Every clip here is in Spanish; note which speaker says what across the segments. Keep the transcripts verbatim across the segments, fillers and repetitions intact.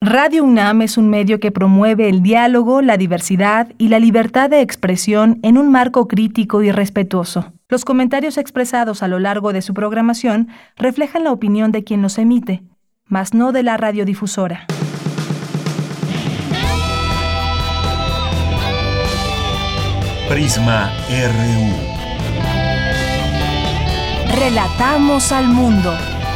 Speaker 1: Radio UNAM es un medio que promueve el diálogo, la diversidad y la libertad de expresión en un marco crítico y respetuoso. Los comentarios expresados a lo largo de su programación reflejan la opinión de quien los emite, mas no de la radiodifusora.
Speaker 2: Prisma R U.
Speaker 1: Relatamos al mundo.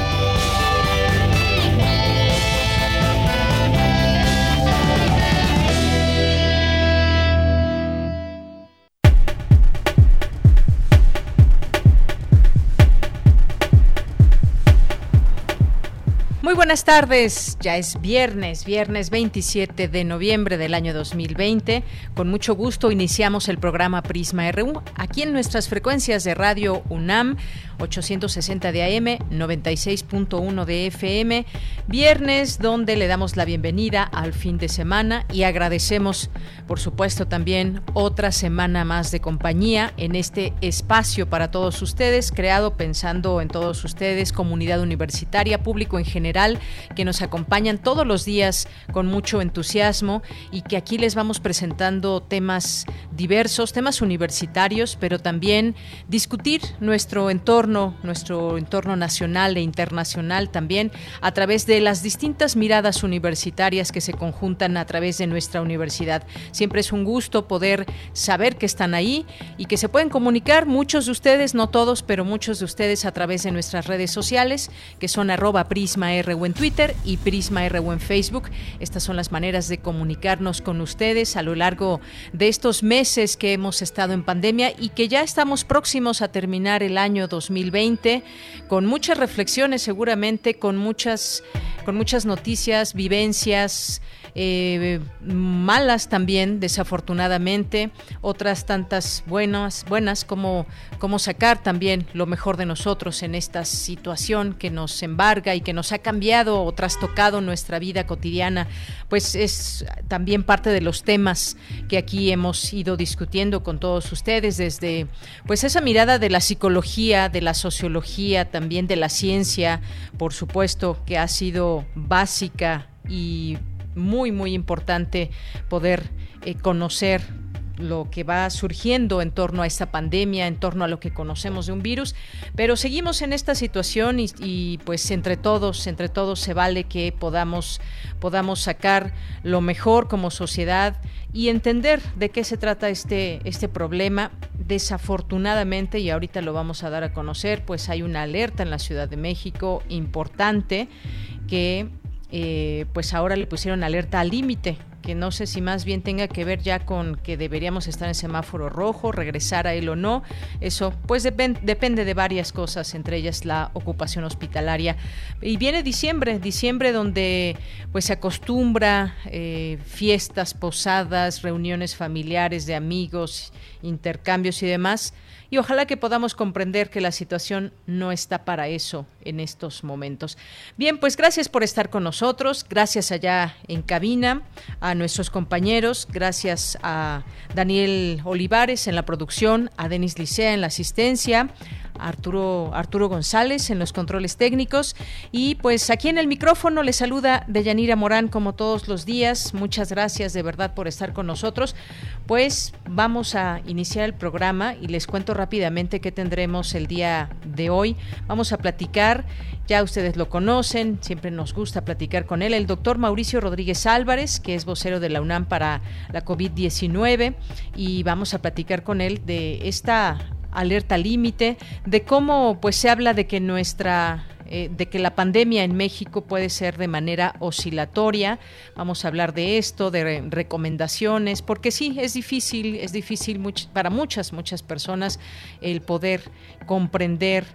Speaker 3: Muy buenas tardes, ya es viernes, viernes veintisiete de noviembre del año dos mil veinte. Con mucho gusto iniciamos el programa Prisma R U, aquí en nuestras frecuencias de Radio UNAM, ochocientos sesenta de A M, noventa y seis punto uno de F M, viernes donde le damos la bienvenida al fin de semana y agradecemos, por supuesto, también otra semana más de compañía en este espacio para todos ustedes, creado pensando en todos ustedes, comunidad universitaria, público en general, que nos acompañan todos los días con mucho entusiasmo y que aquí les vamos presentando temas diversos, temas universitarios, pero también discutir nuestro entorno, nuestro entorno nacional e internacional también a través de las distintas miradas universitarias que se conjuntan a través de nuestra universidad. Siempre es un gusto poder saber que están ahí y que se pueden comunicar, muchos de ustedes, no todos, pero muchos de ustedes a través de nuestras redes sociales, que son arroba Prisma R U en Twitter y Prisma R U en Facebook. Estas son las maneras de comunicarnos con ustedes a lo largo de estos meses que hemos estado en pandemia y que ya estamos próximos a terminar el año dos mil veinte con muchas reflexiones, seguramente con muchas, con muchas noticias, vivencias, Eh, malas también, desafortunadamente, otras tantas buenas, buenas como, como sacar también lo mejor de nosotros en esta situación que nos embarga y que nos ha cambiado o trastocado nuestra vida cotidiana. Pues es también parte de los temas que aquí hemos ido discutiendo con todos ustedes, desde pues esa mirada de la psicología, de la sociología, también de la ciencia, por supuesto, que ha sido básica y muy, muy importante poder eh, conocer lo que va surgiendo en torno a esta pandemia, en torno a lo que conocemos de un virus, pero seguimos en esta situación y, y pues entre todos, entre todos se vale que podamos, podamos sacar lo mejor como sociedad y entender de qué se trata este, este problema. Desafortunadamente, y ahorita lo vamos a dar a conocer, pues hay una alerta en la Ciudad de México importante que Eh, pues ahora le pusieron alerta al límite, que no sé si más bien tenga que ver ya con que deberíamos estar en semáforo rojo, regresar a él o no. Eso pues depend, depende de varias cosas, entre ellas la ocupación hospitalaria. Y viene diciembre, diciembre donde pues se acostumbra eh, fiestas, posadas, reuniones familiares de amigos, intercambios y demás. Y ojalá que podamos comprender que la situación no está para eso en estos momentos. Bien, pues gracias por estar con nosotros, gracias allá en cabina, a nuestros compañeros, gracias a Daniel Olivares en la producción, a Denis Licea en la asistencia, a Arturo, Arturo González en los controles técnicos y pues aquí en el micrófono les saluda Deyanira Morán como todos los días. Muchas gracias de verdad por estar con nosotros. Pues vamos a iniciar el programa y les cuento rápidamente qué tendremos el día de hoy. Vamos a platicar, ya ustedes lo conocen, siempre nos gusta platicar con él, el doctor Mauricio Rodríguez Álvarez, que es vocero de la UNAM para la COVID diecinueve, y vamos a platicar con él de esta alerta límite, de cómo pues se habla de que nuestra eh, de que la pandemia en México puede ser de manera oscilatoria. Vamos a hablar de esto, de re- recomendaciones, porque sí, es difícil, es difícil much- para muchas, muchas personas el poder comprender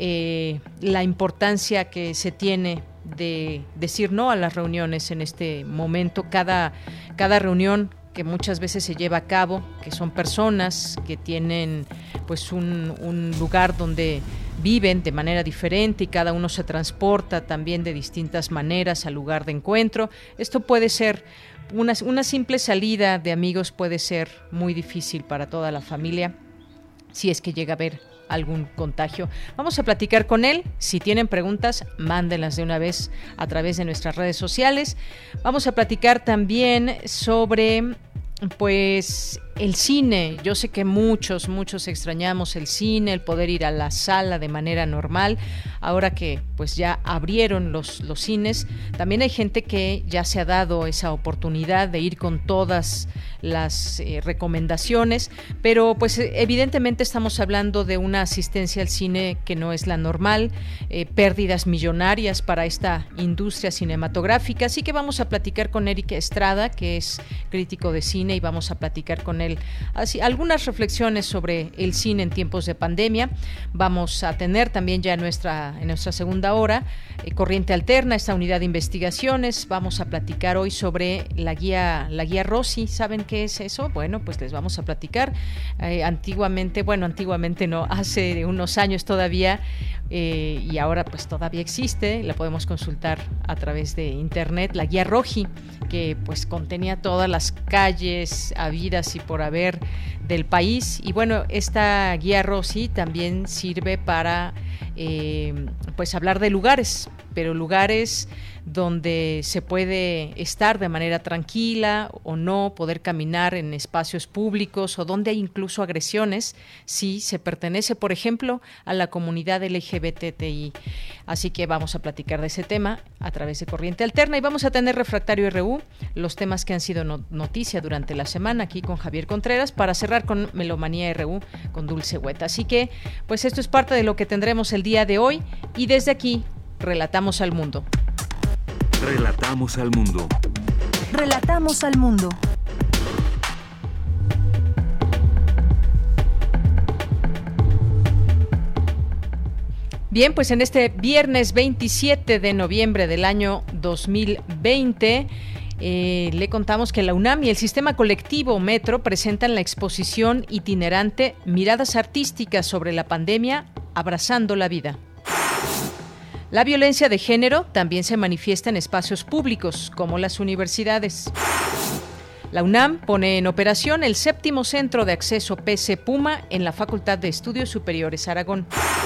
Speaker 3: eh, la importancia que se tiene de decir no a las reuniones en este momento. Cada, cada reunión que muchas veces se lleva a cabo, que son personas que tienen pues un, un lugar donde viven de manera diferente y cada uno se transporta también de distintas maneras al lugar de encuentro. Esto puede ser una, una simple salida de amigos, puede ser muy difícil para toda la familia, si es que llega a haber algún contagio. Vamos a platicar con él. Si tienen preguntas, mándenlas de una vez a través de nuestras redes sociales. Vamos a platicar también sobre, pues, el cine. Yo sé que muchos, muchos extrañamos el cine, el poder ir a la sala de manera normal. Ahora que pues ya abrieron los, los cines, también hay gente que ya se ha dado esa oportunidad de ir con todas las eh, recomendaciones, pero pues evidentemente estamos hablando de una asistencia al cine que no es la normal, eh, pérdidas millonarias para esta industria cinematográfica. Así que vamos a platicar con Eric Estrada, que es crítico de cine, y vamos a platicar con él así algunas reflexiones sobre el cine en tiempos de pandemia. Vamos a tener también ya en nuestra, en nuestra segunda hora eh, Corriente Alterna, esta unidad de investigaciones. Vamos a platicar hoy sobre la guía, la guía Rossi. ¿Saben qué es eso? Bueno, pues les vamos a platicar. Eh, antiguamente, bueno, antiguamente no, hace unos años todavía, eh, y ahora pues todavía existe, la podemos consultar a través de internet, la guía Roji, que pues contenía todas las calles habidas y por haber del país. Y bueno, esta guía Rossi también sirve para eh, pues hablar de lugares, pero lugares donde se puede estar de manera tranquila o no, poder caminar en espacios públicos, o donde hay incluso agresiones si se pertenece, por ejemplo, a la comunidad L G B T I. Así que vamos a platicar de ese tema a través de Corriente Alterna, y vamos a tener Refractario R U, los temas que han sido no- noticia durante la semana, aquí con Javier Contreras, para cerrar con Melomanía R U con Dulce Hueta. Así que pues esto es parte de lo que tendremos el día de hoy, y desde aquí relatamos al mundo.
Speaker 2: Relatamos al mundo.
Speaker 1: Relatamos al mundo.
Speaker 3: Bien, pues en este viernes veintisiete de noviembre del año dos mil veinte, eh, le contamos que la UNAM y el Sistema Colectivo Metro presentan la exposición itinerante Miradas Artísticas sobre la pandemia, abrazando la vida. La violencia de género también se manifiesta en espacios públicos, como las universidades. La UNAM pone en operación el séptimo centro de acceso P C Puma en la Facultad de Estudios Superiores Aragón.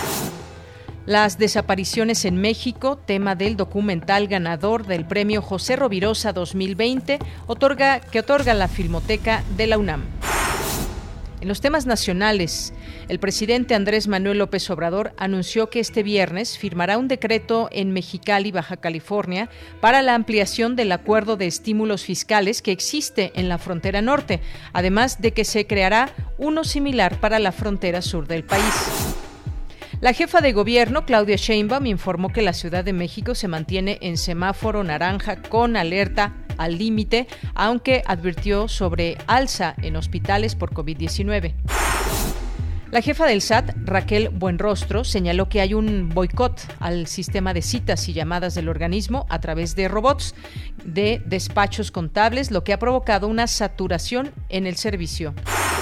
Speaker 3: Las desapariciones en México, tema del documental ganador del premio José Rovirosa dos mil veinte, otorga, que otorga la Filmoteca de la UNAM. En los temas nacionales, el presidente Andrés Manuel López Obrador anunció que este viernes firmará un decreto en Mexicali, Baja California, para la ampliación del acuerdo de estímulos fiscales que existe en la frontera norte, además de que se creará uno similar para la frontera sur del país. La jefa de gobierno, Claudia Sheinbaum, informó que la Ciudad de México se mantiene en semáforo naranja con alerta al límite, aunque advirtió sobre alza en hospitales por COVID diecinueve. La jefa del S A T, Raquel Buenrostro, señaló que hay un boicot al sistema de citas y llamadas del organismo a través de robots de despachos contables, lo que ha provocado una saturación en el servicio.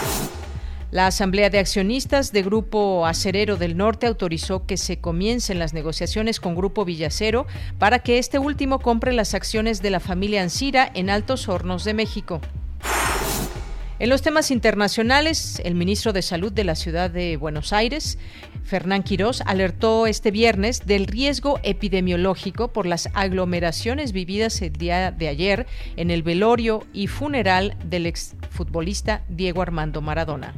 Speaker 3: La Asamblea de Accionistas de Grupo Acerero del Norte autorizó que se comiencen las negociaciones con Grupo Villacero para que este último compre las acciones de la familia Ancira en Altos Hornos de México. En los temas internacionales, el ministro de Salud de la Ciudad de Buenos Aires, Fernán Quirós, alertó este viernes del riesgo epidemiológico por las aglomeraciones vividas el día de ayer en el velorio y funeral del exfutbolista Diego Armando Maradona.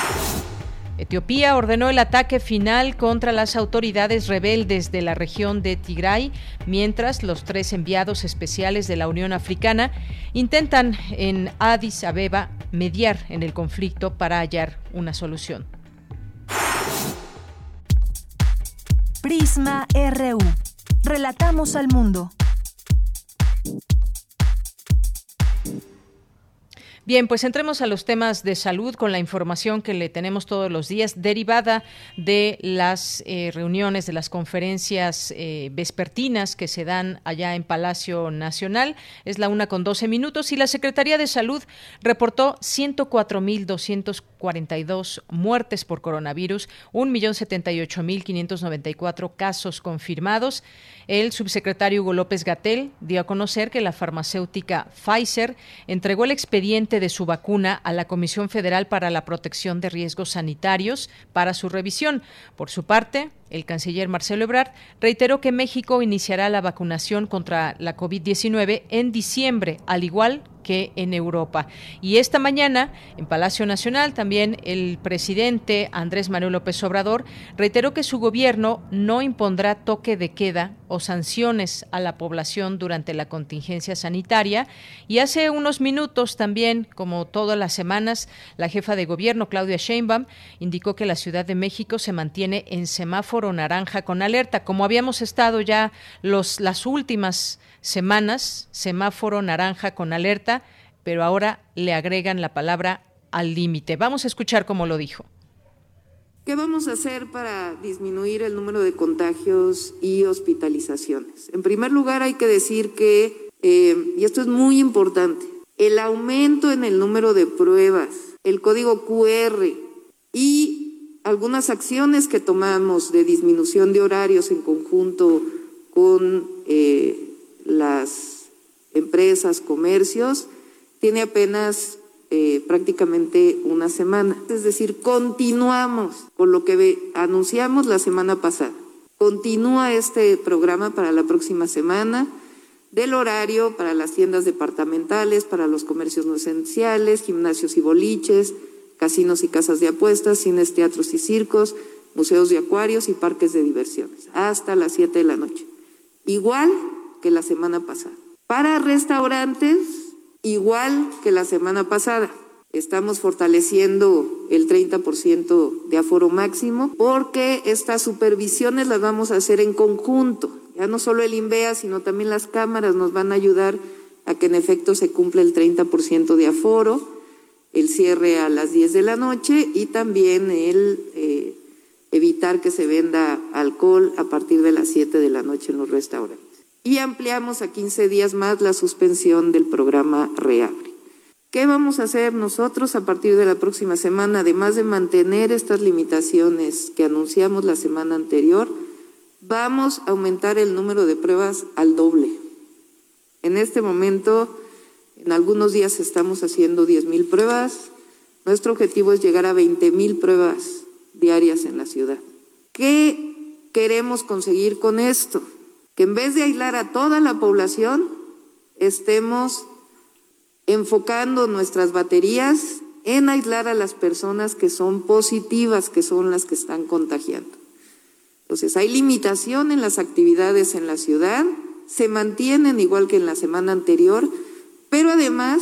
Speaker 3: Etiopía ordenó el ataque final contra las autoridades rebeldes de la región de Tigray, mientras los tres enviados especiales de la Unión Africana intentan en Addis Abeba mediar en el conflicto para hallar una solución.
Speaker 1: Prisma R U. Relatamos al mundo.
Speaker 3: Bien, pues entremos a los temas de salud con la información que le tenemos todos los días, derivada de las eh, reuniones, de las conferencias eh, vespertinas que se dan allá en Palacio Nacional. Es la una con doce minutos, y la Secretaría de Salud reportó ciento cuatro mil doscientos cuarenta y dos muertes por coronavirus, un millón setenta y ocho mil quinientos noventa y cuatro casos confirmados. El subsecretario Hugo López-Gatell dio a conocer que la farmacéutica Pfizer entregó el expediente trámite de su vacuna a la Comisión Federal para la Protección de Riesgos Sanitarios para su revisión. Por su parte, el canciller Marcelo Ebrard reiteró que México iniciará la vacunación contra la COVID diecinueve en diciembre, al igual que en Europa. Y esta mañana, en Palacio Nacional, también el presidente Andrés Manuel López Obrador reiteró que su gobierno no impondrá toque de queda o sanciones a la población durante la contingencia sanitaria. Y hace unos minutos también, como todas las semanas, la jefa de gobierno, Claudia Sheinbaum, indicó que la Ciudad de México se mantiene en semáforo naranja con alerta, como habíamos estado ya los, las últimas semanas, semáforo naranja con alerta, pero ahora le agregan la palabra al límite. Vamos a escuchar cómo lo dijo.
Speaker 4: ¿Qué vamos a hacer para disminuir el número de contagios y hospitalizaciones? En primer lugar, hay que decir que, eh, y esto es muy importante, el aumento en el número de pruebas, el código cu erre y algunas acciones que tomamos de disminución de horarios en conjunto con eh, las empresas, comercios, tiene apenas eh, prácticamente una semana. Es decir, continuamos con lo que ve, anunciamos la semana pasada. Continúa este programa para la próxima semana del horario para las tiendas departamentales, para los comercios no esenciales, gimnasios y boliches, casinos y casas de apuestas, cines, teatros y circos, museos y acuarios y parques de diversiones, hasta las siete de la noche. Igual que la semana pasada. Para restaurantes, igual que la semana pasada. Estamos fortaleciendo el treinta por ciento de aforo máximo porque estas supervisiones las vamos a hacer en conjunto. Ya no solo el INVEA, sino también las cámaras nos van a ayudar a que en efecto se cumpla el treinta por ciento de aforo, el cierre a las diez de la noche y también el eh, evitar que se venda alcohol a partir de las siete de la noche en los restaurantes. Y ampliamos a quince días más la suspensión del programa Reabre. ¿Qué vamos a hacer nosotros a partir de la próxima semana? Además de mantener estas limitaciones que anunciamos la semana anterior, vamos a aumentar el número de pruebas al doble. En este momento, en algunos días estamos haciendo diez mil pruebas. Nuestro objetivo es llegar a veinte mil pruebas diarias en la ciudad. ¿Qué queremos conseguir con esto? Que en vez de aislar a toda la población, estemos enfocando nuestras baterías en aislar a las personas que son positivas, que son las que están contagiando. Entonces, hay limitación en las actividades en la ciudad, se mantienen igual que en la semana anterior, pero además,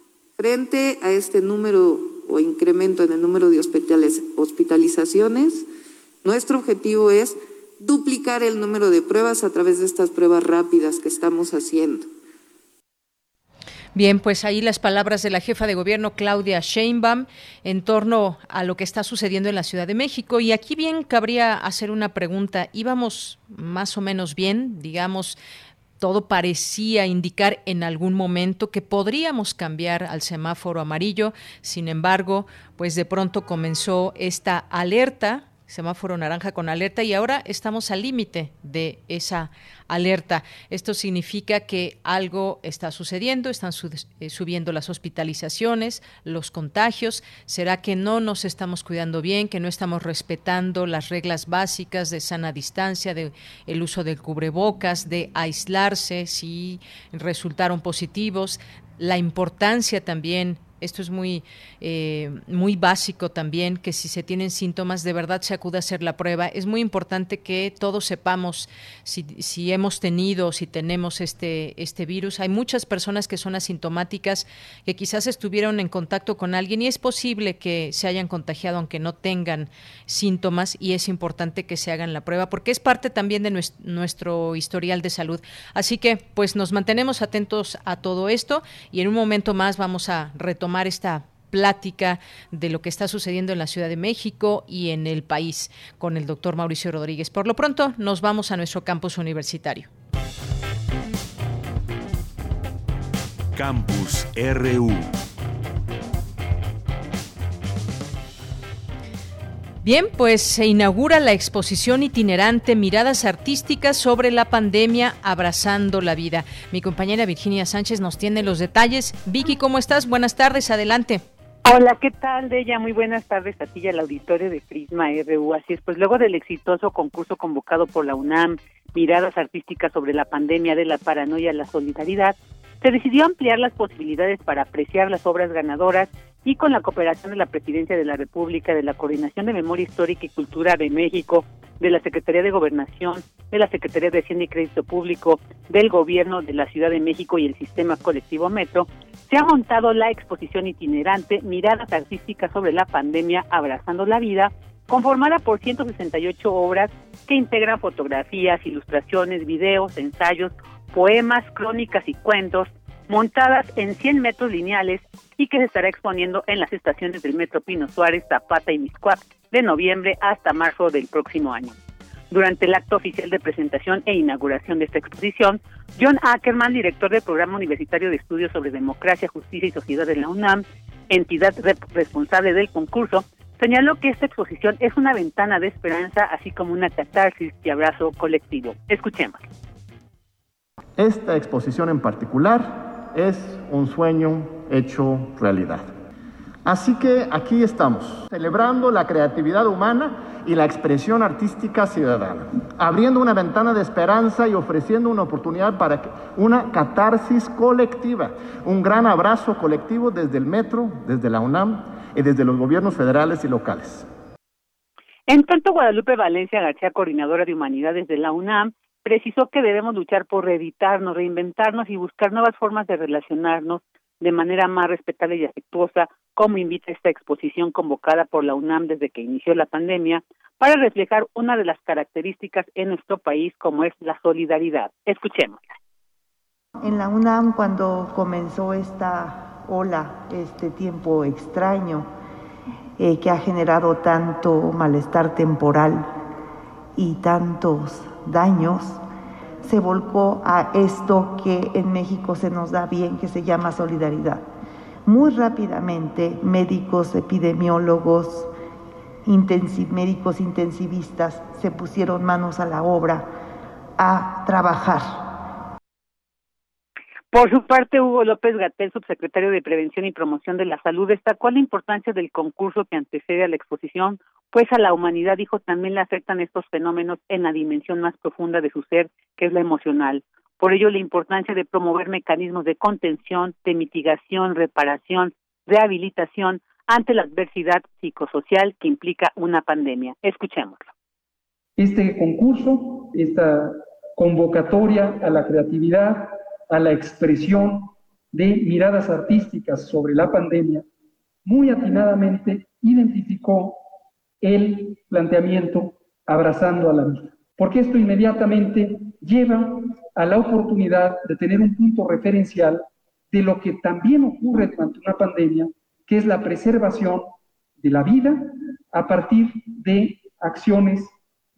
Speaker 4: frente a este número o incremento en el número de hospitalizaciones, nuestro objetivo es duplicar el número de pruebas a través de estas pruebas rápidas que estamos haciendo.
Speaker 3: Bien, pues ahí las palabras de la jefa de gobierno Claudia Sheinbaum en torno a lo que está sucediendo en la Ciudad de México. Y aquí bien cabría hacer una pregunta. ¿Íbamos más o menos bien? Digamos, todo parecía indicar en algún momento que podríamos cambiar al semáforo amarillo. Sin embargo, pues de pronto comenzó esta alerta, semáforo naranja con alerta, y ahora estamos al límite de esa alerta. Esto significa que algo está sucediendo, están su, eh, subiendo las hospitalizaciones, los contagios. ¿Será que no nos estamos cuidando bien, que no estamos respetando las reglas básicas de sana distancia, de el uso del cubrebocas, de aislarse si resultaron positivos? La importancia también, esto es muy, eh, muy básico también, que si se tienen síntomas, de verdad se acude a hacer la prueba. Es muy importante que todos sepamos si, si hemos tenido, si tenemos este, este virus. Hay muchas personas que son asintomáticas, que quizás estuvieron en contacto con alguien y es posible que se hayan contagiado aunque no tengan síntomas, y es importante que se hagan la prueba porque es parte también de nuestro, nuestro historial de salud. Así que pues nos mantenemos atentos a todo esto y en un momento más vamos a retomar tomar esta plática de lo que está sucediendo en la Ciudad de México y en el país con el doctor Mauricio Rodríguez. Por lo pronto, nos vamos a nuestro campus universitario.
Speaker 2: Campus R U.
Speaker 3: Bien, pues se inaugura la exposición itinerante Miradas Artísticas sobre la pandemia, abrazando la vida. Mi compañera Virginia Sánchez nos tiene los detalles. Vicky, ¿cómo estás? Buenas tardes, adelante.
Speaker 5: Hola, ¿qué tal, Deya? Muy buenas tardes a ti y al auditorio de Prisma R U. Así es, pues luego del exitoso concurso convocado por la UNAM, Miradas Artísticas sobre la pandemia de la paranoia, la solidaridad, se decidió ampliar las posibilidades para apreciar las obras ganadoras y con la cooperación de la Presidencia de la República, de la Coordinación de Memoria Histórica y Cultura de México, de la Secretaría de Gobernación, de la Secretaría de Hacienda y Crédito Público, del Gobierno de la Ciudad de México y el Sistema Colectivo Metro, se ha montado la exposición itinerante Miradas Artísticas sobre la pandemia, abrazando la vida, conformada por ciento sesenta y ocho obras que integran fotografías, ilustraciones, videos, ensayos, poemas, crónicas y cuentos, montadas en cien metros lineales y que se estará exponiendo en las estaciones del Metro Pino Suárez, Zapata y Mixcoac de noviembre hasta marzo del próximo año. Durante el acto oficial de presentación e inauguración de esta exposición, John Ackerman, director del Programa Universitario de Estudios sobre Democracia, Justicia y Sociedad de la UNAM, entidad responsable del concurso, señaló que esta exposición es una ventana de esperanza, así como una catarsis y abrazo colectivo. Escuchemos.
Speaker 6: Esta exposición en particular es un sueño hecho realidad. Así que aquí estamos, celebrando la creatividad humana y la expresión artística ciudadana, abriendo una ventana de esperanza y ofreciendo una oportunidad para una catarsis colectiva, un gran abrazo colectivo desde el Metro, desde la UNAM y desde los gobiernos federales y locales.
Speaker 5: En tanto, Guadalupe Valencia García, coordinadora de Humanidades de la UNAM, precisó que debemos luchar por reeditarnos, reinventarnos y buscar nuevas formas de relacionarnos de manera más respetable y afectuosa, como invita esta exposición convocada por la UNAM desde que inició la pandemia, para reflejar una de las características en nuestro país, como es la solidaridad. Escuchémosla.
Speaker 7: En la UNAM, cuando comenzó esta ola, este tiempo extraño, eh, que ha generado tanto malestar temporal y tantos daños, se volcó a esto que en México se nos da bien, que se llama solidaridad. Muy rápidamente, médicos, epidemiólogos, intensiv- médicos intensivistas se pusieron manos a la obra a trabajar.
Speaker 5: Por su parte, Hugo López-Gatell, subsecretario de Prevención y Promoción de la Salud, destacó la importancia del concurso que antecede a la exposición, pues a la humanidad, dijo, también le afectan estos fenómenos en la dimensión más profunda de su ser, que es la emocional. Por ello, la importancia de promover mecanismos de contención, de mitigación, reparación, rehabilitación ante la adversidad psicosocial que implica una pandemia. Escuchémoslo.
Speaker 8: Este concurso, esta convocatoria a la creatividad, a la expresión de miradas artísticas sobre la pandemia, muy atinadamente identificó el planteamiento abrazando a la vida, porque esto inmediatamente lleva a la oportunidad de tener un punto referencial de lo que también ocurre durante una pandemia, que es la preservación de la vida a partir de acciones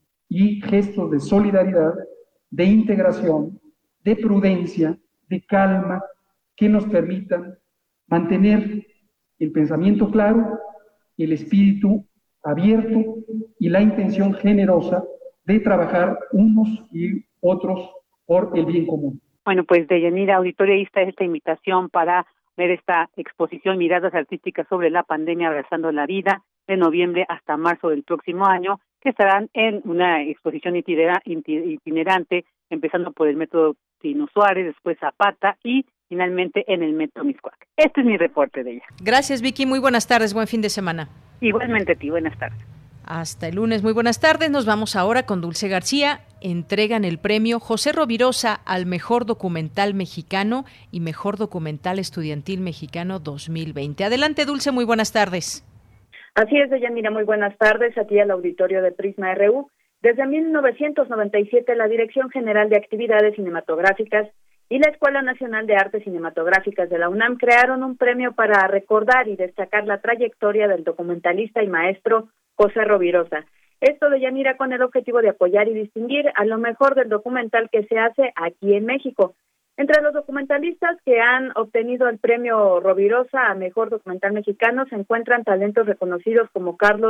Speaker 8: y gestos de solidaridad, de integración, de prudencia, de calma, que nos permitan mantener el pensamiento claro, el espíritu abierto y la intención generosa de trabajar unos y otros por el bien común.
Speaker 5: Bueno, pues Deyanira, auditorio, ahí está esta invitación para ver esta exposición Miradas Artísticas sobre la pandemia, abrazando la vida, de noviembre hasta marzo del próximo año, que estarán en una exposición itinerante, empezando por el Metro Pino Suárez, después Zapata y finalmente en el Metro Mixcoac. Este es mi reporte de ella.
Speaker 3: Gracias, Vicky. Muy buenas tardes. Buen fin de semana.
Speaker 5: Igualmente a ti. Buenas tardes.
Speaker 3: Hasta el lunes. Muy buenas tardes. Nos vamos ahora con Dulce García. Entregan el premio José Rovirosa al Mejor Documental Mexicano y Mejor Documental Estudiantil Mexicano dos mil veinte. Adelante, Dulce. Muy buenas tardes.
Speaker 9: Así es, Deyanira. Muy buenas tardes. A ti al auditorio de Prisma R U. Desde mil novecientos noventa y siete, la Dirección General de Actividades Cinematográficas y la Escuela Nacional de Artes Cinematográficas de la UNAM crearon un premio para recordar y destacar la trayectoria del documentalista y maestro José Rovirosa. Esto, Deyanira, con el objetivo de apoyar y distinguir a lo mejor del documental que se hace aquí en México. Entre los documentalistas que han obtenido el premio Rovirosa a Mejor Documental Mexicano se encuentran talentos reconocidos como Carlos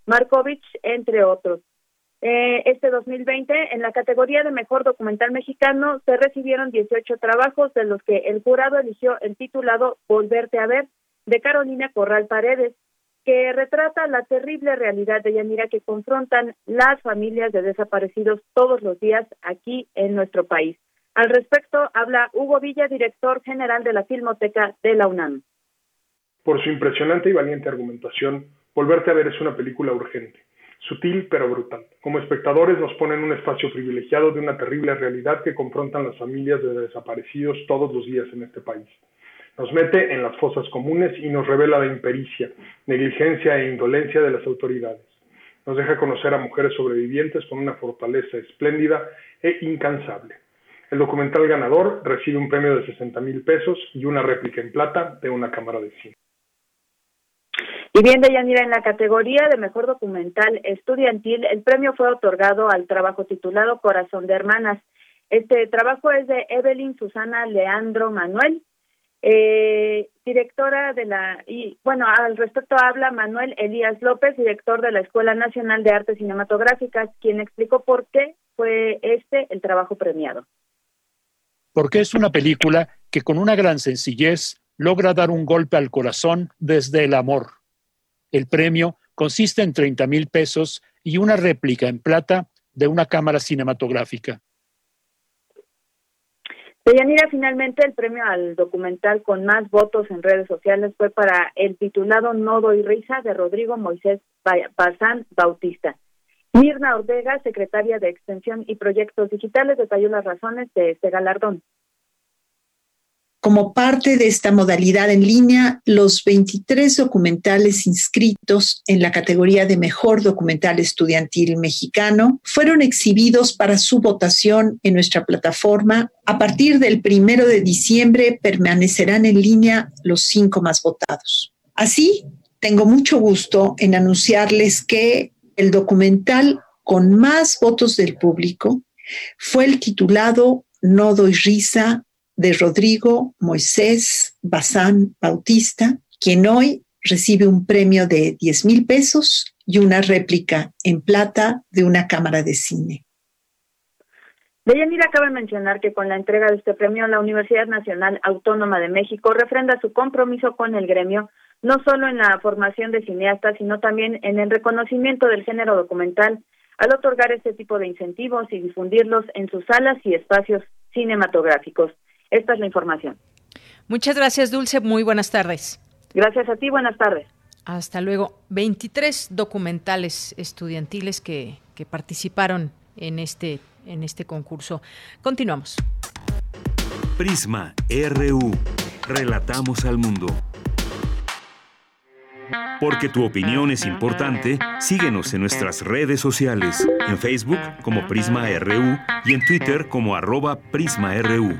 Speaker 9: Markovich, entre otros. Eh, este dos mil veinte, en la categoría de Mejor Documental Mexicano, se recibieron dieciocho trabajos, de los que el jurado eligió el titulado Volverte a ver, de Carolina Corral Paredes, que retrata la terrible realidad de Yanira que confrontan las familias de desaparecidos todos los días aquí en nuestro país. Al respecto, habla Hugo Villa, director general de la Filmoteca de la UNAM.
Speaker 10: Por su impresionante y valiente argumentación, Volverte a ver es una película urgente, sutil pero brutal. Como espectadores nos pone en un espacio privilegiado de una terrible realidad que confrontan las familias de desaparecidos todos los días en este país. Nos mete en las fosas comunes y nos revela la impericia, negligencia e indolencia de las autoridades. Nos deja conocer a mujeres sobrevivientes con una fortaleza espléndida e incansable. El documental ganador recibe un premio de sesenta mil pesos y una réplica en plata de una cámara de cine.
Speaker 9: Y bien, Deyanira, en la categoría de Mejor Documental Estudiantil, el premio fue otorgado al trabajo titulado Corazón de Hermanas. Este trabajo es de Evelyn Susana Leandro Manuel, eh, directora de la... y bueno, al respecto habla Manuel Elías López, director de la Escuela Nacional de Artes Cinematográficas, quien explicó por qué fue este el trabajo premiado.
Speaker 11: Porque es una película que con una gran sencillez logra dar un golpe al corazón desde el amor. El premio consiste en treinta mil pesos y una réplica en plata de una cámara cinematográfica.
Speaker 9: Deyanira, finalmente el premio al documental con más votos en redes sociales fue para el titulado No doy risa, de Rodrigo Moisés Bazán Bautista. Mirna Ortega, secretaria de Extensión y Proyectos Digitales, detalló las razones de este galardón.
Speaker 12: Como parte de esta modalidad en línea, los veintitrés documentales inscritos en la categoría de Mejor Documental Estudiantil Mexicano fueron exhibidos para su votación en nuestra plataforma. A partir del primero de diciembre permanecerán en línea los cinco más votados. Así, tengo mucho gusto en anunciarles que el documental con más votos del público fue el titulado No doy risa, de Rodrigo Moisés Bazán Bautista, quien hoy recibe un premio de diez mil pesos y una réplica en plata de una cámara de cine.
Speaker 9: Deyanira, cabe mencionar que con la entrega de este premio, la Universidad Nacional Autónoma de México refrenda su compromiso con el gremio, no solo en la formación de cineastas, sino también en el reconocimiento del género documental, al otorgar este tipo de incentivos y difundirlos en sus salas y espacios cinematográficos. Esta es la información.
Speaker 3: Muchas gracias, Dulce. Muy buenas tardes.
Speaker 9: Gracias a ti. Buenas tardes.
Speaker 3: Hasta luego. veintitrés documentales estudiantiles que, que participaron en este, en este concurso. Continuamos.
Speaker 2: Prisma R U. Relatamos al mundo. Porque tu opinión es importante, síguenos en nuestras redes sociales. En Facebook como Prisma R U y en Twitter como arroba Prisma R U.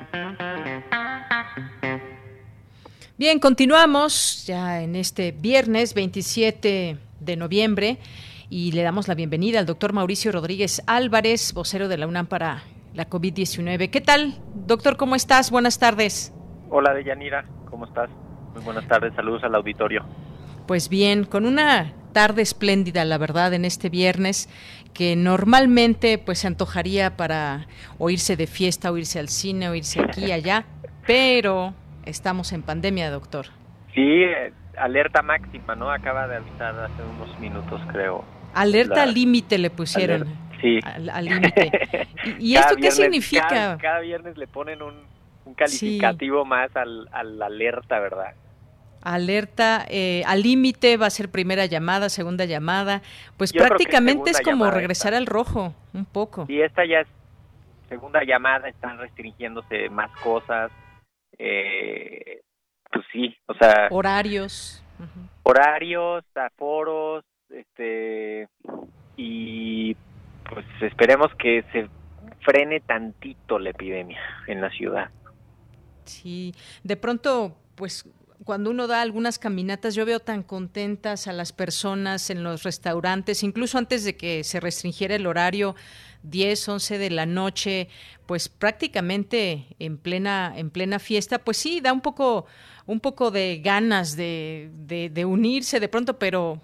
Speaker 3: Bien, continuamos ya en este viernes veintisiete de noviembre y le damos la bienvenida al doctor Mauricio Rodríguez Álvarez, vocero de la UNAM para la COVID diecinueve. ¿Qué tal, doctor? ¿Cómo estás? Buenas tardes.
Speaker 13: Hola, Deyanira. ¿Cómo estás? Muy buenas tardes. Saludos al auditorio.
Speaker 3: Pues bien, con una tarde espléndida, la verdad, en este viernes, que normalmente pues se antojaría para o irse de fiesta, o irse al cine, o irse aquí y allá, pero estamos en pandemia, doctor.
Speaker 13: Sí, eh, alerta máxima, ¿no? Acaba de avisar hace unos minutos, creo.
Speaker 3: Alerta
Speaker 13: La...
Speaker 3: al límite le pusieron.
Speaker 13: Alerta. Sí.
Speaker 3: Al límite. ¿Y, y esto
Speaker 13: viernes,
Speaker 3: qué significa?
Speaker 13: Cada, cada viernes le ponen un, un calificativo sí. más al, al alerta, ¿verdad?
Speaker 3: Alerta eh, al límite, va a ser primera llamada, segunda llamada. Pues Yo prácticamente es como regresar esta. al rojo, un poco.
Speaker 13: Sí, esta ya es segunda llamada, están restringiéndose más cosas. Eh, pues sí, o sea...
Speaker 3: Horarios. Uh-huh.
Speaker 13: Horarios, aforos, este... y pues esperemos que se frene tantito la epidemia en la ciudad.
Speaker 3: Sí, de pronto, pues... Cuando uno da algunas caminatas, yo veo tan contentas a las personas en los restaurantes, incluso antes de que se restringiera el horario, diez, once de la noche, pues prácticamente en plena en plena fiesta, pues sí, da un poco un poco de ganas de, de, de unirse de pronto, pero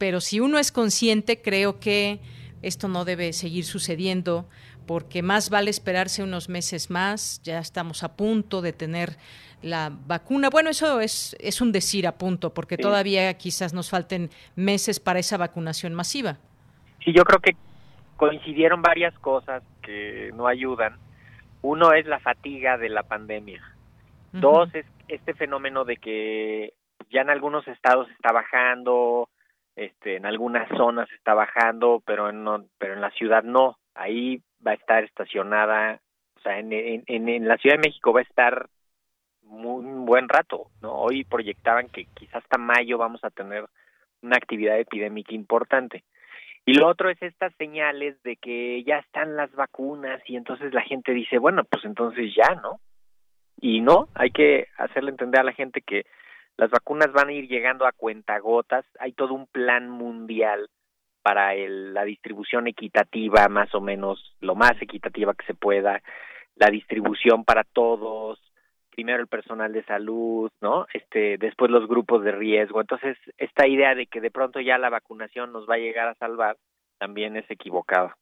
Speaker 3: pero si uno es consciente, creo que esto no debe seguir sucediendo, porque más vale esperarse unos meses más. Ya estamos a punto de tener la vacuna. Bueno, eso es, es un decir a punto, porque sí. Todavía quizás nos falten meses para esa vacunación masiva.
Speaker 13: Sí, yo creo que coincidieron varias cosas que no ayudan. Uno es la fatiga de la pandemia. Uh-huh. Dos es este fenómeno de que ya en algunos estados está bajando, este, en algunas zonas está bajando, pero en, no, pero en la ciudad no. Ahí va a estar estacionada, o sea, en, en, en la Ciudad de México va a estar muy, un buen rato, ¿no? Hoy proyectaban que quizás hasta mayo vamos a tener una actividad epidémica importante. Y lo otro es estas señales de que ya están las vacunas y entonces la gente dice, bueno, pues entonces ya, ¿no? Y no, hay que hacerle entender a la gente que las vacunas van a ir llegando a cuentagotas. Hay todo un plan mundial para el, la distribución equitativa, más o menos, lo más equitativa que se pueda, la distribución para todos, primero el personal de salud, ¿no? Este, después los grupos de riesgo. Entonces, esta idea de que de pronto ya la vacunación nos va a llegar a salvar también es equivocada.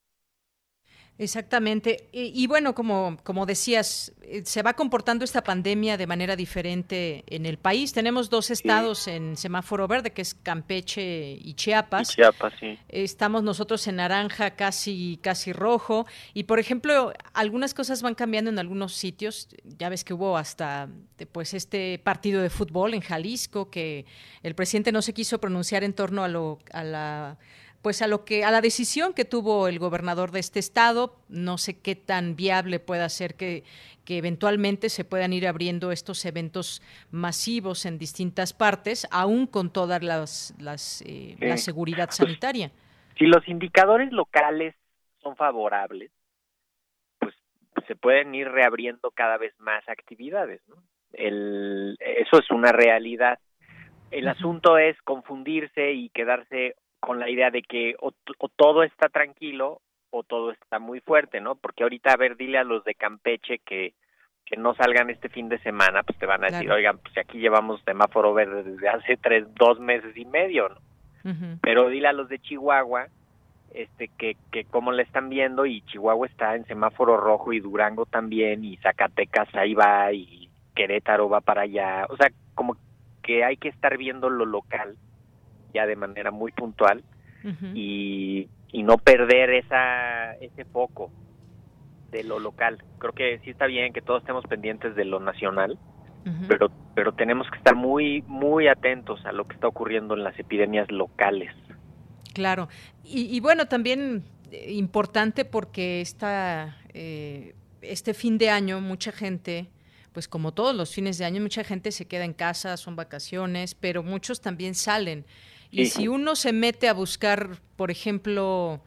Speaker 3: Exactamente. Y, y bueno, como, como decías, se va comportando esta pandemia de manera diferente en el país. Tenemos dos estados sí. en semáforo verde, que es Campeche y Chiapas.
Speaker 13: Y Chiapas, sí.
Speaker 3: Estamos nosotros en naranja, casi, casi rojo. Y, por ejemplo, algunas cosas van cambiando en algunos sitios. Ya ves que hubo hasta pues este partido de fútbol en Jalisco, que el presidente no se quiso pronunciar en torno a, lo, a la... pues a lo que a la decisión que tuvo el gobernador de este estado. No sé qué tan viable pueda ser que, que eventualmente se puedan ir abriendo estos eventos masivos en distintas partes, aún con todas las, las eh, sí. la seguridad sanitaria.
Speaker 13: Pues, si los indicadores locales son favorables, pues se pueden ir reabriendo cada vez más actividades, ¿no? El, eso es una realidad. El uh-huh. asunto es confundirse y quedarse con la idea de que o, o todo está tranquilo o todo está muy fuerte, ¿no? Porque ahorita, a ver, dile a los de Campeche que, que no salgan este fin de semana, pues te van a decir, claro. Oigan, pues aquí llevamos semáforo verde desde hace tres, dos meses y medio, ¿no? Uh-huh. Pero dile a los de Chihuahua este que, que cómo le están viendo, y Chihuahua está en semáforo rojo y Durango también, y Zacatecas ahí va, y Querétaro va para allá. O sea, como que hay que estar viendo lo local ya de manera muy puntual uh-huh. y, y no perder esa ese foco de lo local. Creo que sí está bien que todos estemos pendientes de lo nacional, uh-huh. pero pero tenemos que estar muy muy atentos a lo que está ocurriendo en las epidemias locales.
Speaker 3: Claro, y, y bueno, también eh, importante porque esta, eh, este fin de año mucha gente, pues como todos los fines de año, mucha gente se queda en casa, son vacaciones, pero muchos también salen. Y sí. si uno se mete a buscar, por ejemplo,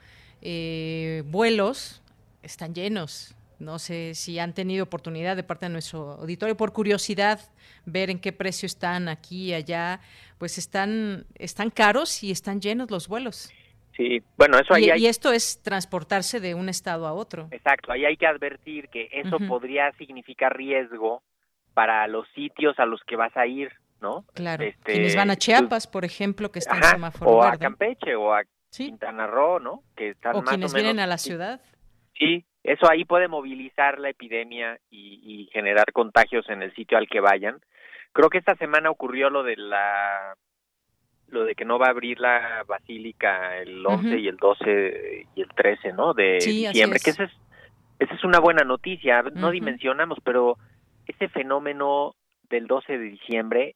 Speaker 3: eh, vuelos, están llenos. No sé si han tenido oportunidad de parte de nuestro auditorio, por curiosidad, ver en qué precio están aquí y allá. Pues están, están caros y están llenos los vuelos.
Speaker 13: Sí, bueno, eso ahí
Speaker 3: y,
Speaker 13: hay...
Speaker 3: y esto es transportarse de un estado a otro.
Speaker 13: Exacto, ahí hay que advertir que eso uh-huh. podría significar riesgo para los sitios a los que vas a ir, ¿no?
Speaker 3: Claro,
Speaker 13: este,
Speaker 3: quienes van a Chiapas, por ejemplo, que están
Speaker 13: ajá,
Speaker 3: en semáforo
Speaker 13: o
Speaker 3: verde.
Speaker 13: a Campeche, o a
Speaker 3: ¿Sí?
Speaker 13: Quintana Roo, ¿no? Que están
Speaker 3: o
Speaker 13: más
Speaker 3: quienes
Speaker 13: o menos,
Speaker 3: vienen a la ciudad.
Speaker 13: Sí, eso ahí puede movilizar la epidemia y, y generar contagios en el sitio al que vayan. Creo que esta semana ocurrió lo de la... lo de que no va a abrir la basílica el once uh-huh. y el doce y el trece, ¿no? De
Speaker 3: sí,
Speaker 13: diciembre,
Speaker 3: es.
Speaker 13: que esa es, esa es una buena noticia. No uh-huh. dimensionamos, pero ese fenómeno del doce de diciembre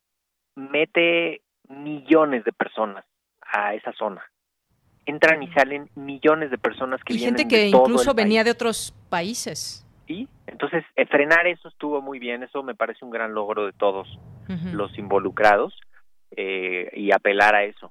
Speaker 13: mete millones de personas a esa zona. Entran y salen millones de personas que
Speaker 3: y
Speaker 13: vienen
Speaker 3: gente que
Speaker 13: de todo
Speaker 3: incluso
Speaker 13: el
Speaker 3: venía
Speaker 13: país.
Speaker 3: de otros países.
Speaker 13: Sí, entonces eh, frenar eso estuvo muy bien. Eso me parece un gran logro de todos uh-huh. los involucrados. Eh, y apelar a eso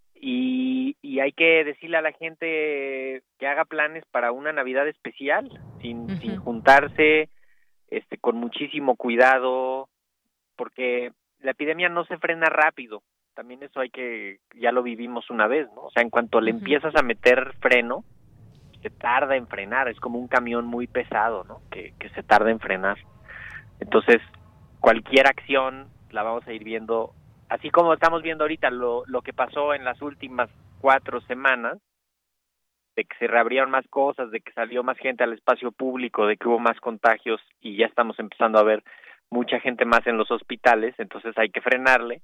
Speaker 13: y, y hay que decirle a la gente que haga planes para una Navidad especial sin, uh-huh. sin juntarse, este, con muchísimo cuidado, porque la epidemia no se frena rápido. También eso hay que, ya lo vivimos una vez, ¿no? O sea, en cuanto le uh-huh. empiezas a meter freno, se tarda en frenar. Es como un camión muy pesado, ¿no? Que, que se tarda en frenar. Entonces, cualquier acción la vamos a ir viendo. Así como estamos viendo ahorita lo, lo que pasó en las últimas cuatro semanas, de que se reabrieron más cosas, de que salió más gente al espacio público, de que hubo más contagios y ya estamos empezando a ver mucha gente más en los hospitales, entonces hay que frenarle.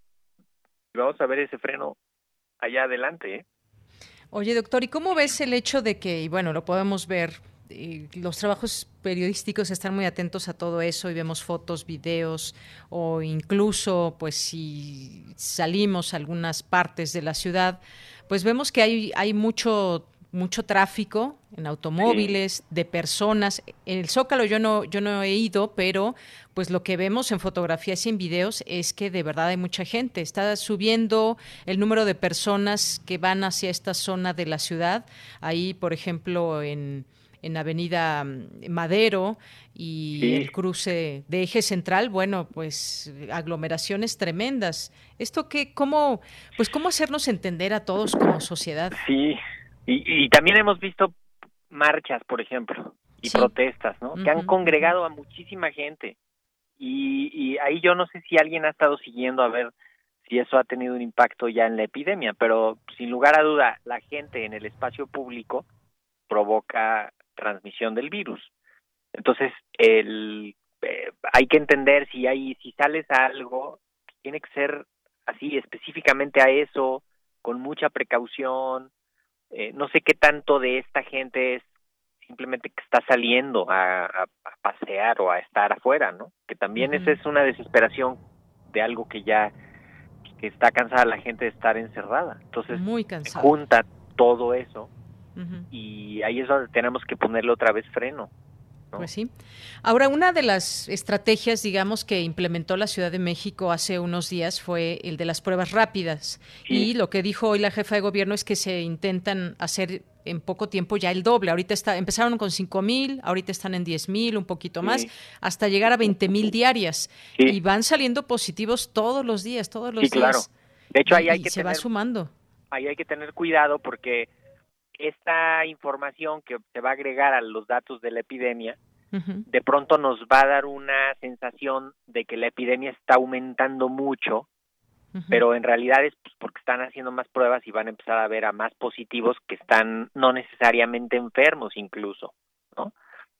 Speaker 13: Y vamos a ver ese freno allá adelante, ¿eh?
Speaker 3: Oye, doctor, ¿y cómo ves el hecho de que, y bueno, lo podemos ver, y los trabajos periodísticos están muy atentos a todo eso y vemos fotos, videos o incluso, pues si salimos a algunas partes de la ciudad, pues vemos que hay, hay mucho mucho tráfico en automóviles, sí, de personas. En el Zócalo yo no yo no he ido, pero pues lo que vemos en fotografías y en videos es que de verdad hay mucha gente. Está subiendo el número de personas que van hacia esta zona de la ciudad. Ahí, por ejemplo, en en Avenida Madero y sí, el cruce de Eje Central, bueno, pues aglomeraciones tremendas. Esto que cómo pues cómo hacernos entender a todos como sociedad.
Speaker 13: Sí. Y, y también hemos visto marchas, por ejemplo, y sí, protestas, ¿no? Uh-huh. Que han congregado a muchísima gente. Y, y ahí yo no sé si alguien ha estado siguiendo a ver si eso ha tenido un impacto ya en la epidemia, pero sin lugar a duda, la gente en el espacio público provoca transmisión del virus. Entonces, el, eh, hay que entender si hay, si sales a algo, tiene que ser así, específicamente a eso, con mucha precaución. Eh, no sé qué tanto de esta gente es simplemente que está saliendo a, a, a pasear o a estar afuera, ¿no? Que también uh-huh, esa es una desesperación de algo que ya que está cansada la gente de estar encerrada. Entonces,
Speaker 3: muy cansada,
Speaker 13: junta todo eso
Speaker 3: uh-huh,
Speaker 13: y ahí es donde tenemos que ponerle otra vez freno, ¿no?
Speaker 3: Pues sí. Ahora, una de las estrategias, digamos, que implementó la Ciudad de México hace unos días fue el de las pruebas rápidas. Sí. Y lo que dijo hoy la jefa de gobierno es que se intentan hacer en poco tiempo ya el doble. Ahorita está, empezaron con cinco mil, ahorita están en diez mil, un poquito más, sí, hasta llegar a veinte mil diarias. Sí. Y van saliendo positivos todos los días, todos los
Speaker 13: sí,
Speaker 3: días.
Speaker 13: Claro. De hecho, ahí
Speaker 3: y,
Speaker 13: hay
Speaker 3: y
Speaker 13: que
Speaker 3: se
Speaker 13: tener,
Speaker 3: va sumando.
Speaker 13: Ahí hay que tener cuidado porque esta información que se va a agregar a los datos de la epidemia, uh-huh, de pronto nos va a dar una sensación de que la epidemia está aumentando mucho, uh-huh, pero en realidad es pues, porque están haciendo más pruebas y van a empezar a ver a más positivos que están no necesariamente enfermos incluso, ¿no?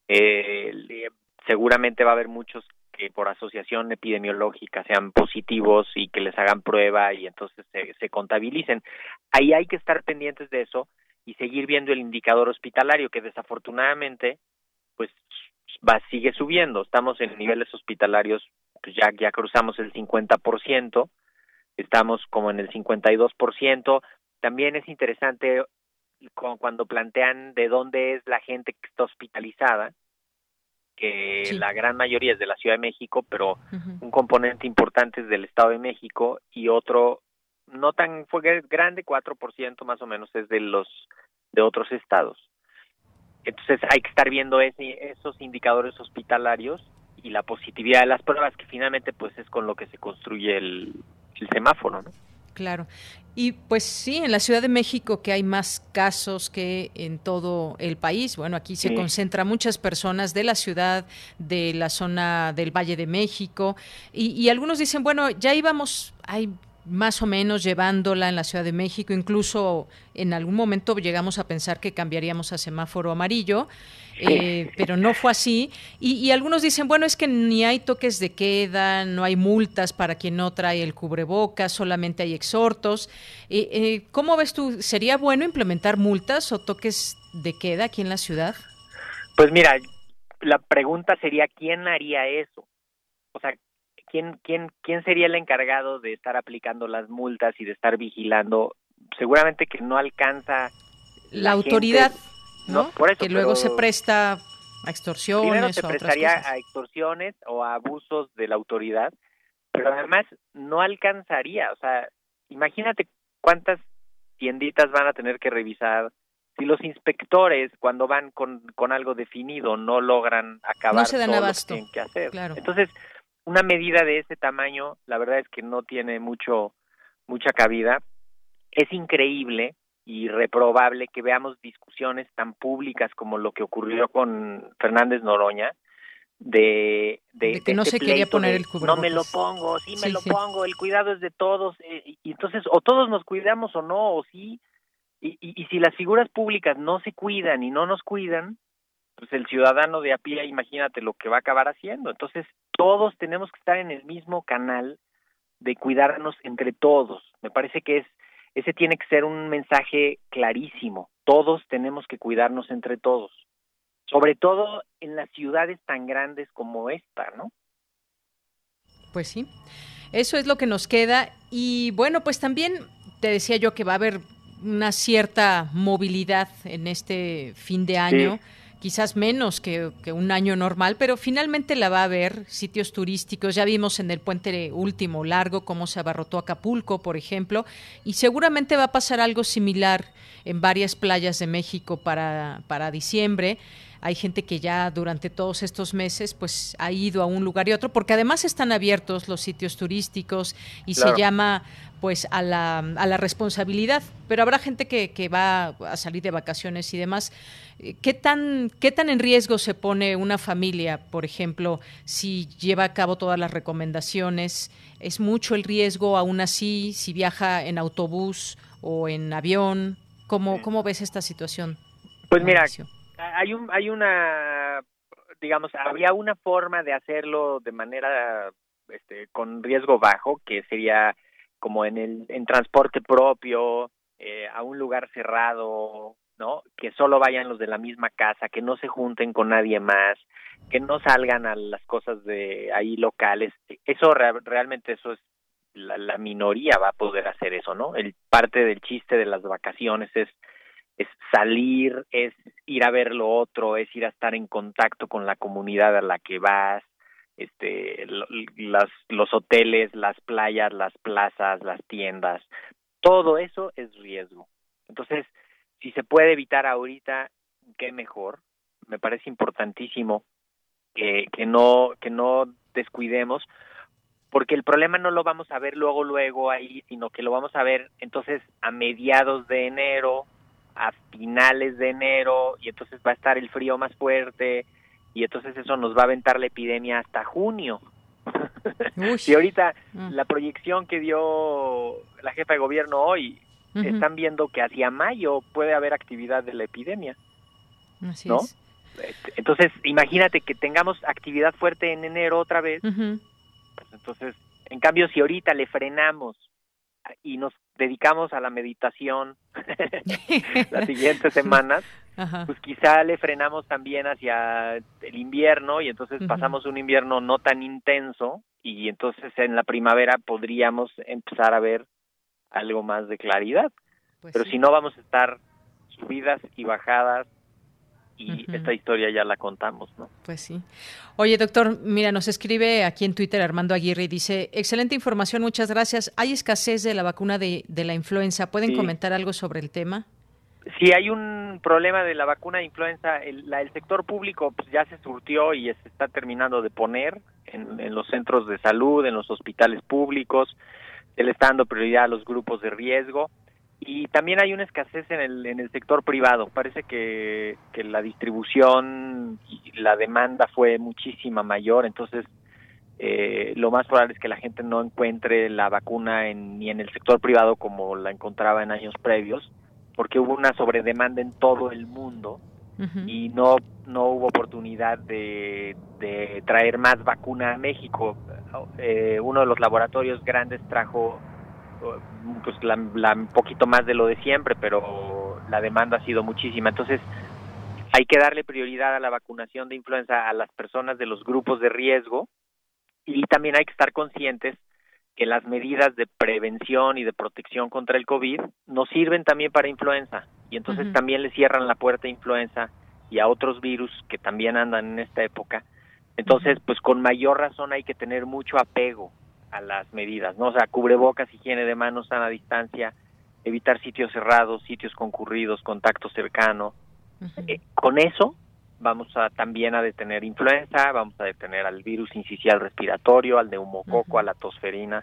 Speaker 13: Eh, seguramente va a haber muchos que por asociación epidemiológica sean positivos y que les hagan prueba y entonces se, se contabilicen. Ahí hay que estar pendientes de eso y seguir viendo el indicador hospitalario, que desafortunadamente pues va sigue subiendo. Estamos en niveles hospitalarios, pues ya ya cruzamos el cincuenta por ciento, estamos como en el cincuenta y dos por ciento. También es interesante cuando plantean de dónde es la gente que está hospitalizada, que sí, la gran mayoría es de la Ciudad de México, pero uh-huh, un componente importante es del Estado de México y otro no tan fue grande, cuatro por ciento más o menos es de los de otros estados. Entonces hay que estar viendo ese, esos indicadores hospitalarios y la positividad de las pruebas, que finalmente pues es con lo que se construye el, el semáforo, ¿no?
Speaker 3: Claro. Y pues sí, en la Ciudad de México que hay más casos que en todo el país. Bueno, aquí se sí, concentran muchas personas de la ciudad, de la zona del Valle de México y, y algunos dicen, bueno, ya íbamos, hay más o menos llevándola en la Ciudad de México, incluso en algún momento llegamos a pensar que cambiaríamos a semáforo amarillo, eh, pero no fue así, y, y algunos dicen, bueno, es que ni hay toques de queda, no hay multas para quien no trae el cubrebocas, solamente hay exhortos. Eh, eh, ¿Cómo ves tú? ¿Sería bueno implementar multas o toques de queda aquí en la ciudad?
Speaker 13: Pues mira, la pregunta sería, ¿quién haría eso? O sea, ¿Quién, quién, ¿Quién sería el encargado de estar aplicando las multas y de estar vigilando? Seguramente que no alcanza
Speaker 3: la, la autoridad, gente, ¿no?
Speaker 13: ¿no? Por eso,
Speaker 3: que luego se presta a extorsiones.
Speaker 13: Primero se
Speaker 3: o a
Speaker 13: prestaría
Speaker 3: otras cosas.
Speaker 13: a extorsiones o a abusos de la autoridad, pero además no alcanzaría. O sea, imagínate cuántas tienditas van a tener que revisar. Si los inspectores, cuando van con, con algo definido, no logran acabar
Speaker 3: no se dan
Speaker 13: todo
Speaker 3: abasto.
Speaker 13: Lo que tienen que hacer.
Speaker 3: Claro.
Speaker 13: Entonces, una medida de ese tamaño, la verdad es que no tiene mucho mucha cabida. Es increíble y reprobable que veamos discusiones tan públicas como lo que ocurrió con Fernández Noroña, de, de,
Speaker 3: de que
Speaker 13: de
Speaker 3: no
Speaker 13: este
Speaker 3: se quería poner
Speaker 13: de,
Speaker 3: el cubrebocas.
Speaker 13: No me lo pongo, sí me
Speaker 3: sí,
Speaker 13: lo
Speaker 3: sí.
Speaker 13: pongo, el cuidado es de todos, eh, y entonces o todos nos cuidamos o no, o sí, Y, y, y si las figuras públicas no se cuidan y no nos cuidan, pues el ciudadano de a pie, imagínate lo que va a acabar haciendo. Entonces, todos tenemos que estar en el mismo canal de cuidarnos entre todos. Me parece que es ese tiene que ser un mensaje clarísimo. Todos tenemos que cuidarnos entre todos, sobre todo en las ciudades tan grandes como esta, ¿no?
Speaker 3: Pues sí, eso es lo que nos queda. Y bueno, pues también te decía yo que va a haber una cierta movilidad en este fin de año. Sí. Quizás menos que, que un año normal, pero finalmente la va a haber. Sitios turísticos, ya vimos en el puente último largo cómo se abarrotó Acapulco, por ejemplo, y seguramente va a pasar algo similar en varias playas de México para, para diciembre. Hay gente que ya durante todos estos meses pues ha ido a un lugar y otro, porque además están abiertos los sitios turísticos y claro. se llama pues a la, a la responsabilidad, pero habrá gente que, que va a salir de vacaciones y demás. ¿Qué tan, qué tan en riesgo se pone una familia, por ejemplo, si lleva a cabo todas las recomendaciones? ¿Es mucho el riesgo aún así si viaja en autobús o en avión? ¿Cómo, sí. ¿cómo ves esta situación?
Speaker 13: Pues mira, hay un, hay una, digamos, había una forma de hacerlo de manera, este, con riesgo bajo, que sería como en el, en transporte propio, eh, a un lugar cerrado, ¿no? Que solo vayan los de la misma casa, que no se junten con nadie más, que no salgan a las cosas de ahí locales. Eso re- realmente eso es la, la minoría va a poder hacer eso, ¿no? El parte del chiste de las vacaciones es es salir, es ir a ver lo otro, es ir a estar en contacto con la comunidad a la que vas, este, lo, las, los hoteles, las playas, las plazas, las tiendas, todo eso es riesgo. Entonces, si se puede evitar ahorita, qué mejor. Me parece importantísimo que, que no, que no descuidemos, porque el problema no lo vamos a ver luego, luego ahí, sino que lo vamos a ver entonces a mediados de enero, a finales de enero, y entonces va a estar el frío más fuerte, y entonces eso nos va a aventar la epidemia hasta junio. Y ahorita uh. la proyección que dio la jefa de gobierno hoy, uh-huh. están viendo que hacia mayo puede haber actividad de la epidemia. Así ¿no? Es. Entonces, imagínate que tengamos actividad fuerte en enero otra vez. Uh-huh. Pues entonces, en cambio, si ahorita le frenamos y nos dedicamos a la meditación las siguientes semanas, ajá. pues quizá le frenamos también hacia el invierno y entonces uh-huh. pasamos un invierno no tan intenso y entonces en la primavera podríamos empezar a ver algo más de claridad. Pues pero sí. si no vamos a estar subidas y bajadas y uh-huh. esta historia ya la contamos, ¿no?
Speaker 3: Pues sí. Oye, doctor, mira, nos escribe aquí en Twitter Armando Aguirre y dice, excelente información, muchas gracias. ¿Hay escasez de la vacuna de, de la influenza? ¿Pueden sí. comentar algo sobre el tema?
Speaker 13: Sí, hay un problema de la vacuna de influenza. El, la, el sector público pues, ya se surtió y se está terminando de poner en, en los centros de salud, en los hospitales públicos. Se le está dando prioridad a los grupos de riesgo. Y también hay una escasez en el en el sector privado. Parece que, que la distribución y la demanda fue muchísima mayor, entonces eh, lo más probable es que la gente no encuentre la vacuna en, ni en el sector privado como la encontraba en años previos, porque hubo una sobredemanda en todo el mundo uh-huh. y no no hubo oportunidad de, de traer más vacuna a México. Eh, uno de los laboratorios grandes trajo pues la, la un poquito más de lo de siempre, pero la demanda ha sido muchísima. Entonces hay que darle prioridad a la vacunación de influenza a las personas de los grupos de riesgo y también hay que estar conscientes que las medidas de prevención y de protección contra el COVID nos sirven también para influenza y entonces uh-huh. también le cierran la puerta a influenza y a otros virus que también andan en esta época. Entonces uh-huh. pues con mayor razón hay que tener mucho apego a las medidas, ¿no? O sea, cubrebocas, higiene de manos, sana distancia, evitar sitios cerrados, sitios concurridos, contacto cercano. Uh-huh. Eh, con eso vamos a también a detener influenza, vamos a detener al virus incisional respiratorio, al neumococo, uh-huh. a la tosferina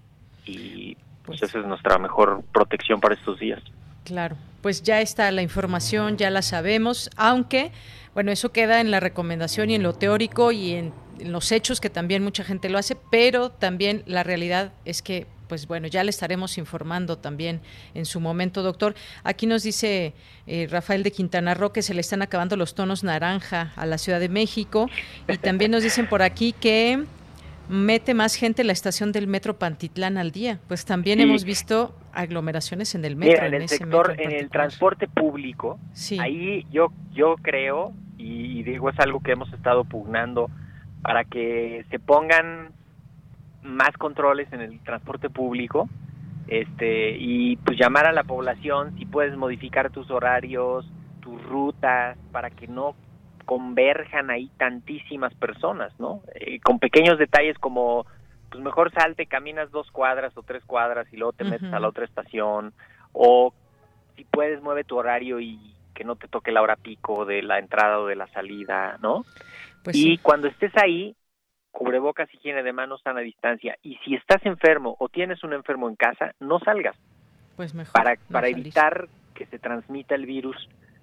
Speaker 13: y pues, pues esa es nuestra mejor protección para estos días.
Speaker 3: Claro, pues ya está la información, ya la sabemos, aunque, bueno, eso queda en la recomendación y en lo teórico y en, en los hechos, que también mucha gente lo hace, pero también la realidad es que pues bueno, ya le estaremos informando también en su momento, doctor. Aquí nos dice eh, Rafael de Quintana Roo que se le están acabando los tonos naranja a la Ciudad de México, y también nos dicen por aquí que mete más gente la estación del metro Pantitlán al día. Pues también sí. hemos visto aglomeraciones en el metro.
Speaker 13: Mira, en, en el sector, en, en el transporte público, sí. ahí yo yo creo, y, y digo, es algo que hemos estado pugnando para que se pongan más controles en el transporte público, este y pues llamar a la población si puedes modificar tus horarios, tus rutas, para que no converjan ahí tantísimas personas, ¿no? Eh, con pequeños detalles como, pues mejor salte, caminas dos cuadras o tres cuadras y luego te uh-huh. metes a la otra estación, o si puedes mueve tu horario y que no te toque la hora pico de la entrada o de la salida, ¿no? Pues y sí. cuando estés ahí, cubrebocas, higiene de manos, sana distancia, y si estás enfermo o tienes un enfermo en casa, no salgas.
Speaker 3: Pues mejor.
Speaker 13: Para,
Speaker 3: no
Speaker 13: para evitar que se transmita el virus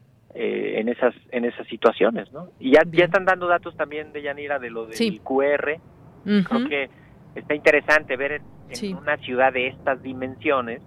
Speaker 13: Eh, en esas en esas situaciones, ¿no? Y ya, ya están dando datos también de Yanira de lo del sí. Q R. Uh-huh. Creo que está interesante ver en, en sí. una ciudad de estas dimensiones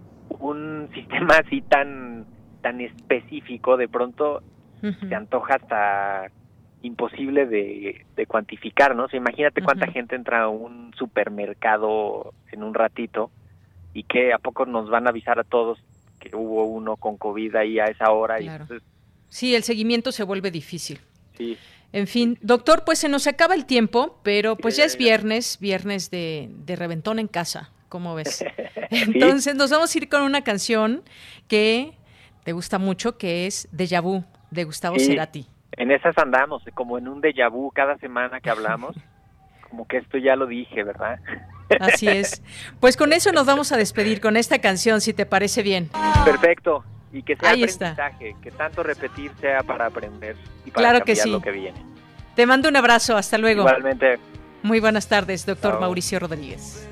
Speaker 13: un sistema así tan tan específico. De pronto uh-huh. se antoja hasta imposible de, de cuantificar, ¿no? O sea, imagínate cuánta uh-huh. gente entra a un supermercado en un ratito, y que a poco nos van a avisar a todos que hubo uno con COVID ahí a esa hora. Claro. Y entonces,
Speaker 3: sí, el seguimiento se vuelve difícil.
Speaker 13: Sí.
Speaker 3: En fin, doctor, pues se nos acaba el tiempo, pero pues ya es viernes, viernes de, de reventón en casa, ¿cómo ves? Entonces ¿Sí? nos vamos a ir con una canción que te gusta mucho, que es Déjà Vu, de Gustavo sí, Cerati.
Speaker 13: En esas andamos, como en un déjà vu cada semana que hablamos, como que esto ya lo dije, ¿verdad?
Speaker 3: Así es. Pues con eso nos vamos a despedir con esta canción, si te parece bien.
Speaker 13: Perfecto. Y que sea
Speaker 3: Ahí
Speaker 13: aprendizaje, está. que tanto repetir sea para aprender y para
Speaker 3: claro
Speaker 13: cambiar
Speaker 3: que sí.
Speaker 13: lo que viene.
Speaker 3: Te mando un abrazo, hasta luego.
Speaker 13: Igualmente.
Speaker 3: Muy buenas tardes, doctor
Speaker 13: Chao.
Speaker 3: Mauricio Rodríguez.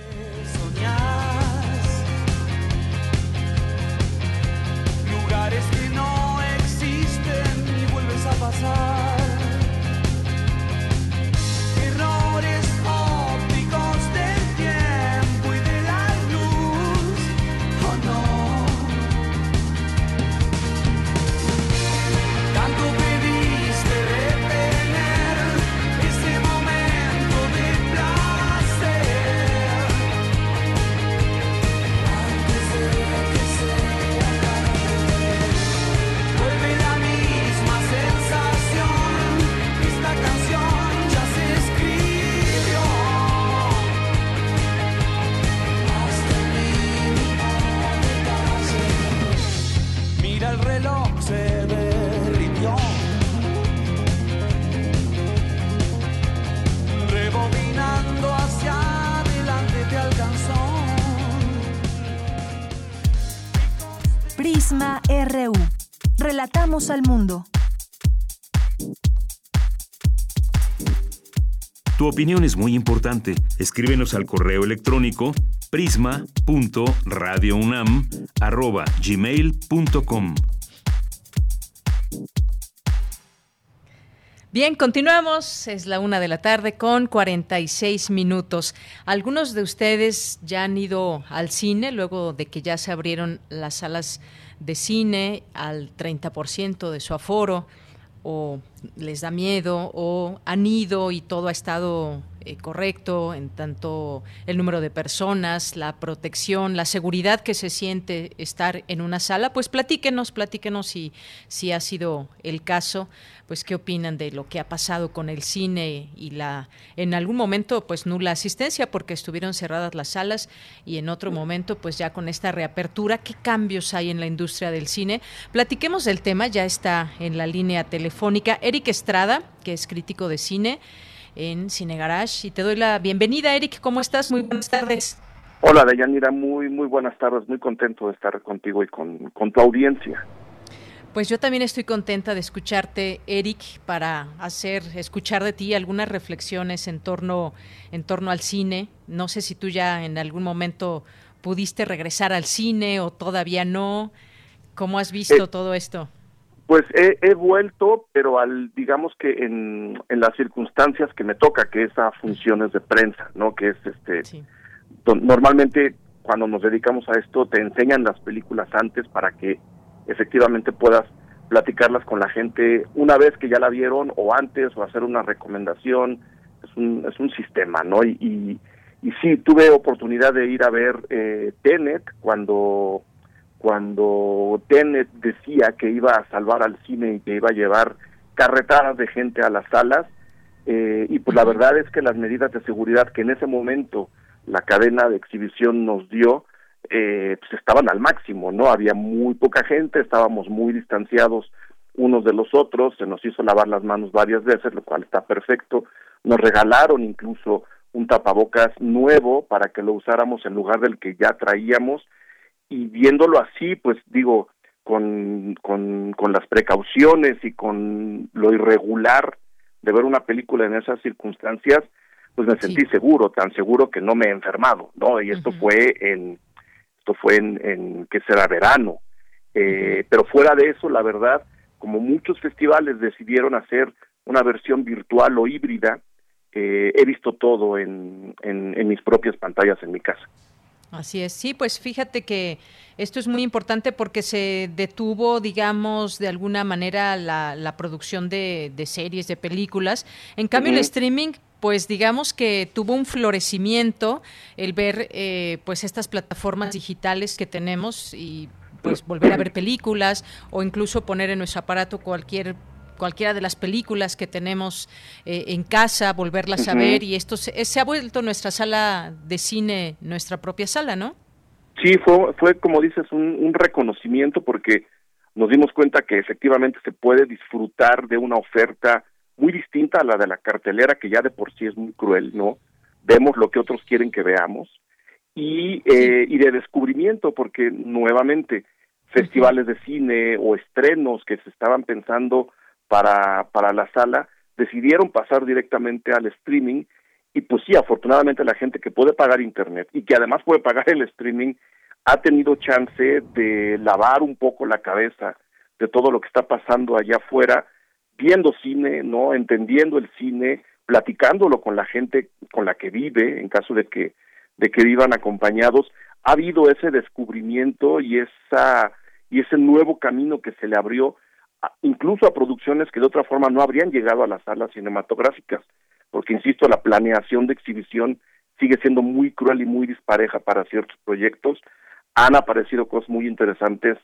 Speaker 14: Lugares que no existen y vuelves a pasar. Errores ópticos del tiempo y de la luz, oh no. Tanto pediste retener ese momento de placer, antes de que se acabe. Vuelve la misma sensación, esta canción ya se escribió. Hasta el mínimo detalle. Mira el reloj, se derritió. Rebobinando hacia adelante te alcanzó.
Speaker 1: Prisma R U. Relatamos al mundo.
Speaker 2: Tu opinión es muy importante. Escríbenos al correo electrónico prisma punto radio unam arroba gmail punto com.
Speaker 3: Bien, continuamos. Es la una de la tarde con cuarenta y seis minutos. Algunos de ustedes ya han ido al cine luego de que ya se abrieron las salas de cine al treinta por ciento de su aforo, o les da miedo, o han ido y todo ha estado eh, correcto en tanto el número de personas, la protección, la seguridad que se siente estar en una sala. Pues platíquenos, platíquenos si, si ha sido el caso, pues qué opinan de lo que ha pasado con el cine y la en algún momento pues nula asistencia porque estuvieron cerradas las salas, y en otro momento pues ya con esta reapertura, qué cambios hay en la industria del cine. Platiquemos del tema, ya está en la línea telefónica Eric Estrada, que es crítico de cine en Cine Garage, y te doy la bienvenida. Eric, ¿cómo estás? Muy buenas tardes.
Speaker 15: Hola, Deyanira, muy muy buenas tardes, muy contento de estar contigo y con, con tu audiencia.
Speaker 3: Pues yo también estoy contenta de escucharte, Eric, para hacer escuchar de ti algunas reflexiones en torno en torno al cine. No sé si tú ya en algún momento pudiste regresar al cine o todavía no. ¿Cómo has visto eh, todo esto?
Speaker 15: Pues he, he vuelto, pero al digamos que en, en las circunstancias que me toca, que es a funciones de prensa, ¿no? Que es este sí. Normalmente cuando nos dedicamos a esto te enseñan las películas antes para que efectivamente puedas platicarlas con la gente una vez que ya la vieron o antes, o hacer una recomendación. Es un es un sistema, ¿no? Y, y, y sí, tuve oportunidad de ir a ver eh, Tenet cuando cuando Tenet decía que iba a salvar al cine y que iba a llevar carretadas de gente a las salas, eh, y pues la verdad es que las medidas de seguridad que en ese momento la cadena de exhibición nos dio, eh, pues estaban al máximo, ¿no? Había muy poca gente, estábamos muy distanciados unos de los otros, se nos hizo lavar las manos varias veces, lo cual está perfecto. Nos regalaron incluso un tapabocas nuevo para que lo usáramos en lugar del que ya traíamos, y viéndolo así, pues digo, con, con, con las precauciones y con lo irregular de ver una película en esas circunstancias, pues me sentí sí. seguro, tan seguro que no me he enfermado, ¿no? Y esto uh-huh. fue en, esto fue en, en ¿qué será? Verano. Eh, uh-huh. Pero fuera de eso, la verdad, como muchos festivales decidieron hacer una versión virtual o híbrida, eh, he visto todo en, en, en mis propias pantallas en mi casa.
Speaker 3: Así es, sí, pues fíjate que esto es muy importante porque se detuvo, digamos, de alguna manera la, la producción de, de series, de películas. En cambio, uh-huh. el streaming, pues digamos que tuvo un florecimiento, el ver eh, pues estas plataformas digitales que tenemos y pues volver a ver películas o incluso poner en nuestro aparato cualquier cualquiera de las películas que tenemos eh, en casa, volverlas uh-huh. a ver, y esto se, se ha vuelto nuestra sala de cine, nuestra propia sala, ¿no?
Speaker 15: Sí, fue, fue como dices, un, un reconocimiento, porque nos dimos cuenta que efectivamente se puede disfrutar de una oferta muy distinta a la de la cartelera, que ya de por sí es muy cruel, ¿no? Vemos lo que otros quieren que veamos, y, eh, y de descubrimiento, porque nuevamente festivales de cine o estrenos que se estaban pensando para para la sala decidieron pasar directamente al streaming, y pues sí, afortunadamente la gente que puede pagar internet y que además puede pagar el streaming ha tenido chance de lavar un poco la cabeza de todo lo que está pasando allá afuera, viendo cine, ¿no? Entendiendo el cine, platicándolo con la gente con la que vive, en caso de que de que vivan acompañados. Ha habido ese descubrimiento y esa y ese nuevo camino que se le abrió incluso a producciones que de otra forma no habrían llegado a las salas cinematográficas, porque insisto, la planeación de exhibición sigue siendo muy cruel y muy dispareja para ciertos proyectos. Han aparecido cosas muy interesantes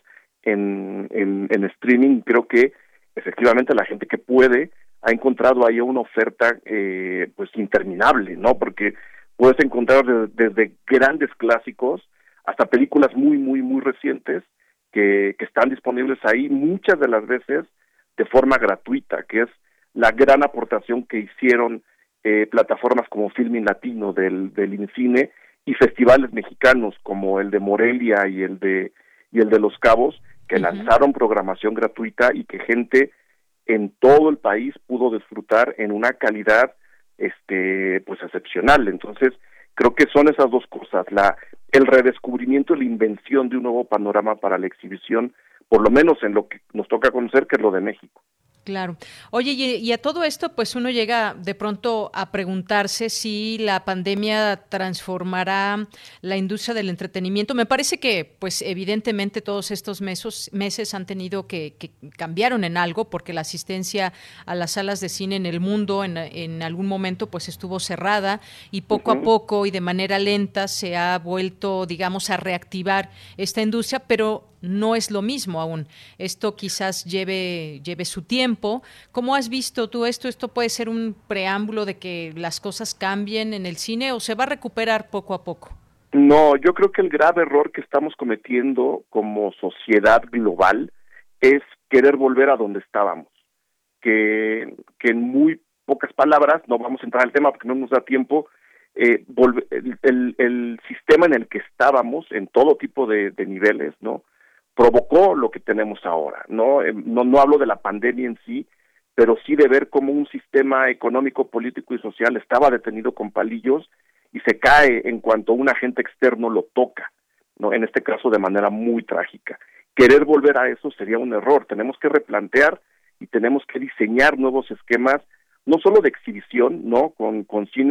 Speaker 15: en, en, en streaming. Creo que efectivamente la gente que puede ha encontrado ahí una oferta eh, pues interminable, ¿no? Porque puedes encontrar de, desde grandes clásicos hasta películas muy, muy, muy recientes que, que están disponibles ahí, muchas de las veces de forma gratuita, que es la gran aportación que hicieron eh, plataformas como Filmin Latino del, del INCINE y festivales mexicanos como el de Morelia y el de y el de Los Cabos, que uh-huh. lanzaron programación gratuita y que gente en todo el país pudo disfrutar en una calidad este pues excepcional. Entonces, creo que son esas dos cosas, la el redescubrimiento y la invención de un nuevo panorama para la exhibición, por lo menos en lo que nos toca conocer, que es lo de México.
Speaker 3: Claro. Oye, y, y a todo esto, pues uno llega de pronto a preguntarse si la pandemia transformará la industria del entretenimiento. Me parece que, pues evidentemente todos estos meses, meses han tenido que, que cambiaron en algo, porque la asistencia a las salas de cine en el mundo en, en algún momento pues estuvo cerrada y poco uh-huh. a poco y de manera lenta se ha vuelto, digamos, a reactivar esta industria, pero no es lo mismo aún. Esto quizás lleve lleve su tiempo. ¿Cómo has visto tú esto? ¿Esto puede ser un preámbulo de que las cosas cambien en el cine o se va a recuperar poco a poco?
Speaker 15: No, yo creo que el grave error que estamos cometiendo como sociedad global es querer volver a donde estábamos. Que, que en muy pocas palabras, no vamos a entrar al tema porque no nos da tiempo, eh, volve, el, el, el sistema en el que estábamos, en todo tipo de, de niveles, ¿no?, provocó lo que tenemos ahora, ¿no? No no hablo de la pandemia en sí, pero sí de ver cómo un sistema económico, político y social estaba detenido con palillos y se cae en cuanto un agente externo lo toca, ¿no? En este caso de manera muy trágica. Querer volver a eso sería un error. Tenemos que replantear y tenemos que diseñar nuevos esquemas, no solo de exhibición, ¿no?, con, con cines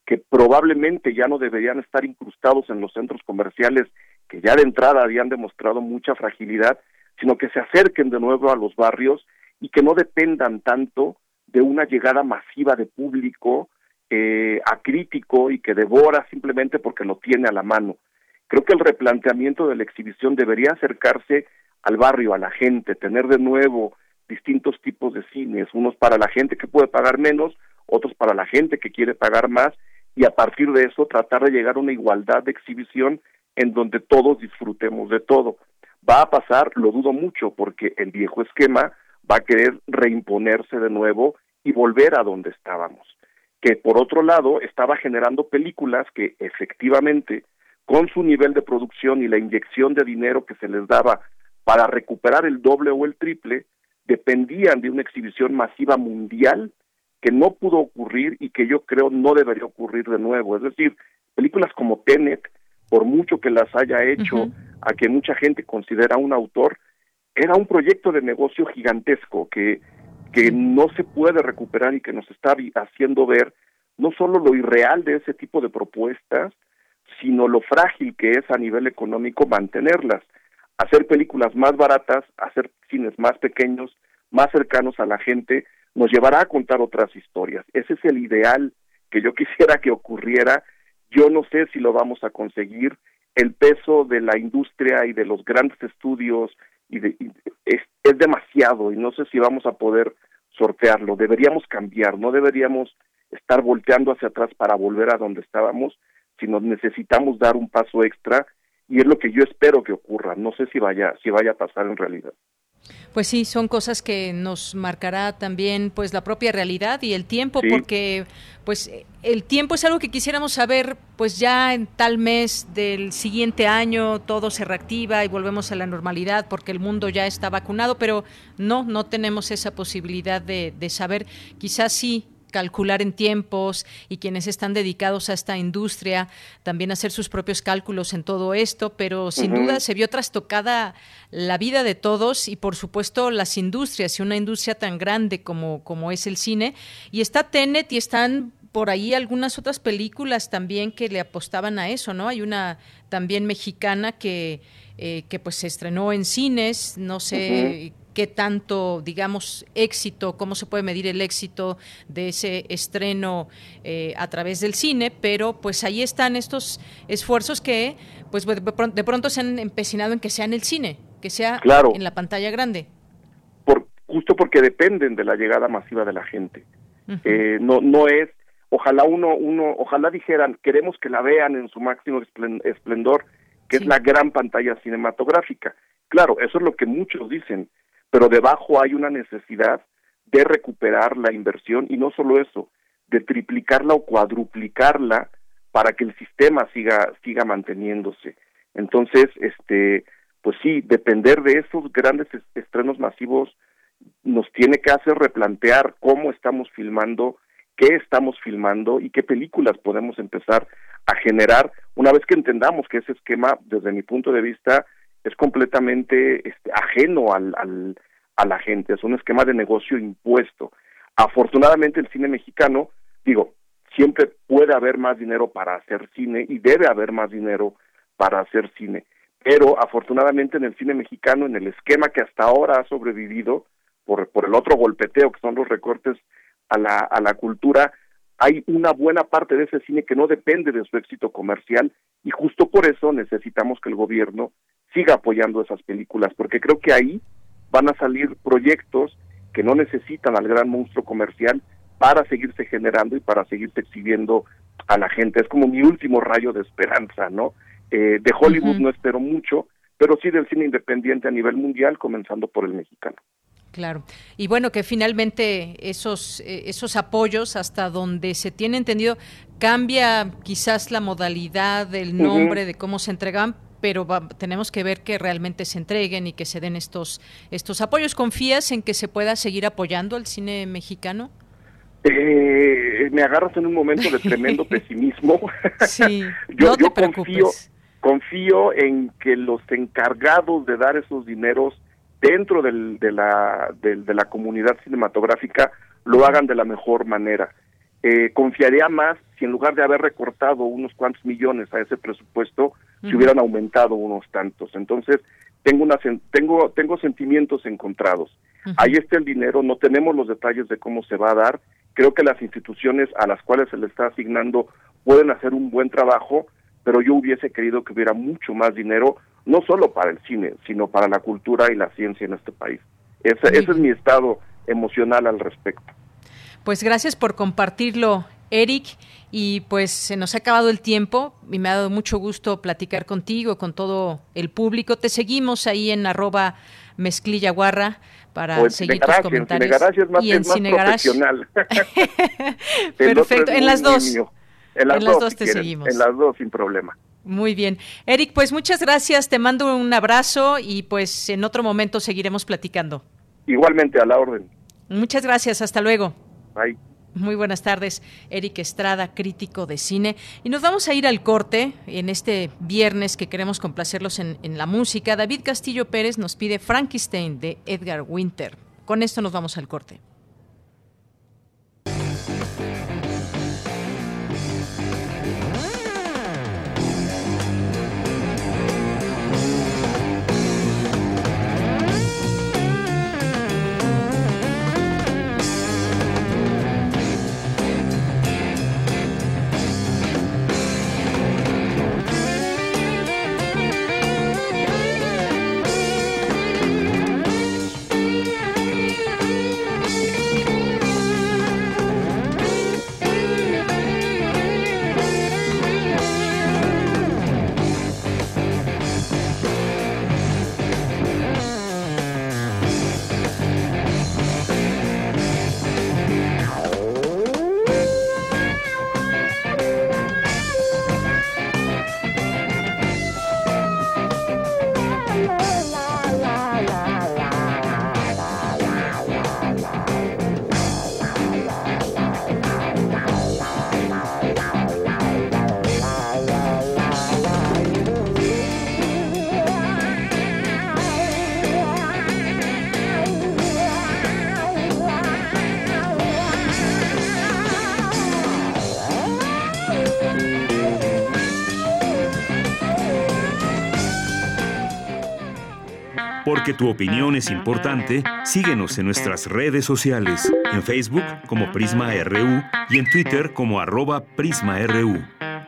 Speaker 15: que probablemente ya no deberían estar incrustados en los centros comerciales, que ya de entrada habían demostrado mucha fragilidad, sino que se acerquen de nuevo a los barrios y que no dependan tanto de una llegada masiva de público eh, acrítico y que devora simplemente porque lo tiene a la mano. Creo que el replanteamiento de la exhibición debería acercarse al barrio, a la gente, tener de nuevo distintos tipos de cines, unos para la gente que puede pagar menos, otros para la gente que quiere pagar más, y a partir de eso tratar de llegar a una igualdad de exhibición en donde todos disfrutemos de todo. Va a pasar, lo dudo mucho, porque el viejo esquema va a querer reimponerse de nuevo y volver a donde estábamos, que por otro lado estaba generando películas que efectivamente, con su nivel de producción y la inyección de dinero que se les daba para recuperar el doble o el triple, dependían de una exhibición masiva mundial que no pudo ocurrir y que yo creo no debería ocurrir de nuevo. Es decir, películas como Tenet, por mucho que las haya hecho, uh-huh. a que mucha gente considera un autor, era un proyecto de negocio gigantesco que, que no se puede recuperar y que nos está haciendo ver no solo lo irreal de ese tipo de propuestas, sino lo frágil que es a nivel económico mantenerlas. Hacer películas más baratas, hacer cines más pequeños, más cercanos a la gente, nos llevará a contar otras historias. Ese es el ideal que yo quisiera que ocurriera. Yo no sé si lo vamos a conseguir. El peso de la industria y de los grandes estudios y de, y es, es demasiado y no sé si vamos a poder sortearlo. Deberíamos cambiar, no deberíamos estar volteando hacia atrás para volver a donde estábamos, sino necesitamos dar un paso extra y es lo que yo espero que ocurra. No sé si vaya, si vaya a pasar en realidad.
Speaker 3: Pues sí, son cosas que nos marcará también pues la propia realidad y el tiempo, sí. porque pues el tiempo es algo que quisiéramos saber pues ya en tal mes del siguiente año todo se reactiva y volvemos a la normalidad porque el mundo ya está vacunado, pero no, no tenemos esa posibilidad de, de saber. Quizás sí calcular en tiempos y quienes están dedicados a esta industria también hacer sus propios cálculos en todo esto, pero sin uh-huh. duda se vio trastocada la vida de todos y por supuesto las industrias y una industria tan grande como, como es el cine, y está Tenet y están por ahí algunas otras películas también que le apostaban a eso, ¿no? Hay una también mexicana que, eh, que pues se estrenó en cines, no sé... Uh-huh. qué tanto, digamos, éxito, cómo se puede medir el éxito de ese estreno eh, a través del cine, pero pues ahí están estos esfuerzos que pues de pronto se han empecinado en que sea en el cine, que sea claro. en la pantalla grande.
Speaker 15: Por, justo porque dependen de la llegada masiva de la gente. Uh-huh. Eh, no, no es, ojalá uno, uno, ojalá dijeran, queremos que la vean en su máximo esplendor, que sí. es la gran pantalla cinematográfica. Claro, eso es lo que muchos dicen, pero debajo hay una necesidad de recuperar la inversión y no solo eso, de triplicarla o cuadruplicarla para que el sistema siga siga manteniéndose. Entonces, este, pues sí, depender de esos grandes estrenos masivos nos tiene que hacer replantear cómo estamos filmando, qué estamos filmando y qué películas podemos empezar a generar una vez que entendamos que ese esquema, desde mi punto de vista, es completamente este, ajeno al, al, a la gente, es un esquema de negocio impuesto. Afortunadamente el cine mexicano, digo, siempre puede haber más dinero para hacer cine y debe haber más dinero para hacer cine, pero afortunadamente en el cine mexicano, en el esquema que hasta ahora ha sobrevivido por, por el otro golpeteo que son los recortes a la, a la cultura, hay una buena parte de ese cine que no depende de su éxito comercial y justo por eso necesitamos que el gobierno siga apoyando esas películas, porque creo que ahí van a salir proyectos que no necesitan al gran monstruo comercial para seguirse generando y para seguirse exhibiendo a la gente. Es como mi último rayo de esperanza, ¿no? Eh, de Hollywood uh-huh. no espero mucho, pero sí del cine independiente a nivel mundial, comenzando por el mexicano.
Speaker 3: Claro. Y bueno, que finalmente esos eh, esos apoyos, hasta donde se tiene entendido, cambia quizás la modalidad, el nombre uh-huh. de cómo se entregan, pero va, tenemos que ver que realmente se entreguen y que se den estos estos apoyos. ¿Confías en que se pueda seguir apoyando al cine mexicano?
Speaker 15: Eh, me agarras en un momento de tremendo pesimismo.
Speaker 3: Sí,
Speaker 15: yo,
Speaker 3: no te
Speaker 15: yo
Speaker 3: preocupes.
Speaker 15: confío, confío en que los encargados de dar esos dineros dentro del, de, la, del, de la comunidad cinematográfica lo hagan de la mejor manera. Eh, confiaría más si en lugar de haber recortado unos cuantos millones a ese presupuesto, uh-huh. se hubieran aumentado unos tantos. Entonces, tengo una tengo tengo sentimientos encontrados. Uh-huh. Ahí está el dinero, no tenemos los detalles de cómo se va a dar. Creo que las instituciones a las cuales se le está asignando pueden hacer un buen trabajo, pero yo hubiese querido que hubiera mucho más dinero, no solo para el cine, sino para la cultura y la ciencia en este país. Ese, ese es mi estado emocional al respecto.
Speaker 3: Pues gracias por compartirlo, Eric, y pues se nos ha acabado el tiempo y me ha dado mucho gusto platicar contigo, con todo el público. Te seguimos ahí en arroba mezclillaguarra para
Speaker 15: pues
Speaker 3: seguir
Speaker 15: tus
Speaker 3: comentarios.
Speaker 15: En Cinegarage es más,
Speaker 3: y en
Speaker 15: es más profesional.
Speaker 3: Perfecto, en las dos.
Speaker 15: En las,
Speaker 3: en
Speaker 15: dos,
Speaker 3: las dos
Speaker 15: si
Speaker 3: te
Speaker 15: quieren.
Speaker 3: seguimos.
Speaker 15: En las dos, sin problema.
Speaker 3: Muy bien. Eric, pues muchas gracias, te mando un abrazo y pues en otro momento seguiremos platicando.
Speaker 15: Igualmente, a la orden.
Speaker 3: Muchas gracias, hasta luego.
Speaker 15: Bye.
Speaker 3: Muy buenas tardes, Eric Estrada, crítico de cine. Y nos vamos a ir al corte en este viernes que queremos complacerlos en, en la música. David Castillo Pérez nos pide Frankenstein de Edgar Winter. Con esto nos vamos al corte.
Speaker 2: Porque tu opinión es importante, síguenos en nuestras redes sociales, en Facebook como Prisma R U y en Twitter como arroba PrismaRU.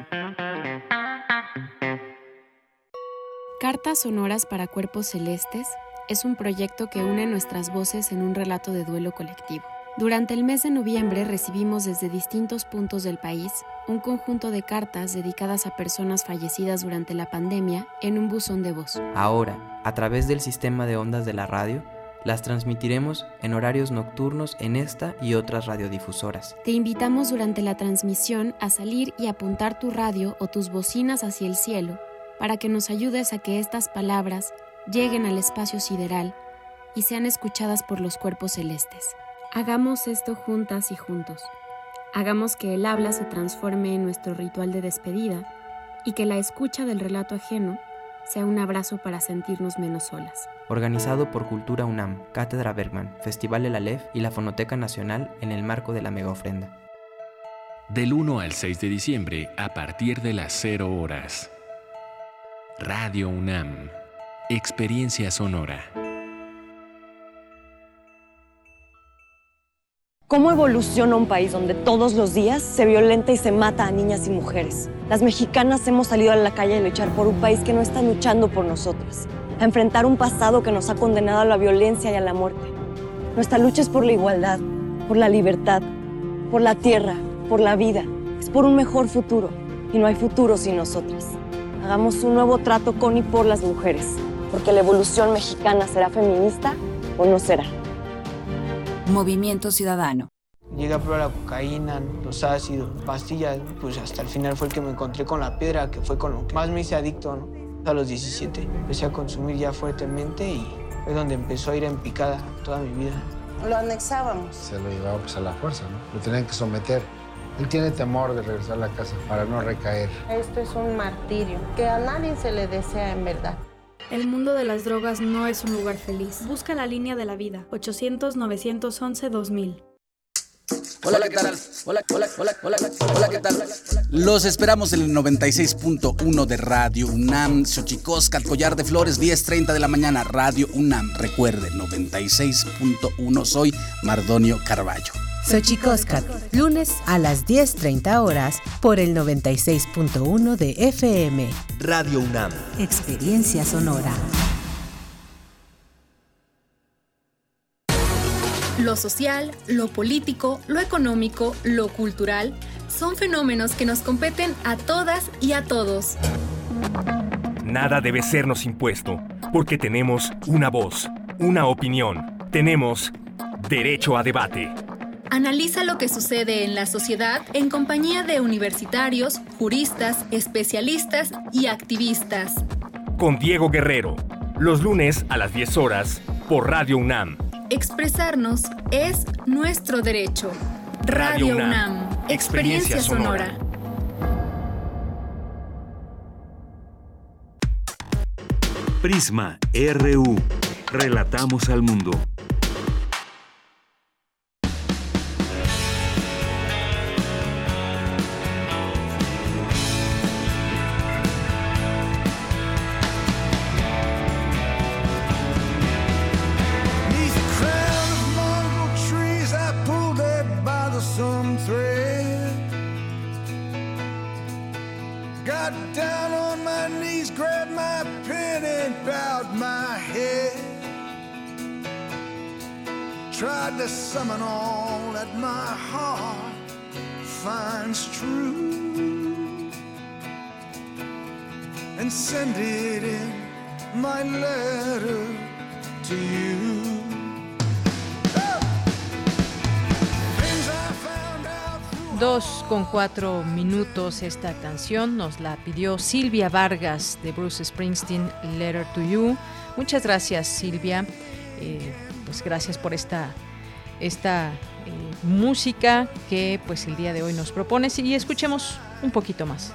Speaker 16: Cartas sonoras para cuerpos celestes es un proyecto que une nuestras voces en un relato de duelo colectivo. Durante el mes de noviembre recibimos desde distintos puntos del país un conjunto de cartas dedicadas a personas fallecidas durante la pandemia en un buzón de voz.
Speaker 17: Ahora, a través del sistema de ondas de la radio, las transmitiremos en horarios nocturnos en esta y otras radiodifusoras.
Speaker 16: Te invitamos durante la transmisión a salir y apuntar tu radio o tus bocinas hacia el cielo para que nos ayudes a que estas palabras lleguen al espacio sideral y sean escuchadas por los cuerpos celestes. Hagamos esto juntas y juntos. Hagamos que el habla se transforme en nuestro ritual de despedida y que la escucha del relato ajeno sea un abrazo para sentirnos menos solas.
Speaker 17: Organizado por Cultura UNAM, Cátedra Bergman, Festival El Aleph y la Fonoteca Nacional en el marco de la Mega Ofrenda.
Speaker 18: Del uno al seis de diciembre a partir de las cero horas. Radio UNAM. Experiencia sonora.
Speaker 19: ¿Cómo evoluciona un país donde todos los días se violenta y se mata a niñas y mujeres? Las mexicanas hemos salido a la calle a luchar por un país que no está luchando por nosotras, a enfrentar un pasado que nos ha condenado a la violencia y a la muerte. Nuestra lucha es por la igualdad, por la libertad, por la tierra, por la vida. Es por un mejor futuro, y no hay futuro sin nosotras. Hagamos un nuevo trato con y por las mujeres, porque la evolución mexicana será feminista o no será.
Speaker 20: Movimiento Ciudadano.
Speaker 21: Llegué a probar la cocaína, los ácidos, pastillas, pues hasta el final fue el que me encontré con la piedra, que fue con lo que más me hice adicto, ¿no? A los diecisiete empecé a consumir ya fuertemente y fue donde empezó a ir en picada toda mi vida.
Speaker 22: Lo anexábamos.
Speaker 23: Se lo llevaba pues a la fuerza, ¿no? Lo tenían que someter. Él tiene temor de regresar a la casa para no recaer.
Speaker 22: Esto es un martirio que a nadie se le desea en verdad.
Speaker 24: El mundo de las drogas no es un lugar feliz. Busca la línea de la vida. ochocientos, novecientos once, dos mil.
Speaker 4: Hola, ¿qué tal? Hola, hola, hola, hola, hola, ¿qué tal? Los esperamos en el noventa y seis punto uno de Radio UNAM, Xochicóscat, Collar de Flores, diez treinta de la mañana, Radio UNAM. Recuerde, noventa y seis punto uno, soy Mardonio Carballo.
Speaker 6: Xochicóscat, lunes a las diez treinta horas por el noventa y seis punto uno de F M.
Speaker 7: Radio UNAM.
Speaker 6: Experiencia sonora.
Speaker 24: Lo social, lo político, lo económico, lo cultural, son fenómenos que nos competen a todas y a todos.
Speaker 8: Nada debe sernos impuesto, porque tenemos una voz, una opinión. Tenemos derecho a debate.
Speaker 24: Analiza lo que sucede en la sociedad en compañía de universitarios, juristas, especialistas y activistas.
Speaker 8: Con Diego Guerrero, los lunes a las diez horas, por Radio UNAM.
Speaker 24: Expresarnos es nuestro derecho. Radio, Radio UNAM, UNAM. Experiencia sonora.
Speaker 2: Prisma R U. Relatamos al mundo.
Speaker 14: Tried to summon all that my heart finds true and send it in my letter to you.
Speaker 3: Dos con cuatro minutos. Esta canción nos la pidió Silvia Vargas de Bruce Springsteen, Letter to You. Muchas gracias, Silvia. Eh, pues gracias por esta, esta eh, música que pues el día de hoy nos propones, y escuchemos un poquito más.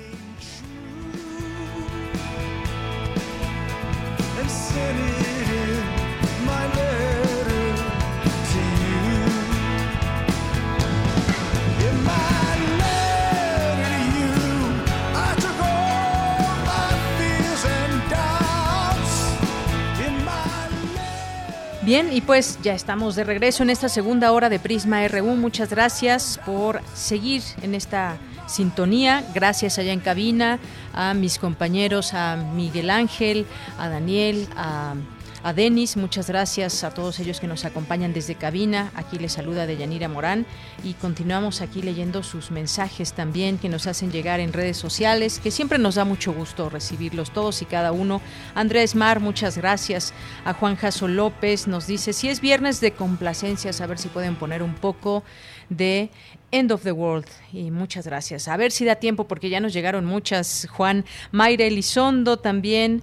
Speaker 3: Bien, y pues ya estamos de regreso en esta segunda hora de Prisma R U. Muchas gracias por seguir en esta sintonía. Gracias allá en cabina a mis compañeros, a Miguel Ángel, a Daniel, a, a Denis. Muchas gracias a todos ellos que nos acompañan desde cabina. Aquí les saluda Deyanira Morán y continuamos aquí leyendo sus mensajes también que nos hacen llegar en redes sociales, que siempre nos da mucho gusto recibirlos todos y cada uno. Andrés Mar, muchas gracias. A Juan Jaso López nos dice, si es viernes de complacencias, a ver si pueden poner un poco de End of the World, y muchas gracias. A ver si da tiempo porque ya nos llegaron muchas. Juan Mayra Elizondo también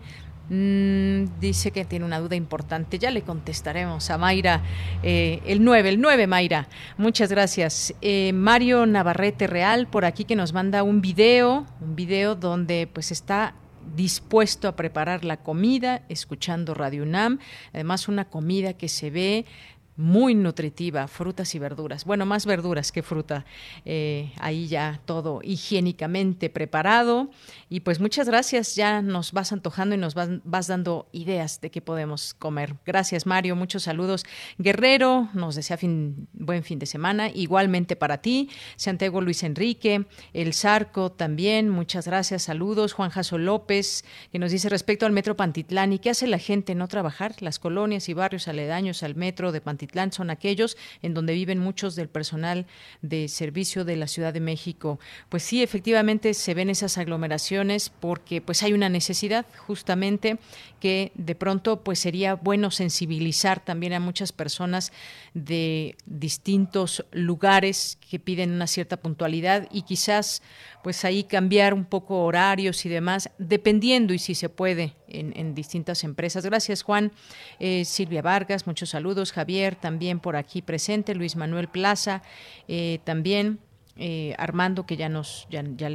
Speaker 3: mm, dice que tiene una duda importante. Ya le contestaremos a Mayra. Eh, el nueve, el nueve, Mayra. Muchas gracias. Eh, Mario Navarrete Real por aquí, que nos manda un video, un video donde pues está dispuesto a preparar la comida escuchando Radio UNAM. Además, una comida que se ve muy nutritiva, frutas y verduras. Bueno, más verduras que fruta. Eh, ahí ya todo higiénicamente preparado. Y pues muchas gracias. Ya nos vas antojando y nos vas, vas dando ideas de qué podemos comer. Gracias, Mario. Muchos saludos. Guerrero nos desea fin, buen fin de semana. Igualmente para ti. Santiago Luis Enrique. El Zarco también. Muchas gracias. Saludos. Juan Jaso López, que nos dice respecto al Metro Pantitlán. ¿Y qué hace la gente? ¿No trabajar? Las colonias y barrios aledaños al Metro de Pantitlán son aquellos en donde viven muchos del personal de servicio de la Ciudad de México. Pues sí, efectivamente se ven esas aglomeraciones porque pues hay una necesidad justamente que de pronto pues sería bueno sensibilizar también a muchas personas de distintos lugares que piden una cierta puntualidad y quizás pues ahí cambiar un poco horarios y demás, dependiendo y si se puede en, en distintas empresas. Gracias, Juan. Eh, Silvia Vargas, muchos saludos. Javier también por aquí presente. Luis Manuel Plaza, eh, también eh, Armando, que ya nos ya, ya le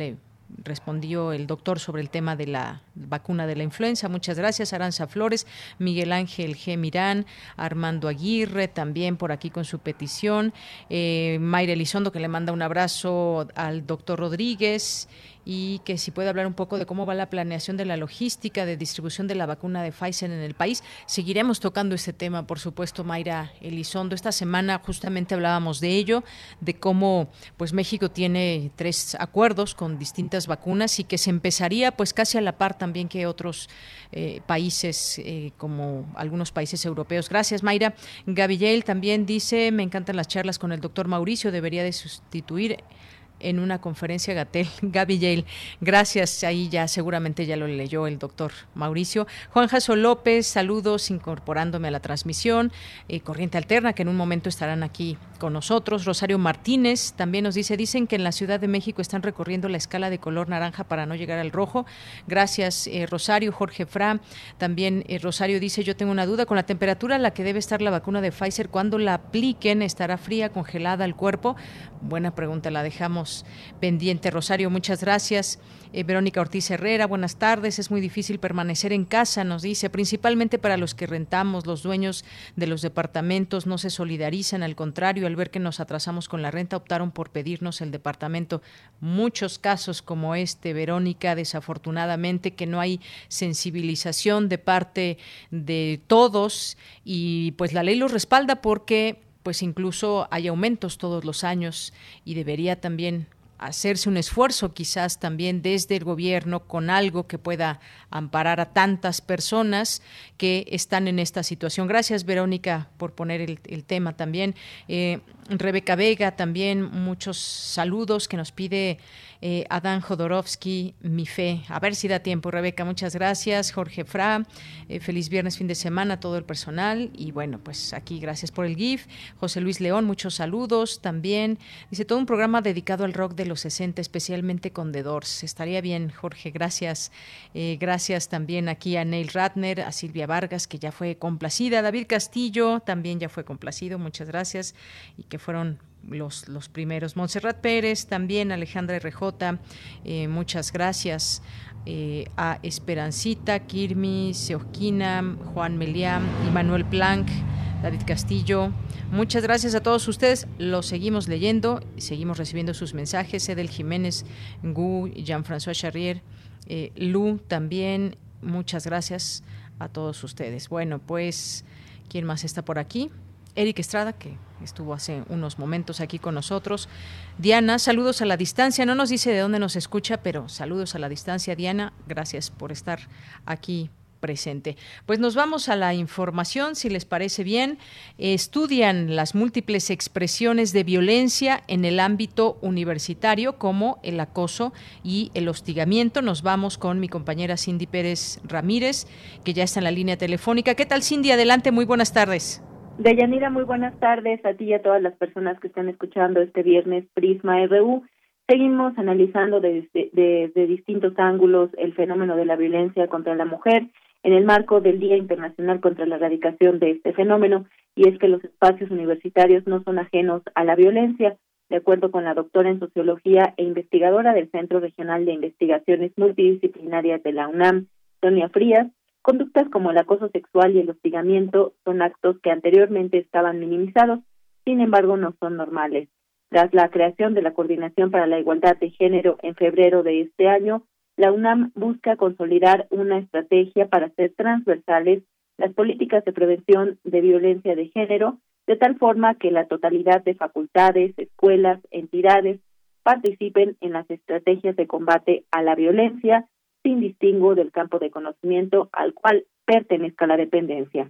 Speaker 3: respondió el doctor sobre el tema de la vacuna de la influenza. Muchas gracias, Aranza Flores, Miguel Ángel G. Mirán, Armando Aguirre, también por aquí con su petición, eh, Mayra Elizondo, que le manda un abrazo al doctor Rodríguez, y que si puede hablar un poco de cómo va la planeación de la logística de distribución de la vacuna de Pfizer en el país. Seguiremos tocando este tema, por supuesto, Mayra Elizondo. Esta semana justamente hablábamos de ello, de cómo pues México tiene tres acuerdos con distintas vacunas y que se empezaría pues casi a la par también que otros eh, países, eh, como algunos países europeos. Gracias, Mayra. Gabriel también dice, me encantan las charlas con el doctor Mauricio, debería de sustituir en una conferencia Gatell. Gaby Yale, gracias, ahí ya seguramente ya lo leyó el doctor Mauricio. Juan Jaso López, saludos, incorporándome a la transmisión. Eh, Corriente Alterna, que en un momento estarán aquí con nosotros. Rosario Martínez también nos dice, dicen que en la Ciudad de México están recorriendo la escala de color naranja para no llegar al rojo. Gracias, eh, Rosario. Jorge Fra, también eh, Rosario dice, yo tengo una duda, con la temperatura a la que debe estar la vacuna de Pfizer, ¿cuándo la apliquen? ¿Estará fría, congelada el cuerpo? Buena pregunta, la dejamos pendiente. Rosario, muchas gracias. Eh, Verónica Ortiz Herrera, buenas tardes. Es muy difícil permanecer en casa, nos dice, principalmente para los que rentamos. Los dueños de los departamentos no se solidarizan, al contrario, al ver que nos atrasamos con la renta, optaron por pedirnos el departamento. Muchos casos como este, Verónica, desafortunadamente, que no hay sensibilización de parte de todos, y pues la ley los respalda porque pues incluso hay aumentos todos los años, y debería también hacerse un esfuerzo quizás también desde el gobierno con algo que pueda amparar a tantas personas que están en esta situación. Gracias, Verónica, por poner el, el tema también. Eh, Rebeca Vega, también muchos saludos que nos pide eh, Adán Jodorowsky, mi fe. A ver si da tiempo, Rebeca, muchas gracias. Jorge Fra, eh, feliz viernes, fin de semana a todo el personal. Y bueno, pues aquí gracias por el GIF. José Luis León, muchos saludos también. Dice, todo un programa dedicado al rock de los sesenta, especialmente con The Doors. Estaría bien, Jorge, gracias. Eh, gracias también aquí a Neil Ratner, a Silvia Vargas, que ya fue complacida. David Castillo también ya fue complacido, muchas gracias. Y que fueron los, los primeros. Montserrat Pérez, también Alejandra R J, eh, muchas gracias. Eh, a Esperancita, Kirmi, Seoquina, Juan Meliam y Manuel Planck, David Castillo. Muchas gracias a todos ustedes. Los seguimos leyendo y seguimos recibiendo sus mensajes. Edel Jiménez, Gu, Jean-François Charrier, eh, Lu también. Muchas gracias a todos ustedes. Bueno, pues, ¿quién más está por aquí? Eric Estrada, que estuvo hace unos momentos aquí con nosotros. Diana, saludos a la distancia. No nos dice de dónde nos escucha, pero saludos a la distancia, Diana. Gracias por estar aquí presente. Pues nos vamos a la información, si les parece bien. Estudian las múltiples expresiones de violencia en el ámbito universitario, como el acoso y el hostigamiento. Nos vamos con mi compañera Cindy Pérez Ramírez, que ya está en la línea telefónica. ¿Qué tal, Cindy? Adelante, muy buenas tardes.
Speaker 9: Deyanira, muy buenas tardes a ti y a todas las personas que están escuchando este viernes Prisma R U. Seguimos analizando desde, desde distintos ángulos el fenómeno de la violencia contra la mujer en el marco del Día Internacional contra la Erradicación de este fenómeno, y es que los espacios universitarios no son ajenos a la violencia. De acuerdo con la doctora en Sociología e investigadora del Centro Regional de Investigaciones Multidisciplinarias de la UNAM, Sonia Frías, conductas como el acoso sexual y el hostigamiento son actos que anteriormente estaban minimizados, sin embargo no son normales. Tras la creación de la Coordinación para la Igualdad de Género en febrero de este año, la UNAM busca consolidar una estrategia para hacer transversales las políticas de prevención de violencia de género, de tal forma que la totalidad de facultades, escuelas, entidades participen en las estrategias de combate a la violencia, sin distingo del campo de conocimiento al cual pertenezca la dependencia.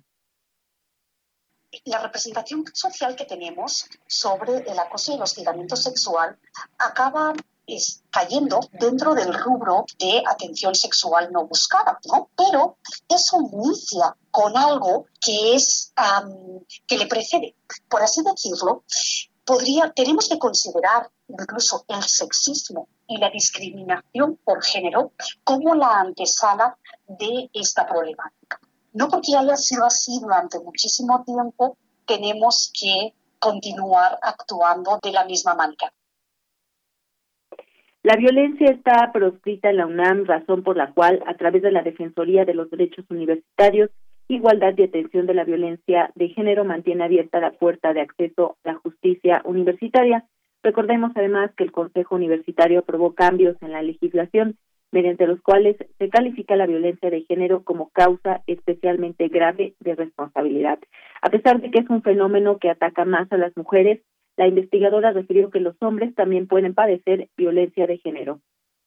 Speaker 5: La representación social que tenemos sobre el acoso y el hostigamiento sexual acaba es, cayendo dentro del rubro de atención sexual no buscada, ¿no? Pero eso inicia con algo que es um, que le precede, por así decirlo. Podría, tenemos que considerar incluso el sexismo y la discriminación por género como la antesala de esta problemática. No porque haya sido así durante muchísimo tiempo, tenemos que continuar actuando de la misma manera.
Speaker 9: La violencia está proscrita en la UNAM, razón por la cual, a través de la Defensoría de los Derechos Universitarios, Igualdad y Atención de la Violencia de Género, mantiene abierta la puerta de acceso a la justicia universitaria. Recordemos además que el Consejo Universitario aprobó cambios en la legislación mediante los cuales se califica la violencia de género como causa especialmente grave de responsabilidad. A pesar de que es un fenómeno que ataca más a las mujeres, la investigadora refirió que los hombres también pueden padecer violencia de género.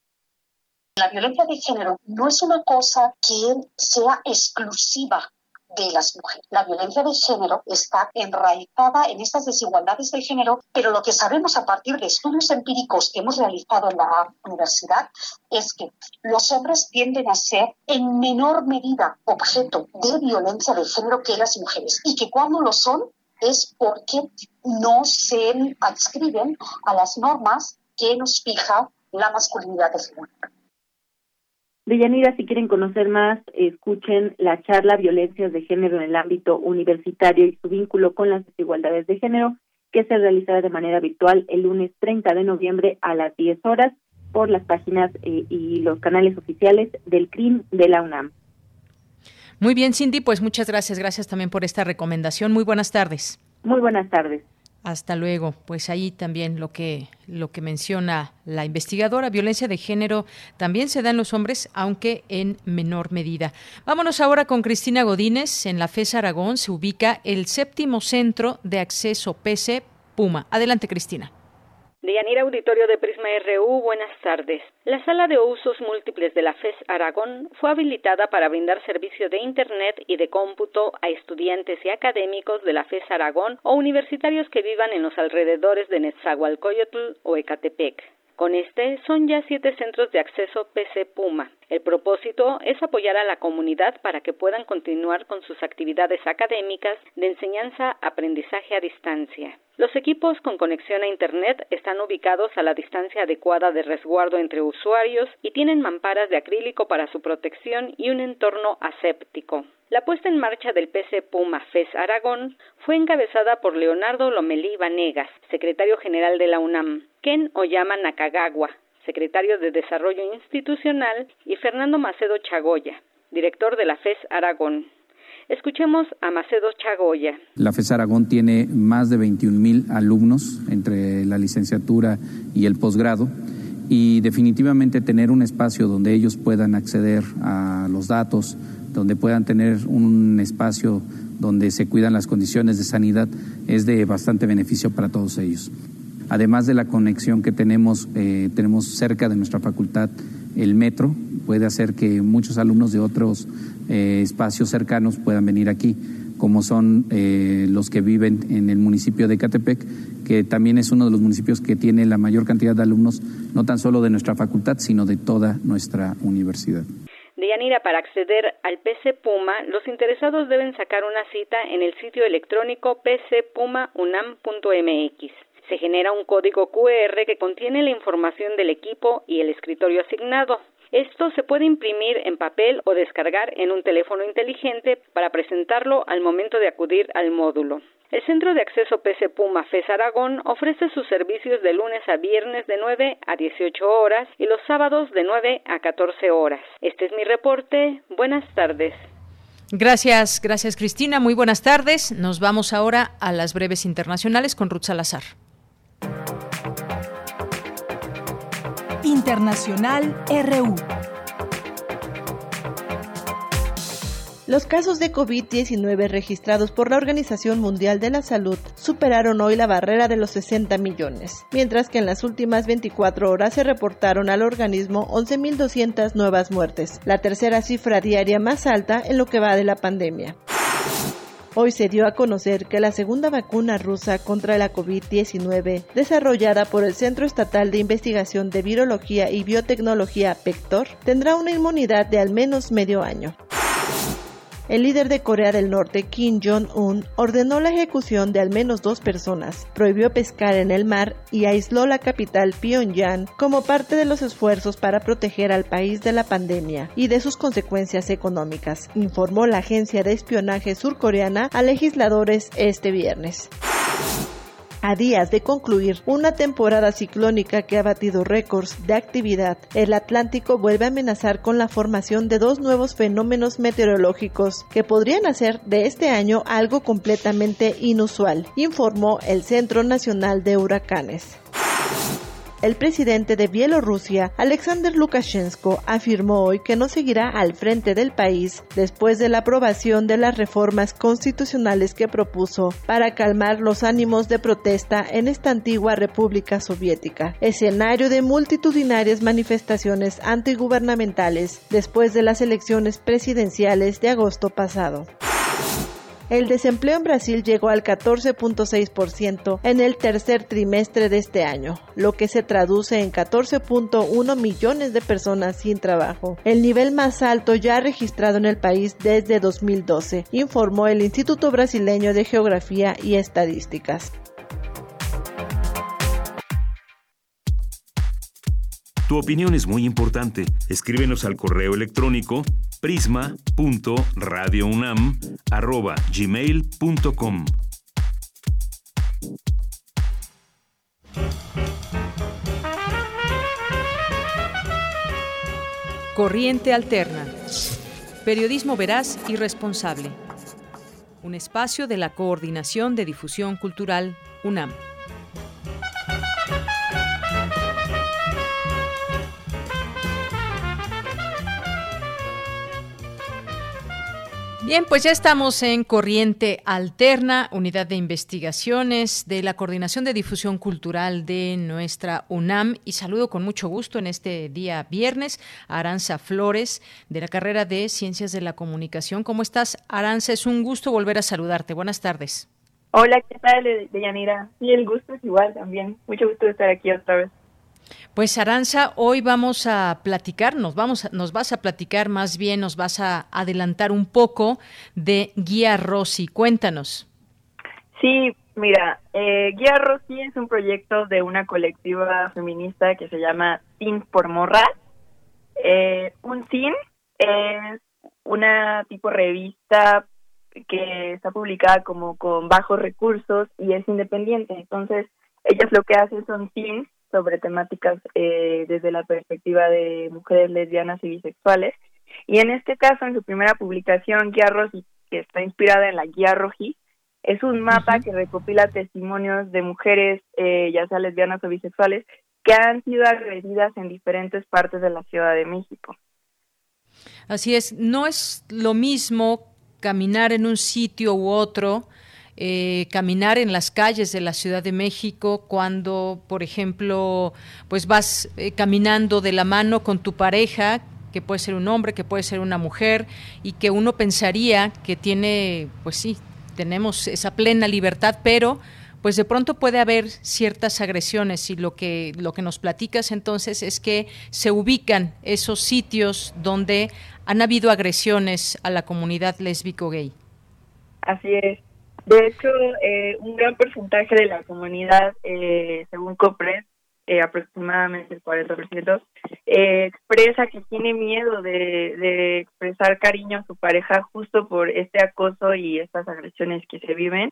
Speaker 5: La violencia de género no es una cosa que sea exclusiva de las mujeres. La violencia de género está enraizada en estas desigualdades de género, pero lo que sabemos a partir de estudios empíricos que hemos realizado en la universidad es que los hombres tienden a ser en menor medida objeto de violencia de género que las mujeres, y que cuando lo son es porque no se adscriben a las normas que nos fija la masculinidad hegemónica.
Speaker 9: Deyanira, si quieren conocer más, escuchen la charla Violencias de Género en el ámbito universitario y su vínculo con las desigualdades de género, que se realizará de manera virtual el lunes treinta de noviembre a las diez horas por las páginas eh, y los canales oficiales del C R I M de la UNAM.
Speaker 3: Muy bien, Cindy, pues muchas gracias. Gracias también por esta recomendación. Muy buenas tardes.
Speaker 9: Muy buenas tardes.
Speaker 3: Hasta luego. Pues ahí también lo que lo que menciona la investigadora, violencia de género también se da en los hombres, aunque en menor medida. Vámonos ahora con Cristina Godínez. En la FES Aragón se ubica el séptimo centro de acceso P C Puma. Adelante, Cristina.
Speaker 7: Deyanira, auditorio de Prisma R U, buenas tardes. La sala de usos múltiples de la FES Aragón fue habilitada para brindar servicio de Internet y de cómputo a estudiantes y académicos de la FES Aragón o universitarios que vivan en los alrededores de Nezahualcóyotl o Ecatepec. Con este, son ya siete centros de acceso P C Puma. El propósito es apoyar a la comunidad para que puedan continuar con sus actividades académicas de enseñanza-aprendizaje a distancia. Los equipos con conexión a Internet están ubicados a la distancia adecuada de resguardo entre usuarios y tienen mamparas de acrílico para su protección y un entorno aséptico. La puesta en marcha del P C Puma FES Aragón fue encabezada por Leonardo Lomelí Vanegas, secretario general de la UNAM, Ken Oyama Nakagawa, secretario de Desarrollo Institucional, y Fernando Macedo Chagoya, director de la FES Aragón. Escuchemos a Macedo Chagoya.
Speaker 10: La FES Aragón tiene más de veintiún mil alumnos entre la licenciatura y el posgrado, y definitivamente tener un espacio donde ellos puedan acceder a los datos, donde puedan tener un espacio donde se cuidan las condiciones de sanidad, es de bastante beneficio para todos ellos. Además de la conexión que tenemos, eh, tenemos cerca de nuestra facultad el metro, puede hacer que muchos alumnos de otros eh, espacios cercanos puedan venir aquí, como son eh, los que viven en el municipio de Ecatepec, que también es uno de los municipios que tiene la mayor cantidad de alumnos, no tan solo de nuestra facultad, sino de toda nuestra universidad.
Speaker 7: Deyanira, para acceder al P C Puma, los interesados deben sacar una cita en el sitio electrónico p c puma unam punto m x. Se genera un código Q R que contiene la información del equipo y el escritorio asignado. Esto se puede imprimir en papel o descargar en un teléfono inteligente para presentarlo al momento de acudir al módulo. El Centro de Acceso P C Puma FES Aragón ofrece sus servicios de lunes a viernes de nueve a dieciocho horas y los sábados de nueve a catorce horas. Este es mi reporte. Buenas tardes.
Speaker 3: Gracias, gracias Cristina. Muy buenas tardes. Nos vamos ahora a las breves internacionales con Ruth Salazar.
Speaker 1: Internacional R U.
Speaker 11: Los casos de COVID diecinueve registrados por la Organización Mundial de la Salud superaron hoy la barrera de los sesenta millones, mientras que en las últimas veinticuatro horas se reportaron al organismo once mil doscientas nuevas muertes, la tercera cifra diaria más alta en lo que va de la pandemia. Hoy se dio a conocer que la segunda vacuna rusa contra la COVID diecinueve, desarrollada por el Centro Estatal de Investigación de Virología y Biotecnología Vector, tendrá una inmunidad de al menos medio año. El líder de Corea del Norte, Kim Jong-un, ordenó la ejecución de al menos dos personas, prohibió pescar en el mar y aisló la capital Pyongyang como parte de los esfuerzos para proteger al país de la pandemia y de sus consecuencias económicas, informó la agencia de espionaje surcoreana a legisladores este viernes. A días de concluir una temporada ciclónica que ha batido récords de actividad, el Atlántico vuelve a amenazar con la formación de dos nuevos fenómenos meteorológicos que podrían hacer de este año algo completamente inusual, informó el Centro Nacional de Huracanes. El presidente de Bielorrusia, Alexander Lukashenko, afirmó hoy que no seguirá al frente del país después de la aprobación de las reformas constitucionales que propuso para calmar los ánimos de protesta en esta antigua república soviética, escenario de multitudinarias manifestaciones antigubernamentales después de las elecciones presidenciales de agosto pasado. El desempleo en Brasil llegó al catorce punto seis por ciento en el tercer trimestre de este año, lo que se traduce en catorce punto uno millones de personas sin trabajo, el nivel más alto ya registrado en el país desde dos mil doce, informó el Instituto Brasileño de Geografía y Estadísticas.
Speaker 2: Tu opinión es muy importante. Escríbenos al correo electrónico prisma punto radio unam arroba gmail punto com.
Speaker 3: Corriente Alterna. Periodismo veraz y responsable. Un espacio de la Coordinación de Difusión Cultural UNAM. Bien, pues ya estamos en Corriente Alterna, unidad de investigaciones de la Coordinación de Difusión Cultural de nuestra UNAM, y saludo con mucho gusto en este día viernes a Aranza Flores, de la carrera de Ciencias de la Comunicación. ¿Cómo estás, Aranza? Es un gusto volver a saludarte. Buenas tardes.
Speaker 12: Hola, ¿qué tal, Deyanira? Sí, el gusto es igual también. Mucho gusto de estar aquí otra vez.
Speaker 3: Pues Aranza, hoy vamos a platicar, nos vamos, a, nos vas a platicar, más bien nos vas a adelantar un poco de Guía Rosy. Cuéntanos.
Speaker 12: Sí, mira, eh, Guía Rosy es un proyecto de una colectiva feminista que se llama Teen por Morras. Eh, un teen es una tipo revista que está publicada como con bajos recursos y es independiente. Entonces, ellas lo que hacen son teens sobre temáticas eh, desde la perspectiva de mujeres lesbianas y bisexuales. Y en este caso, en su primera publicación, Guía Rosy, que está inspirada en la Guía Roji, es un mapa uh-huh. que recopila testimonios de mujeres, eh, ya sea lesbianas o bisexuales, que han sido agredidas en diferentes partes de la Ciudad de México.
Speaker 3: Así es, no es lo mismo caminar en un sitio u otro, Eh, caminar en las calles de la Ciudad de México cuando, por ejemplo, pues vas eh, caminando de la mano con tu pareja, que puede ser un hombre, que puede ser una mujer, y que uno pensaría que tiene, pues sí, tenemos esa plena libertad, pero pues de pronto puede haber ciertas agresiones, y lo que lo que nos platicas entonces es que se ubican esos sitios donde han habido agresiones a la comunidad lésbico-gay.
Speaker 12: Así es. De hecho, eh, un gran porcentaje de la comunidad, eh, según COPRED, eh, aproximadamente el cuarenta por ciento, eh, expresa que tiene miedo de, de expresar cariño a su pareja justo por este acoso y estas agresiones que se viven.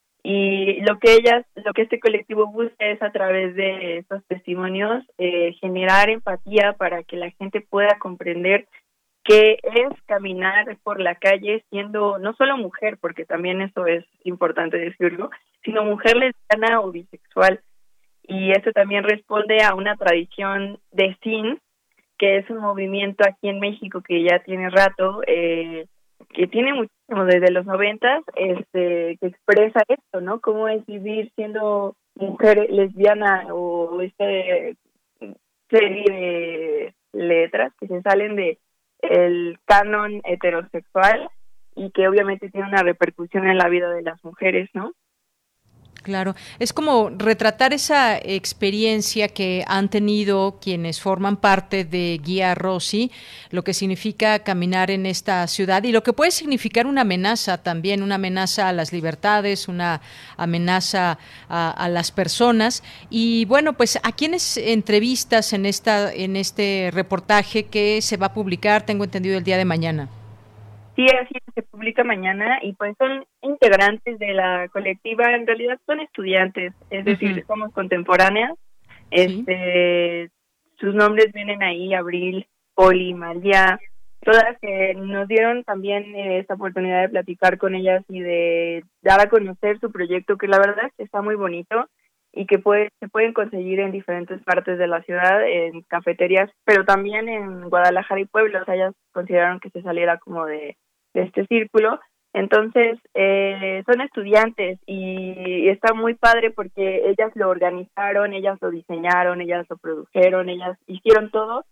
Speaker 12: Y lo que ellas, lo que este colectivo busca es, a través de estos testimonios, eh, generar empatía para que la gente pueda comprender que es caminar por la calle siendo no solo mujer, porque también eso es importante decirlo, sino mujer lesbiana o bisexual. Y eso también responde a una tradición de S I N, que es un movimiento aquí en México que ya tiene rato, eh, que tiene muchísimo, desde los noventas, este, que expresa esto, ¿no? Cómo es vivir siendo mujer lesbiana, o este serie de letras que se salen de el canon heterosexual y que obviamente tiene una repercusión en la vida de las mujeres, ¿no?
Speaker 3: Claro, es como retratar esa experiencia que han tenido quienes forman parte de Guía Rosy, lo que significa caminar en esta ciudad y lo que puede significar una amenaza también, una amenaza a las libertades, una amenaza a, a las personas. Y bueno, pues ¿a quiénes entrevistas en esta en este reportaje que se va a publicar, tengo entendido, el día de mañana?
Speaker 12: Sí, así es, se publica mañana y pues son integrantes de la colectiva, en realidad son estudiantes, es decir, uh-huh. somos contemporáneas, ¿sí? este, sus nombres vienen ahí, Abril, Poli, María, todas que nos dieron también eh, esta oportunidad de platicar con ellas y de dar a conocer su proyecto, que la verdad es que está muy bonito y que puede, se pueden conseguir en diferentes partes de la ciudad, en cafeterías, pero también en Guadalajara y Puebla. O sea, ellas consideraron que se saliera como de, de este círculo. Entonces, eh, son estudiantes y, y está muy padre porque ellas lo organizaron, ellas lo diseñaron, ellas lo produjeron, ellas hicieron todo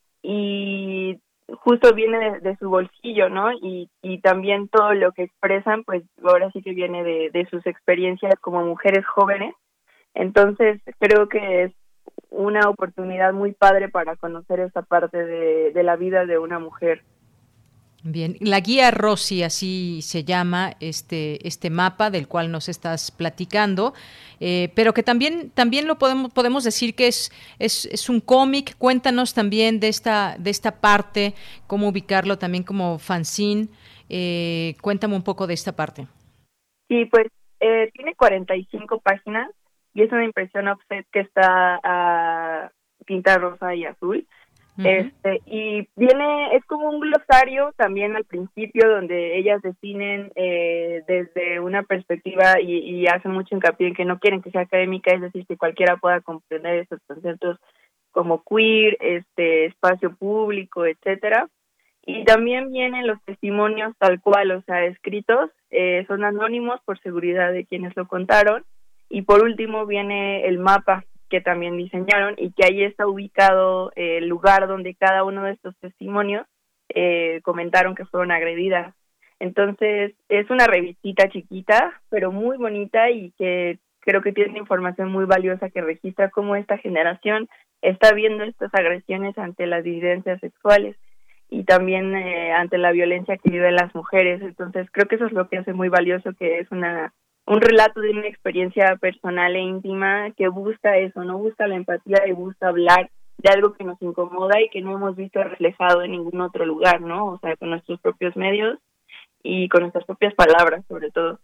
Speaker 12: y justo viene de, de su bolsillo, ¿no? Y, y también todo lo que expresan, pues ahora sí que viene de, de sus experiencias como mujeres jóvenes. Entonces, creo que es una oportunidad muy padre para conocer esta parte de, de la vida de una mujer.
Speaker 3: Bien, la guía Rossi, así se llama este este mapa del cual nos estás platicando, eh, pero que también también lo podemos podemos decir que es es, es un cómic. Cuéntanos también de esta de esta parte, cómo ubicarlo también como fanzine. Eh, cuéntame un poco de esta parte.
Speaker 12: Sí, pues eh, tiene cuarenta y cinco páginas. Y es una impresión offset que está a tinta rosa y azul. Uh-huh. Este, y viene, es como un glosario también al principio, donde ellas definen eh, desde una perspectiva y, y hacen mucho hincapié en que no quieren que sea académica, es decir, que cualquiera pueda comprender estos conceptos como queer, este, espacio público, etcétera. Y también vienen los testimonios tal cual, o sea, escritos, eh, son anónimos por seguridad de quienes lo contaron. Y por último viene el mapa que también diseñaron y que ahí está ubicado eh, el lugar donde cada uno de estos testimonios eh, comentaron que fueron agredidas. Entonces es una revistita chiquita, pero muy bonita y que creo que tiene información muy valiosa que registra cómo esta generación está viendo estas agresiones ante las disidencias sexuales y también eh, ante la violencia que viven las mujeres. Entonces creo que eso es lo que hace muy valioso, que es una un relato de una experiencia personal e íntima que busca eso, no busca la empatía y busca hablar de algo que nos incomoda y que no hemos visto reflejado en ningún otro lugar, ¿no? O sea, con nuestros propios medios y con nuestras propias palabras, sobre todo.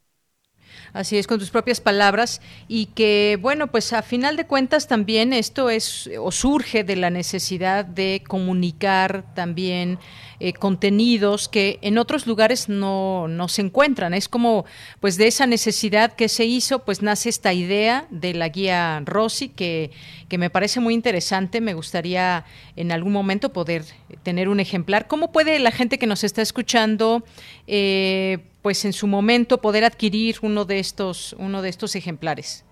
Speaker 3: Así es, con tus propias palabras, y que, bueno, pues a final de cuentas también esto es o surge de la necesidad de comunicar también eh, contenidos que en otros lugares no, no se encuentran. Es como, pues de esa necesidad que se hizo, pues nace esta idea de la guía Rossi, que, que me parece muy interesante. Me gustaría en algún momento poder tener un ejemplar. ¿Cómo puede la gente que nos está escuchando eh, pues en su momento poder adquirir uno de estos uno de estos ejemplares?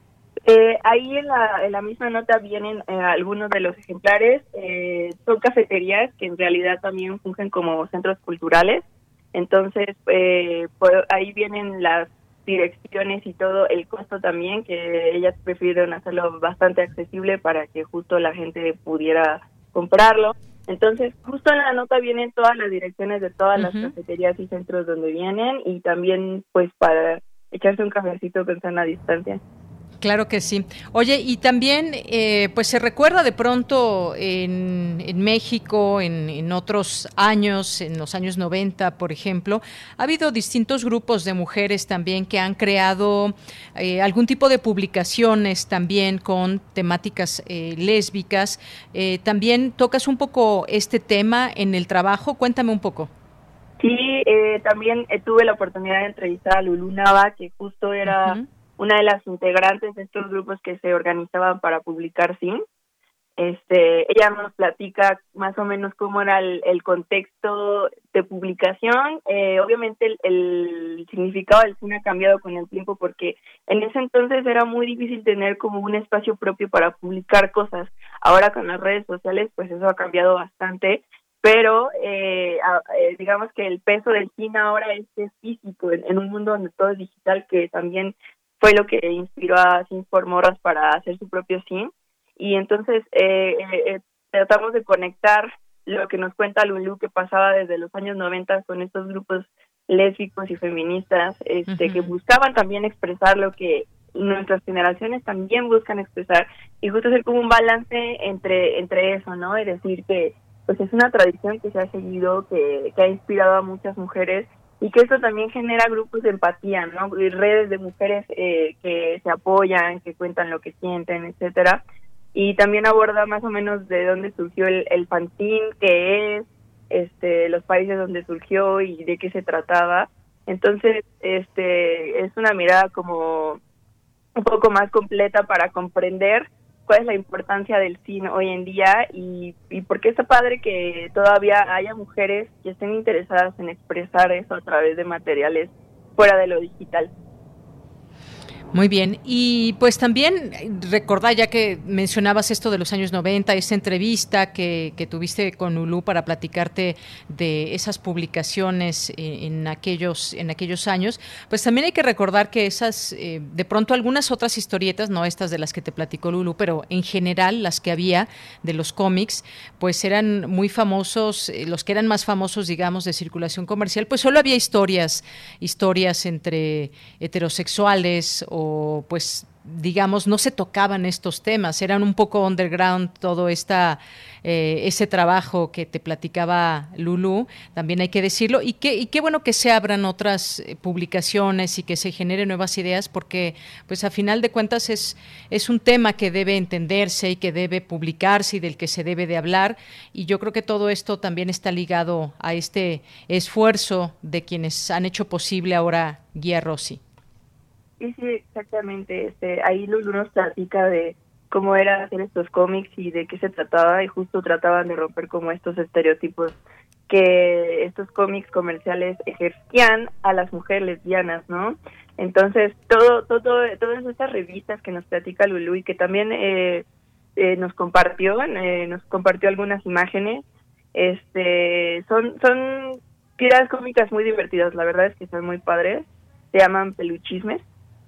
Speaker 12: Eh, ahí en la, en la misma nota vienen eh, algunos de los ejemplares. Eh, son cafeterías que en realidad también fungen como centros culturales. Entonces, eh, por, ahí vienen las direcciones y todo, el costo también, que ellas prefirieron hacerlo bastante accesible para que justo la gente pudiera comprarlo. Entonces, justo en la nota vienen todas las direcciones de todas uh-huh. las cafeterías y centros donde vienen, y también pues para echarse un cafecito con sana distancia.
Speaker 3: Claro que sí. Oye, y también eh, pues se recuerda de pronto en, en México, en, en otros años, en los años noventa, por ejemplo, ha habido distintos grupos de mujeres también que han creado eh, algún tipo de publicaciones también con temáticas eh, lésbicas. Eh, también tocas un poco este tema en el trabajo. Cuéntame un poco.
Speaker 12: Sí, eh, también eh, tuve la oportunidad de entrevistar a Lulú Nava, que justo era... Uh-huh. una de las integrantes de estos grupos que se organizaban para publicar Sin. Este, ella nos platica más o menos cómo era el, el contexto de publicación. Eh, obviamente el, el significado del cine ha cambiado con el tiempo, porque en ese entonces era muy difícil tener como un espacio propio para publicar cosas. Ahora con las redes sociales pues eso ha cambiado bastante, pero eh, eh, digamos que el peso del cine ahora es, es físico, en, en un mundo donde todo es digital, que también fue lo que inspiró a Sin por Morras para hacer su propio cine. Y entonces eh, eh, tratamos de conectar lo que nos cuenta Lulú, que pasaba desde los años noventa con estos grupos lésbicos y feministas, este, uh-huh. que buscaban también expresar lo que nuestras generaciones también buscan expresar, y justo hacer como un balance entre entre eso, ¿no? Es decir, que pues es una tradición que se ha seguido, que, que ha inspirado a muchas mujeres y que esto también genera grupos de empatía, ¿no? Y redes de mujeres eh, que se apoyan, que cuentan lo que sienten, etcétera. Y también aborda más o menos de dónde surgió el, el fanzine, qué es, este, los países donde surgió y de qué se trataba. Entonces, este, es una mirada como un poco más completa para comprender cuál es la importancia del cine hoy en día y, y por qué está padre que todavía haya mujeres que estén interesadas en expresar eso a través de materiales fuera de lo digital.
Speaker 3: Muy bien, y pues también recordar, ya que mencionabas esto de los años noventa, esta entrevista que, que tuviste con Lulú para platicarte de esas publicaciones en, en aquellos en aquellos años, pues también hay que recordar que esas, eh, de pronto algunas otras historietas, no estas de las que te platicó Lulú, pero en general las que había de los cómics, pues eran muy famosos, eh, los que eran más famosos, digamos, de circulación comercial, pues solo había historias, historias entre heterosexuales o pues digamos no se tocaban estos temas, eran un poco underground todo esta eh, ese trabajo que te platicaba Lulú, también hay que decirlo, y que y qué bueno que se abran otras eh, publicaciones y que se generen nuevas ideas, porque pues a final de cuentas es es un tema que debe entenderse y que debe publicarse y del que se debe de hablar, y yo creo que todo esto también está ligado a este esfuerzo de quienes han hecho posible ahora Guía Rossi.
Speaker 12: Sí, sí, exactamente. Este, ahí Lulú nos platica de cómo era hacer estos cómics y de qué se trataba, y justo trataban de romper como estos estereotipos que estos cómics comerciales ejercían a las mujeres lesbianas, ¿no? Entonces, todo, todo, todas estas revistas que nos platica Lulú y que también eh, eh, nos compartió, eh, nos compartió algunas imágenes, este, son, son tiradas cómicas muy divertidas, la verdad es que son muy padres, se llaman peluchismes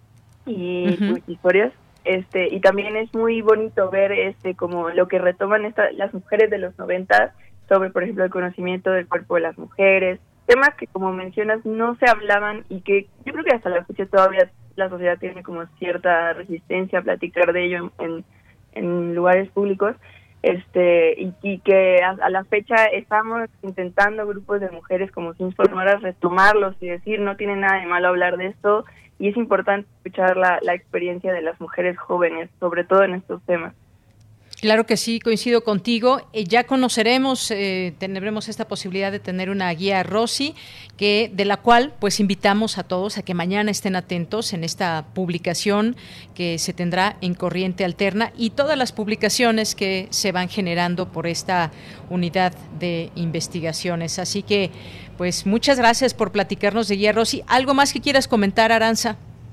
Speaker 12: y uh-huh. pues, historias, este, y también es muy bonito ver este como lo que retoman esta, las mujeres de los noventas sobre, por ejemplo, el conocimiento del cuerpo de las mujeres, temas que, como mencionas, no se hablaban y que yo creo que hasta la fecha todavía la sociedad tiene como cierta resistencia a platicar de ello en, en, en lugares públicos, este y, y que a, a la fecha estamos intentando grupos de mujeres como Sin Formoras retomarlos y decir no tiene nada de malo hablar de esto, y es importante escuchar la, la experiencia de las mujeres jóvenes, sobre todo en estos temas.
Speaker 3: Claro que sí, coincido contigo. Eh, ya conoceremos, eh, tendremos esta posibilidad de tener una guía Rossi, que de la cual pues invitamos a todos a que mañana estén atentos en esta publicación que se tendrá en Corriente Alterna y todas las publicaciones que se van generando por esta unidad de investigaciones. Así que pues muchas gracias por platicarnos de guía Rossi. ¿Algo más que quieras comentar, Aranza?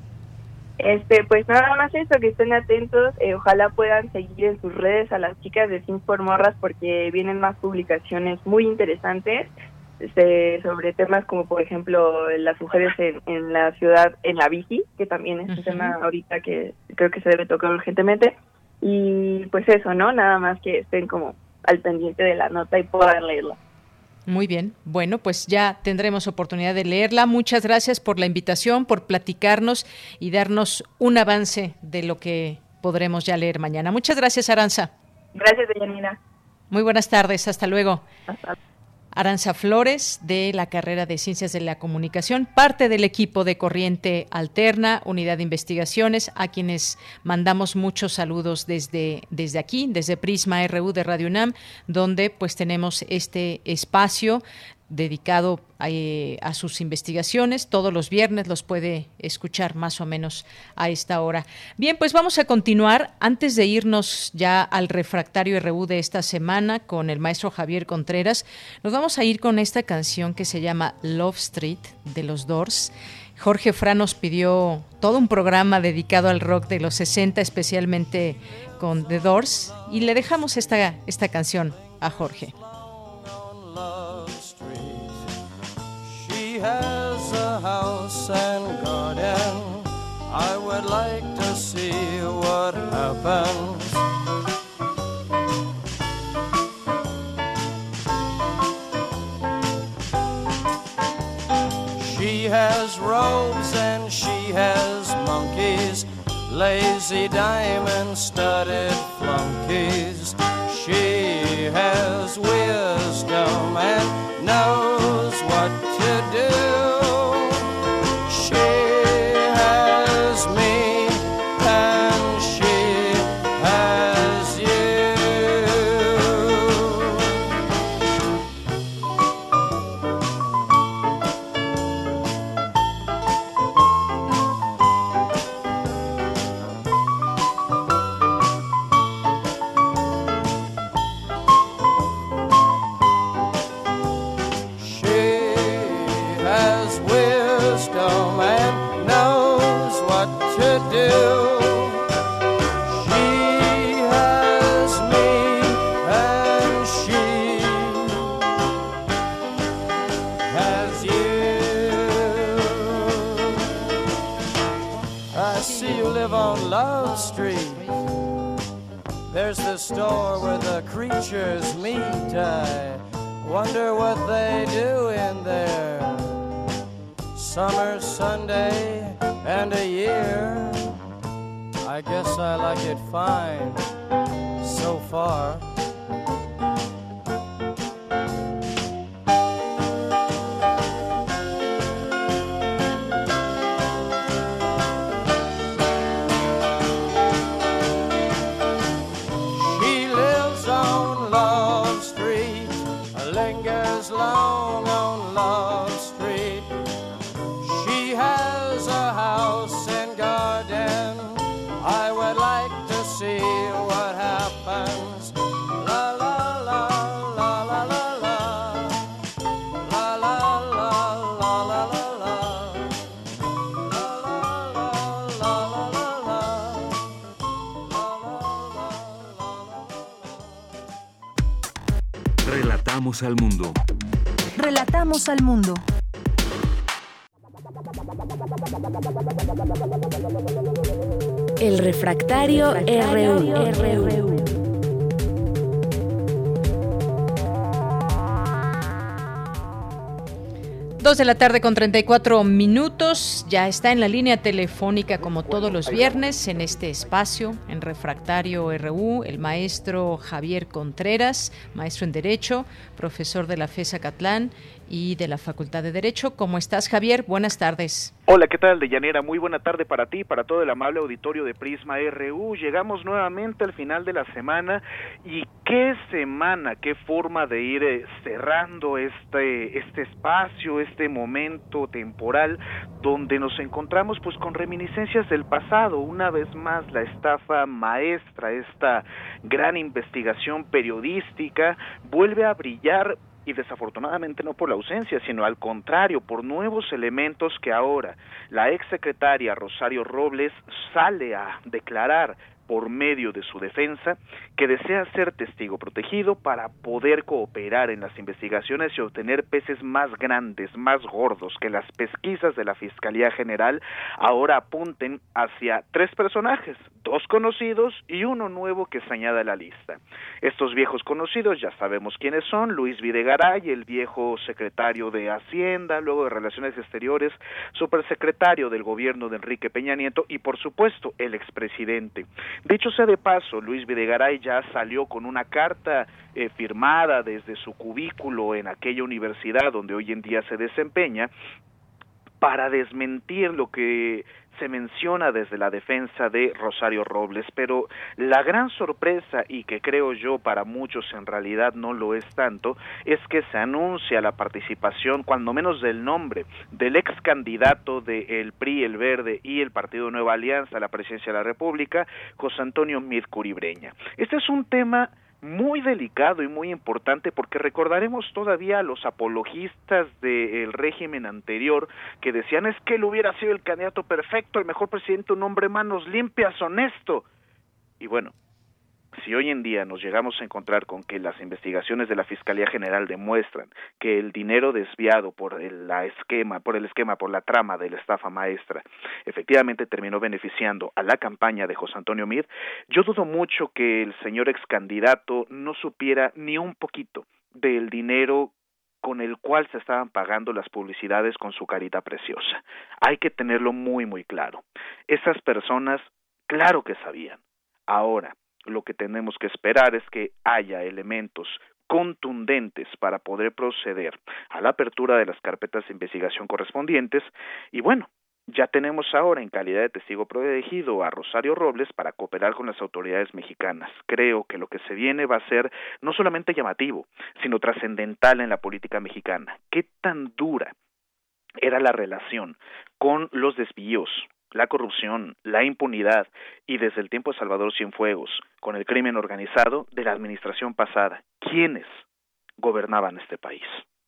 Speaker 12: Este, pues nada más eso, que estén atentos, eh, ojalá puedan seguir en sus redes a las chicas de Sin por Morras, porque vienen más publicaciones muy interesantes este, sobre temas como, por ejemplo, las mujeres en, en la ciudad, en la bici, que también es uh-huh. un tema ahorita que creo que se debe tocar urgentemente, y pues eso, ¿no? Nada más que estén como al pendiente de la nota y puedan leerla.
Speaker 3: Muy bien, bueno, pues ya tendremos oportunidad de leerla. Muchas gracias por la invitación, por platicarnos y darnos un avance de lo que podremos ya leer mañana. Muchas gracias, Aranza.
Speaker 12: Gracias, Deyanira.
Speaker 3: Muy buenas tardes, hasta luego.
Speaker 12: Hasta
Speaker 3: Aranza Flores, de la carrera de Ciencias de la Comunicación, parte del equipo de Corriente Alterna, Unidad de Investigaciones, a quienes mandamos muchos saludos desde, desde aquí, desde Prisma R U de Radio UNAM, donde pues tenemos este espacio dedicado a, eh, a sus investigaciones. Todos los viernes los puede escuchar más o menos a esta hora. Bien, pues vamos a continuar. Antes de irnos ya al refractario R U de esta semana con el maestro Javier Contreras, nos vamos a ir con esta canción que se llama Love Street de los Doors. Jorge Fra nos pidió todo un programa dedicado al rock de los sesenta, especialmente con The Doors, y le dejamos esta, esta canción a Jorge.
Speaker 14: She has a house and garden. I would like to see what happens. She has robes and she has monkeys, lazy diamond-studded flunkies. She has wheels man knows what to do. She has me and she has you. There's the store where the creatures meet. I wonder what they do in there. Summer, Sunday, and a year. I guess I like it fine so far. Long on Love Street. She has a house and garden. I would like to see what happens. La la la la la la la. La la la la la la la. La la la la la la.
Speaker 2: Relatamos al mundo.
Speaker 1: Relatamos al mundo.
Speaker 6: El refractario R U.
Speaker 3: Dos de la tarde con treinta y cuatro minutos. Ya está en la línea telefónica, como todos los viernes, en este espacio, en Refractario R U, el maestro Javier Contreras, maestro en Derecho, profesor de la FES Acatlán y de la Facultad de Derecho. ¿Cómo estás, Javier? Buenas tardes.
Speaker 13: Hola, ¿qué tal, Deyanira? Muy buena tarde para ti y para todo el amable auditorio de Prisma R U. Llegamos nuevamente al final de la semana y qué semana, qué forma de ir eh, cerrando este este espacio, este momento temporal donde nos encontramos pues con reminiscencias del pasado. Una vez más la estafa maestra, esta gran investigación periodística vuelve a brillar. Y desafortunadamente no por la ausencia, sino al contrario, por nuevos elementos que ahora la exsecretaria Rosario Robles sale a declarar por medio de su defensa, que desea ser testigo protegido para poder cooperar en las investigaciones y obtener peces más grandes, más gordos, que las pesquisas de la Fiscalía General ahora apunten hacia tres personajes, dos conocidos y uno nuevo que se añade a la lista. Estos viejos conocidos ya sabemos quiénes son: Luis Videgaray, el viejo secretario de Hacienda, luego de Relaciones Exteriores, supersecretario del gobierno de Enrique Peña Nieto y por supuesto el expresidente. Dicho sea de paso, Luis Videgaray ya salió con una carta eh, firmada desde su cubículo en aquella universidad donde hoy en día se desempeña para desmentir lo que se menciona desde la defensa de Rosario Robles, pero la gran sorpresa, y que creo yo para muchos en realidad no lo es tanto, es que se anuncia la participación, cuando menos del nombre, del ex candidato del P R I, el Verde y el Partido Nueva Alianza a la presidencia de la República, José Antonio Meade Curibreña. Este es un tema muy delicado y muy importante porque recordaremos todavía a los apologistas del régimen anterior que decían es que él hubiera sido el candidato perfecto, el mejor presidente, un hombre manos limpias, honesto. Y bueno, si hoy en día nos llegamos a encontrar con que las investigaciones de la Fiscalía General demuestran que el dinero desviado por el la esquema, por el esquema, por la trama de la estafa maestra, efectivamente terminó beneficiando a la campaña de José Antonio Meade, yo dudo mucho que el señor ex candidato no supiera ni un poquito del dinero con el cual se estaban pagando las publicidades con su carita preciosa. Hay que tenerlo muy muy claro. Esas personas, claro que sabían. Ahora, lo que tenemos que esperar es que haya elementos contundentes para poder proceder a la apertura de las carpetas de investigación correspondientes. Y bueno, ya tenemos ahora en calidad de testigo protegido a Rosario Robles para cooperar con las autoridades mexicanas. Creo que lo que se viene va a ser no solamente llamativo, sino trascendental en la política mexicana. ¿Qué tan dura era la relación con los desvíos, la corrupción, la impunidad y desde el tiempo de Salvador Cienfuegos con el crimen organizado de la administración pasada? ¿Quiénes gobernaban este país?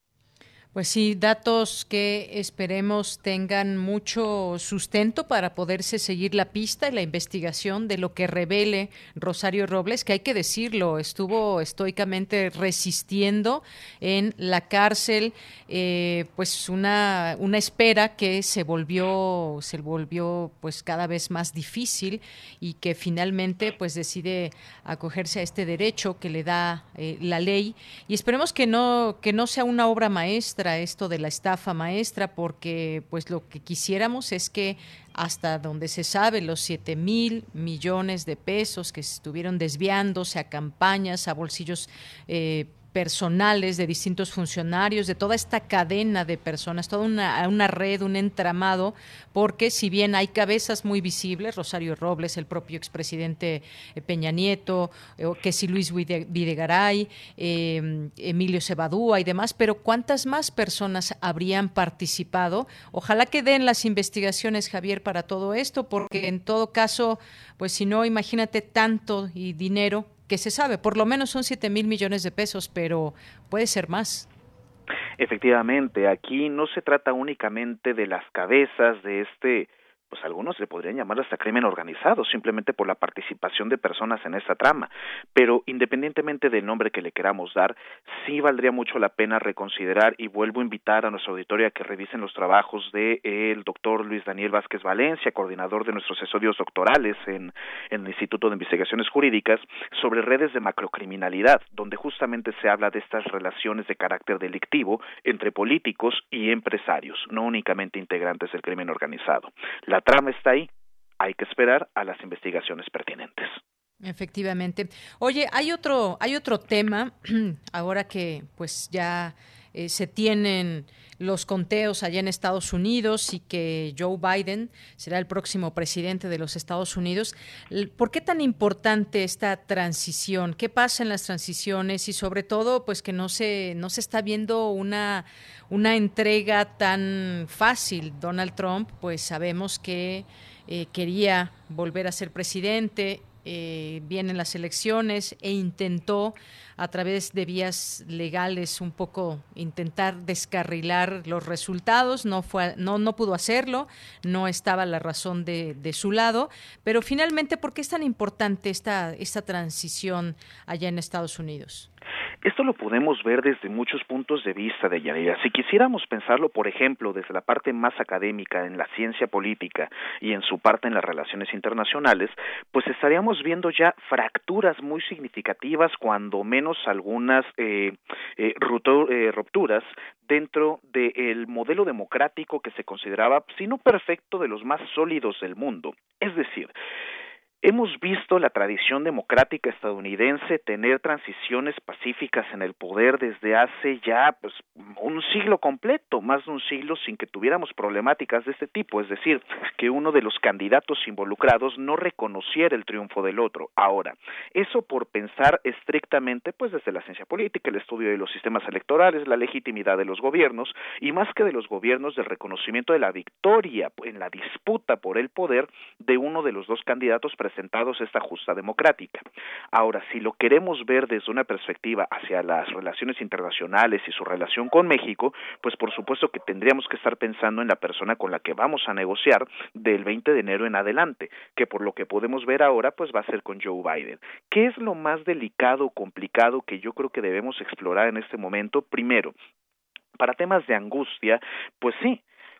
Speaker 3: Pues sí, datos que esperemos tengan mucho sustento para poderse seguir la pista y la investigación de lo que revele Rosario Robles, que hay que decirlo, estuvo estoicamente resistiendo en la cárcel, eh, pues una, una espera que se volvió, se volvió pues cada vez más difícil y que finalmente pues decide acogerse a este derecho que le da eh, la ley, y esperemos que no, que no sea una obra maestra esto de la estafa maestra, porque pues lo que quisiéramos es que hasta donde se sabe los siete mil millones de pesos que estuvieron desviándose a campañas, a bolsillos eh, personales de distintos funcionarios, de toda esta cadena de personas, toda una, una red, un entramado, porque si bien hay cabezas muy visibles, Rosario Robles, el propio expresidente Peña Nieto, eh, que si Luis Videgaray, eh, Emilio Cebadúa y demás, pero ¿cuántas más personas habrían participado? Ojalá que den las investigaciones, Javier, para todo esto, porque en todo caso, pues si no, imagínate tanto y dinero que se sabe, por lo menos son siete mil millones de pesos, pero puede ser más.
Speaker 13: Efectivamente, aquí no se trata únicamente de las cabezas de este, pues algunos le podrían llamar hasta crimen organizado, simplemente por la participación de personas en esta trama, pero independientemente del nombre que le queramos dar, sí valdría mucho la pena reconsiderar, y vuelvo a invitar a nuestra auditorio a que revisen los trabajos de eh, el doctor Luis Daniel Vázquez Valencia, coordinador de nuestros estudios doctorales en, en el Instituto de Investigaciones Jurídicas, sobre redes de macrocriminalidad, donde justamente se habla de estas relaciones de carácter delictivo entre políticos y empresarios, no únicamente integrantes del crimen organizado. La La trama está ahí, hay que esperar a las investigaciones pertinentes.
Speaker 3: Efectivamente. Oye, hay otro, hay otro tema, ahora que pues ya eh, se tienen los conteos allá en Estados Unidos y que Joe Biden será el próximo presidente de los Estados Unidos. ¿Por qué tan importante esta transición? ¿Qué pasa en las transiciones? Y sobre todo, pues que no se, no se está viendo una, una entrega tan fácil. Donald Trump, pues sabemos que eh, quería volver a ser presidente. Eh, vienen las elecciones e intentó a través de vías legales un poco intentar descarrilar los resultados, no fue, no, no pudo hacerlo, no estaba la razón de, de su lado, pero finalmente, ¿por qué es tan importante esta, esta transición allá en Estados Unidos?
Speaker 13: Esto lo podemos ver desde muchos puntos de vista, Deyanira. Si quisiéramos pensarlo, por ejemplo, desde la parte más académica en la ciencia política y en su parte en las relaciones internacionales, pues estaríamos viendo ya fracturas muy significativas, cuando menos algunas eh, eh, rupturas dentro del modelo democrático que se consideraba, si no perfecto, de los más sólidos del mundo. Es decir, hemos visto la tradición democrática estadounidense tener transiciones pacíficas en el poder desde hace ya pues un siglo completo, más de un siglo, sin que tuviéramos problemáticas de este tipo, es decir, que uno de los candidatos involucrados no reconociera el triunfo del otro. Ahora, eso por pensar estrictamente pues desde la ciencia política, el estudio de los sistemas electorales, la legitimidad de los gobiernos, y más que de los gobiernos, del reconocimiento de la victoria en la disputa por el poder de uno de los dos candidatos presentados esta justa democrática. Ahora, si lo queremos ver desde una perspectiva hacia las relaciones internacionales y su relación con México, pues por supuesto que tendríamos que estar pensando en la persona con la que vamos a negociar del veinte de enero en adelante, que por lo que podemos ver ahora, pues va a ser con Joe Biden. ¿Qué es lo más delicado, complicado que yo creo que debemos explorar en este momento? Primero, para temas de angustia, pues sí,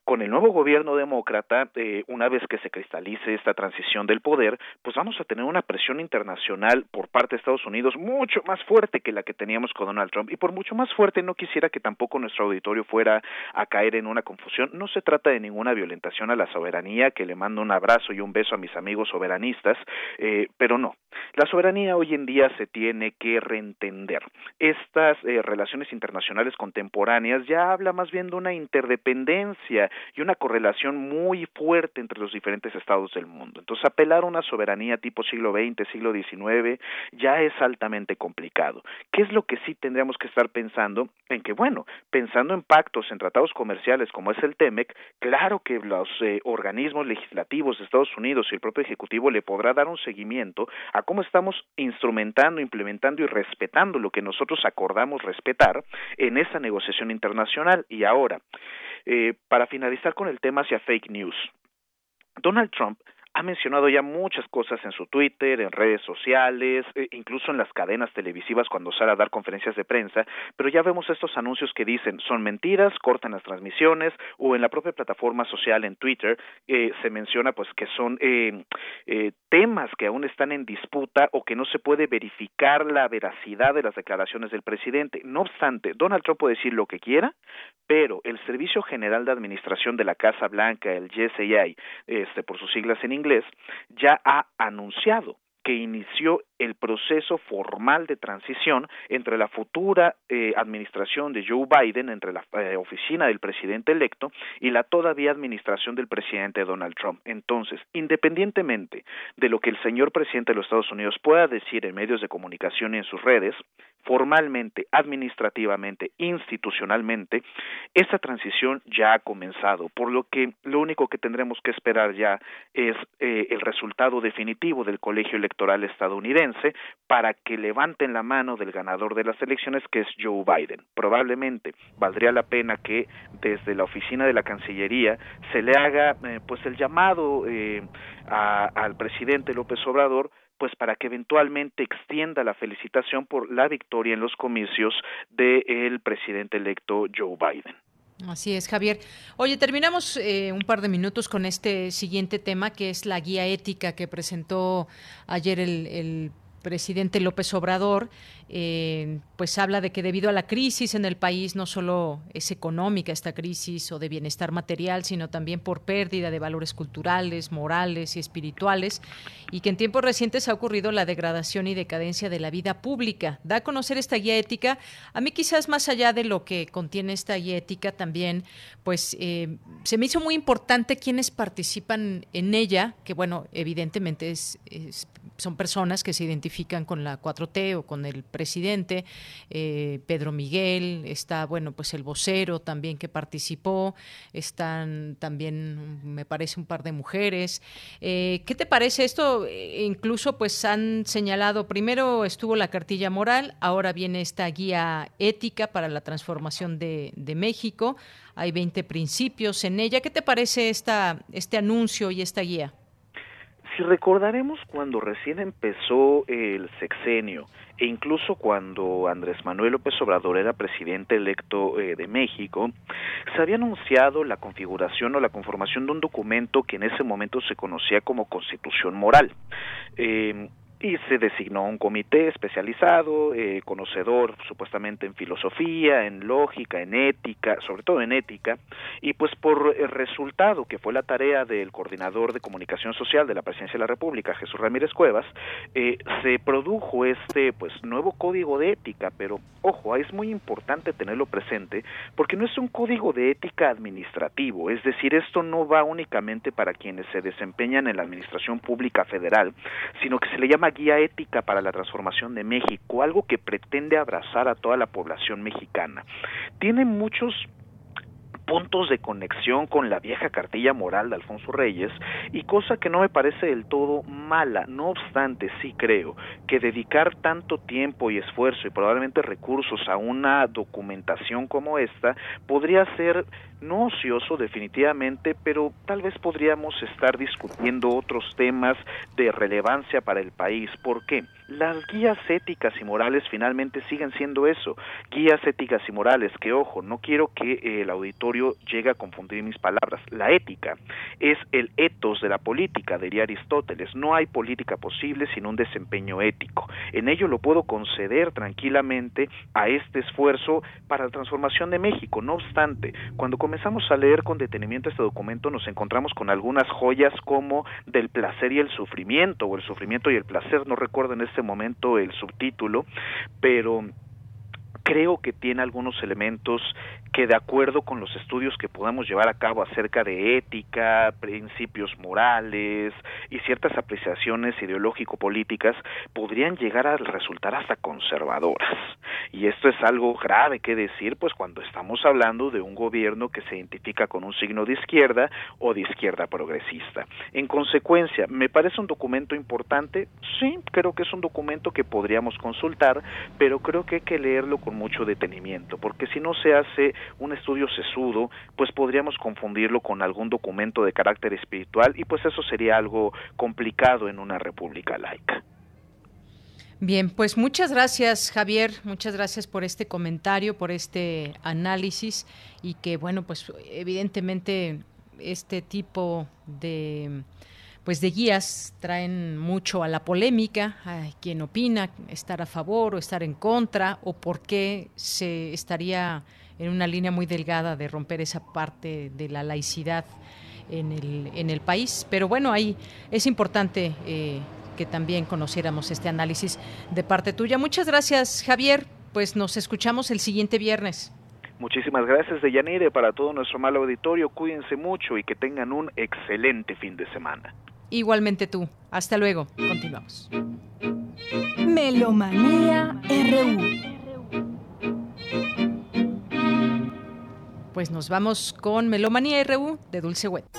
Speaker 13: con el nuevo gobierno demócrata, eh, una vez que se cristalice esta transición del poder, pues vamos a tener una presión internacional por parte de Estados Unidos mucho más fuerte que la que teníamos con Donald Trump, y por mucho más fuerte no quisiera que tampoco nuestro auditorio fuera a caer en una confusión. No se trata de ninguna violentación a la soberanía, que le mando un abrazo y un beso a mis amigos soberanistas, eh, pero no. La soberanía hoy en día se tiene que reentender. Estas eh, relaciones internacionales contemporáneas ya habla más bien de una interdependencia y una correlación muy fuerte entre los diferentes estados del mundo. Entonces, apelar a una soberanía tipo siglo veinte, siglo diecinueve, ya es altamente complicado. ¿Qué es lo que sí tendríamos que estar pensando? En que, bueno, pensando en pactos, en tratados comerciales como es el TEMEC, claro que los eh, organismos legislativos de Estados Unidos y el propio Ejecutivo le podrá dar un seguimiento a cómo estamos instrumentando, implementando y respetando lo que nosotros acordamos respetar en esa negociación internacional. Y ahora, eh, para finalizar con el tema hacia fake news, Donald Trump ha mencionado ya muchas cosas en su Twitter, en redes sociales, eh, incluso en las cadenas televisivas cuando sale a dar conferencias de prensa, pero ya vemos estos anuncios que dicen son mentiras, cortan las transmisiones, o en la propia plataforma social en Twitter eh, se menciona pues que son eh, eh, temas que aún están en disputa o que no se puede verificar la veracidad de las declaraciones del presidente. No obstante, Donald Trump puede decir lo que quiera, pero el Servicio General de Administración de la Casa Blanca, el G S A, este, por sus siglas en inglés, ya ha anunciado que inició el proceso formal de transición entre la futura eh, administración de Joe Biden, entre la eh, oficina del presidente electo y la todavía administración del presidente Donald Trump. Entonces, independientemente de lo que el señor presidente de los Estados Unidos pueda decir en medios de comunicación y en sus redes, formalmente, administrativamente, institucionalmente, esta transición ya ha comenzado, por lo que lo único que tendremos que esperar ya es eh, el resultado definitivo del colegio electoral estadounidense para que levanten la mano del ganador de las elecciones, que es Joe Biden. Probablemente valdría la pena que desde la oficina de la Cancillería se le haga eh, pues el llamado eh, a, al presidente López Obrador, pues para que eventualmente extienda la felicitación por la victoria en los comicios del presidente electo Joe Biden.
Speaker 3: Así es, Javier. Oye, terminamos eh, un par de minutos con este siguiente tema, que es la guía ética que presentó ayer el, el presidente López Obrador. Eh, pues habla de que debido a la crisis en el país, no solo es económica esta crisis o de bienestar material, sino también por pérdida de valores culturales, morales y espirituales, y que en tiempos recientes ha ocurrido la degradación y decadencia de la vida pública. Da a conocer esta guía ética. A mí, quizás más allá de lo que contiene esta guía ética, también pues eh, se me hizo muy importante quienes participan en ella, que bueno, evidentemente es, es, son personas que se identifican con la cuatro T o con el presidente, eh, Pedro Miguel, está, bueno, pues el vocero también que participó, están también, me parece, un par de mujeres. Eh, ¿Qué te parece esto? Eh, incluso, pues han señalado, primero estuvo la cartilla moral, ahora viene esta guía ética para la transformación de, de México. Hay veinte principios en ella. ¿Qué te parece esta, este anuncio y esta guía?
Speaker 13: Si recordaremos cuando recién empezó el sexenio e incluso cuando Andrés Manuel López Obrador era presidente electo eh, de México, se había anunciado la configuración o la conformación de un documento que en ese momento se conocía como Constitución Moral. Eh, y se designó un comité especializado, eh, conocedor supuestamente en filosofía, en lógica, en ética, sobre todo en ética, y pues por el resultado que fue la tarea del coordinador de comunicación social de la Presidencia de la República, Jesús Ramírez Cuevas, eh, se produjo este pues nuevo código de ética, pero ojo, es muy importante tenerlo presente, porque no es un código de ética administrativo, es decir, esto no va únicamente para quienes se desempeñan en la administración pública federal, sino que se le llama guía ética para la transformación de México, algo que pretende abrazar a toda la población mexicana. Tiene muchos puntos de conexión con la vieja cartilla moral de Alfonso Reyes, y cosa que no me parece del todo mala. No obstante, sí creo que dedicar tanto tiempo y esfuerzo y probablemente recursos a una documentación como esta podría ser no ocioso definitivamente, pero tal vez podríamos estar discutiendo otros temas de relevancia para el país. ¿Por qué? Las guías éticas y morales finalmente siguen siendo eso, guías éticas y morales, que ojo, no quiero que eh, el auditorio llegue a confundir mis palabras. La ética es el etos de la política, diría Aristóteles. No hay política posible sin un desempeño ético. En ello lo puedo conceder tranquilamente a este esfuerzo para la transformación de México. No obstante, cuando comenzamos a leer con detenimiento este documento, nos encontramos con algunas joyas como del placer y el sufrimiento, o el sufrimiento y el placer, no recuerdo en este momento el subtítulo, pero creo que tiene algunos elementos que, de acuerdo con los estudios que podamos llevar a cabo acerca de ética, principios morales y ciertas apreciaciones ideológico-políticas, podrían llegar a resultar hasta conservadoras. Y esto es algo grave que decir, pues cuando estamos hablando de un gobierno que se identifica con un signo de izquierda o de izquierda progresista. En consecuencia, ¿me parece un documento importante? Sí, creo que es un documento que podríamos consultar, pero creo que hay que leerlo con mucho detenimiento, porque si no se hace un estudio sesudo, pues podríamos confundirlo con algún documento de carácter espiritual, y pues eso sería algo complicado en una república laica.
Speaker 3: Bien, pues muchas gracias, Javier, muchas gracias por este comentario, por este análisis, y que bueno, pues evidentemente este tipo de pues de guías traen mucho a la polémica, hay quien opina estar a favor o estar en contra, o por qué se estaría en una línea muy delgada de romper esa parte de la laicidad en el en el país. Pero bueno, ahí es importante eh, que también conociéramos este análisis de parte tuya. Muchas gracias, Javier. Pues nos escuchamos el siguiente viernes.
Speaker 13: Muchísimas gracias, Deyanire, para todo nuestro amable auditorio. Cuídense mucho y que tengan un excelente fin de semana.
Speaker 3: Igualmente tú. Hasta luego. Continuamos.
Speaker 1: Melomanía R U.
Speaker 3: Pues nos vamos con Melomanía R U de Dulce Wet.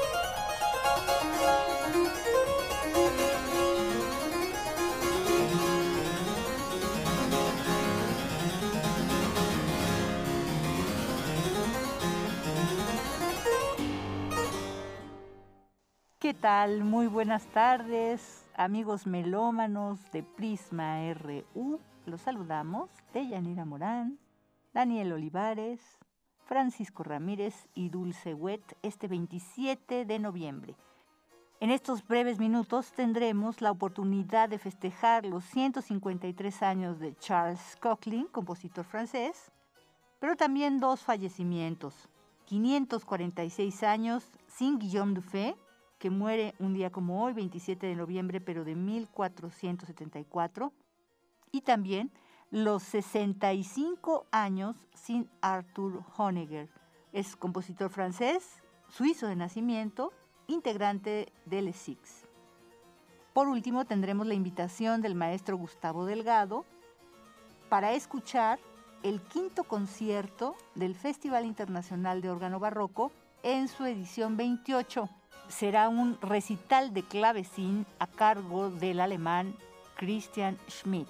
Speaker 15: ¿Qué tal? Muy buenas tardes, amigos melómanos de Prisma R U. Los saludamos Deyanira Morán, Daniel Olivares, Francisco Ramírez y Dulce Wet este veintisiete de noviembre. En estos breves minutos tendremos la oportunidad de festejar los ciento cincuenta y tres años de Charles Coughlin, compositor francés, pero también dos fallecimientos. quinientos cuarenta y seis años sin Guillaume Dufay, que muere un día como hoy, veintisiete de noviembre, pero de mil cuatrocientos setenta y cuatro, y también los sesenta y cinco años sin Arthur Honegger. Es compositor francés, suizo de nacimiento, integrante de Les Six. Por último, tendremos la invitación del maestro Gustavo Delgado para escuchar el quinto concierto del Festival Internacional de Órgano Barroco en su edición veintiocho. Será un recital de clavecín a cargo del alemán Christian Schmidt.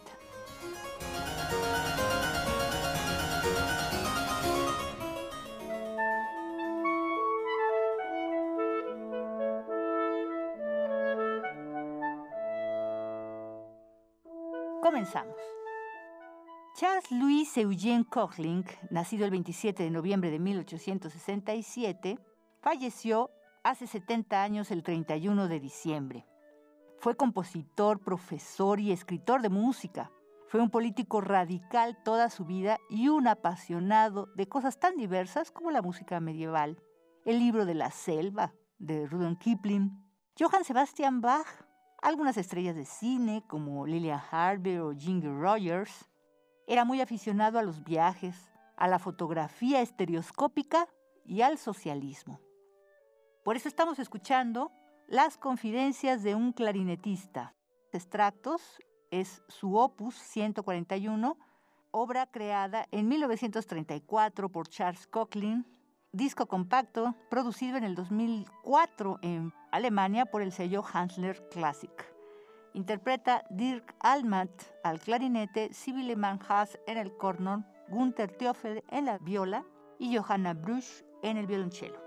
Speaker 15: Comenzamos. Charles Louis Eugène Coughlin, nacido el veintisiete de noviembre de mil ochocientos sesenta y siete, falleció hace setenta años el treinta y uno de diciembre. Fue compositor, profesor y escritor de música. Fue un político radical toda su vida y un apasionado de cosas tan diversas como la música medieval, el libro de la selva de Rudyard Kipling, Johann Sebastian Bach, algunas estrellas de cine como Lillian Harvey o Ginger Rogers. Era muy aficionado a los viajes, a la fotografía estereoscópica y al socialismo. Por eso estamos escuchando Las confidencias de un clarinetista. Extractos es su opus ciento cuarenta y uno, obra creada en mil novecientos treinta y cuatro por Charles Coughlin, disco compacto producido en el dos mil cuatro en Alemania por el sello Hansler Classic. Interpreta Dirk Allman al clarinete, Sibylle Manhas en el corno, Gunther Teufel en la viola y Johanna Bruch en el violonchelo.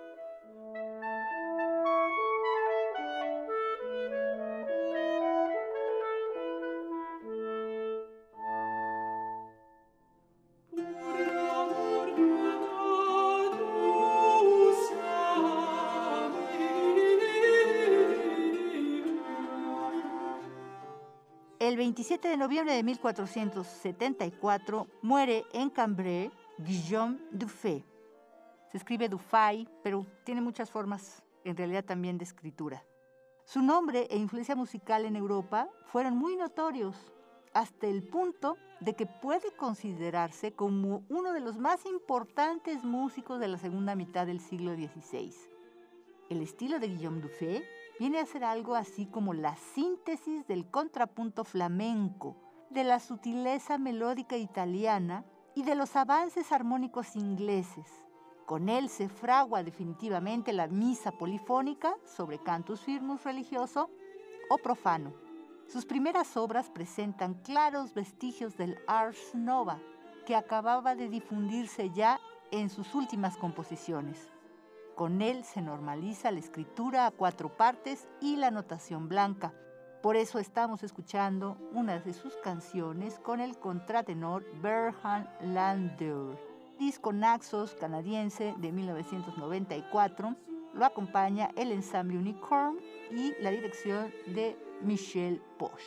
Speaker 15: veintisiete de noviembre de mil cuatrocientos setenta y cuatro muere en Cambrai Guillaume Dufay. Se escribe Dufay, pero tiene muchas formas, en realidad también de escritura. Su nombre e influencia musical en Europa fueron muy notorios, hasta el punto de que puede considerarse como uno de los más importantes músicos de la segunda mitad del siglo dieciséis. El estilo de Guillaume Dufay viene a ser algo así como la síntesis del contrapunto flamenco, de la sutileza melódica italiana y de los avances armónicos ingleses. Con él se fragua definitivamente la misa polifónica sobre cantus firmus religioso o profano. Sus primeras obras presentan claros vestigios del ars nova, que acababa de difundirse ya en sus últimas composiciones. Con él se normaliza la escritura a cuatro partes y la notación blanca. Por eso estamos escuchando una de sus canciones con el contratenor Bernhard Landauer. Disco Naxos canadiense de mil novecientos noventa y cuatro. Lo acompaña el ensamble Unicorn y la dirección de Michel Poch.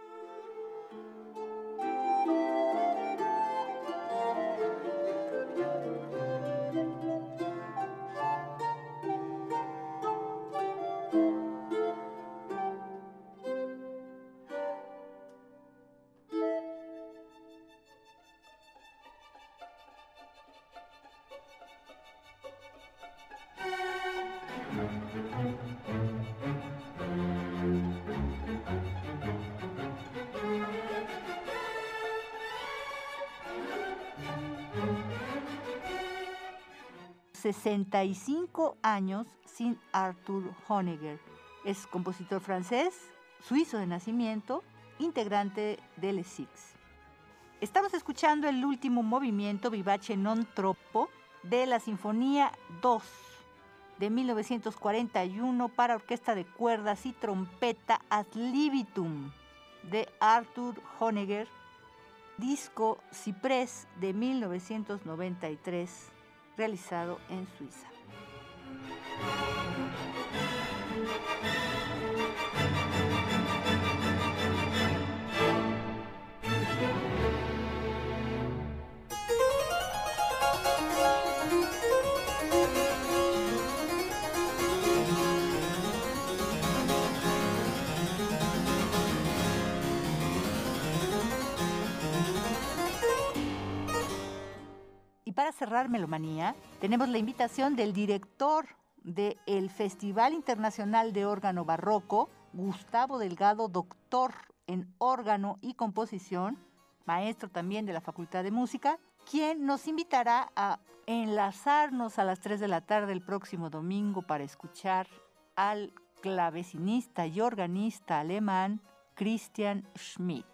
Speaker 15: sesenta y cinco años sin Arthur Honegger. Es compositor francés, suizo de nacimiento, integrante de Les Six. Estamos escuchando el último movimiento Vivace non troppo de la Sinfonía dos de mil novecientos cuarenta y uno para orquesta de cuerdas y trompeta Ad libitum de Arthur Honegger, disco Ciprés de mil novecientos noventa y tres, realizado en Suiza. Para cerrar Melomanía, tenemos la invitación del director del Festival Internacional de Órgano Barroco, Gustavo Delgado, doctor en órgano y composición, maestro también de la Facultad de Música, quien nos invitará a enlazarnos a las tres de la tarde el próximo domingo para escuchar al clavecinista y organista alemán Christian Schmidt.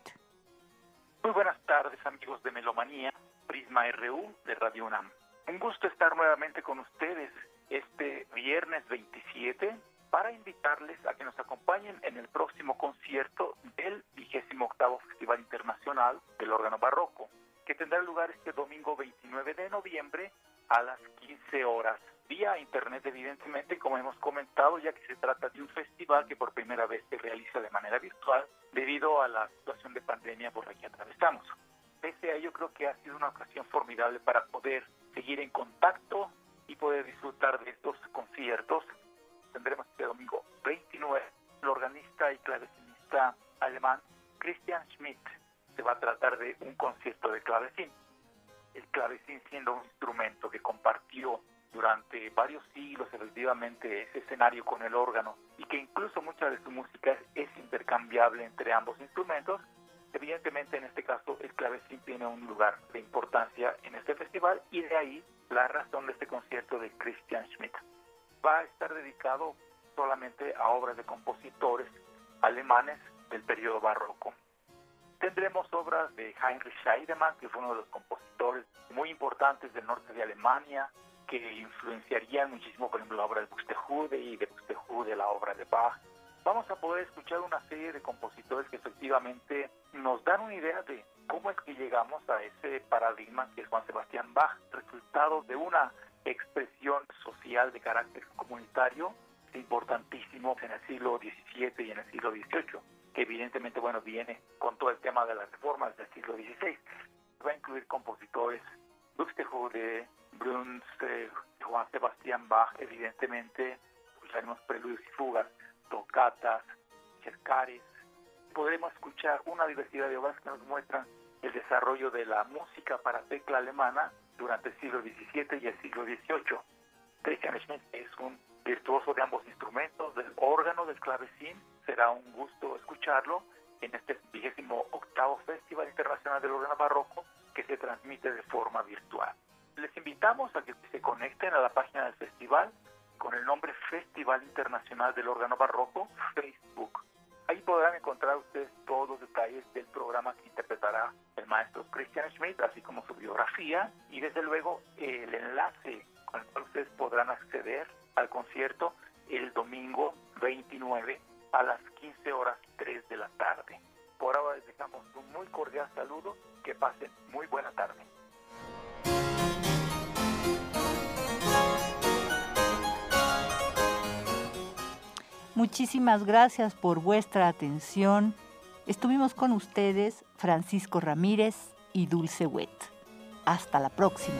Speaker 16: Muy buenas tardes, amigos de Melomanía. Prisma R U de Radio UNAM. Un gusto estar nuevamente con ustedes este viernes veintisiete para invitarles a que nos acompañen en el próximo concierto del vigésimo octavo Festival Internacional del Órgano Barroco, que tendrá lugar este domingo veintinueve de noviembre a las quince horas, vía internet evidentemente, como hemos comentado, ya que se trata de un festival que por primera vez se realiza de manera virtual debido a la situación de pandemia por la que atravesamos. Pese a ello, creo que ha sido una ocasión formidable para poder seguir en contacto y poder disfrutar de estos conciertos. Tendremos este domingo veintinueve el organista y clavecinista alemán Christian Schmidt. Se va a tratar de un concierto de clavecín. El clavecín siendo un instrumento que compartió durante varios siglos efectivamente ese escenario con el órgano y que incluso mucha de su música es intercambiable entre ambos instrumentos. Evidentemente, en este caso, el clavecín tiene un lugar de importancia en este festival y de ahí la razón de este concierto de Christian Schmidt. Va a estar dedicado solamente a obras de compositores alemanes del periodo barroco. Tendremos obras de Heinrich Scheidemann, que fue uno de los compositores muy importantes del norte de Alemania, que influenciarían muchísimo, por ejemplo, la obra de Buxtehude y de Buxtehude la obra de Bach. Vamos a poder escuchar una serie de compositores que efectivamente nos dan una idea de cómo es que llegamos a ese paradigma que es Juan Sebastián Bach, resultado de una expresión social de carácter comunitario importantísimo en el siglo diecisiete y en el siglo dieciocho. que evidentemente, bueno, viene con todo el tema de las reformas del siglo dieciséis. Va a incluir compositores, Buxtehude, Bruns, eh, Juan Sebastián Bach, evidentemente, escucharemos preludios y fugas, tocatas, cercares. Podremos escuchar una diversidad de obras que nos muestran el desarrollo de la música para tecla alemana durante el siglo diecisiete y el siglo dieciocho. Christian Schmidt es un virtuoso de ambos instrumentos, del órgano, del clavecín. Será un gusto escucharlo en este vigésimo octavo Festival Internacional del Órgano Barroco, que se transmite de forma virtual. Les invitamos a que se conecten a la página del festival con el nombre Festival Internacional del Órgano Barroco, Facebook. Ahí podrán encontrar ustedes todos los detalles del programa que interpretará el maestro Christian Schmidt, así como su biografía y desde luego el enlace con el cual ustedes podrán acceder al concierto el domingo veintinueve a las quince horas tres de la tarde. Por ahora les dejamos un muy cordial saludo, que pasen muy buena tarde.
Speaker 15: Muchísimas gracias por vuestra atención. Estuvimos con ustedes Francisco Ramírez y Dulce Wet. Hasta la próxima.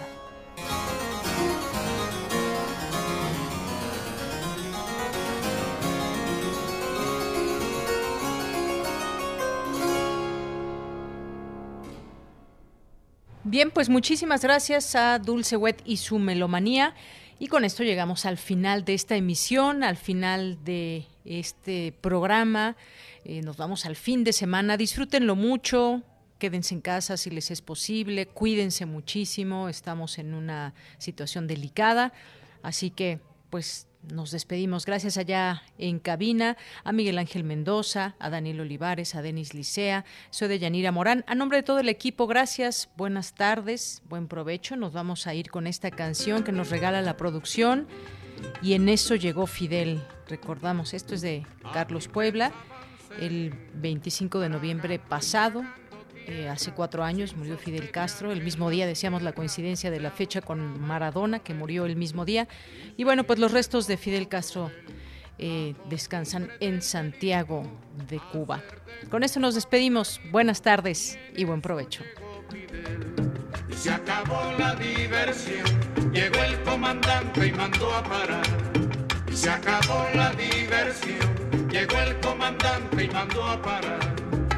Speaker 3: Bien, pues muchísimas gracias a Dulce Wet y su melomanía. Y con esto llegamos al final de esta emisión, al final de este programa. Eh, nos vamos al fin de semana. Disfrútenlo mucho, quédense en casa si les es posible, cuídense muchísimo. Estamos en una situación delicada, así que pues nos despedimos. Gracias allá en cabina a Miguel Ángel Mendoza, a Daniel Olivares, a Denis Licea. Soy de Yanira Morán. A nombre de todo el equipo, gracias, buenas tardes, buen provecho. Nos vamos a ir con esta canción que nos regala la producción. Y en eso llegó Fidel. Recordamos, esto es de Carlos Puebla. El veinticinco de noviembre pasado, eh, hace cuatro años, murió Fidel Castro. El mismo día, decíamos la coincidencia de la fecha con Maradona, que murió el mismo día. Y bueno, pues los restos de Fidel Castro eh, descansan en Santiago de Cuba. Con esto nos despedimos. Buenas tardes y buen provecho.
Speaker 17: Y se acabó la diversión, llegó el comandante y mandó a parar. Y se acabó la diversión, llegó el comandante y mandó a parar.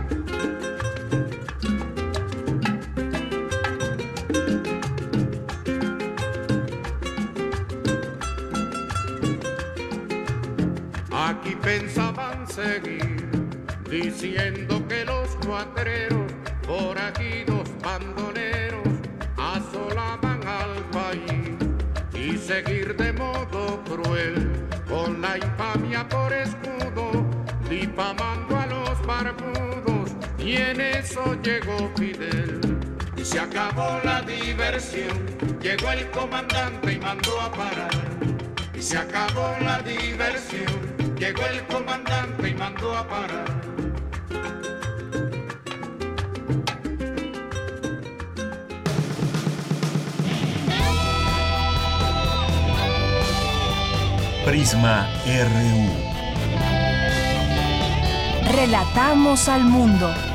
Speaker 17: Aquí pensaban seguir diciendo que los cuatreros, forajidos bandoleros, asolaban al país y seguir de modo cruel con la infamia por escudo, difamando a los barbudos, y en eso llegó Fidel. Y se acabó la diversión, llegó el comandante y mandó a parar. Y se acabó la diversión, llegó el comandante y mandó a parar.
Speaker 2: Prisma R U.
Speaker 1: Relatamos al mundo.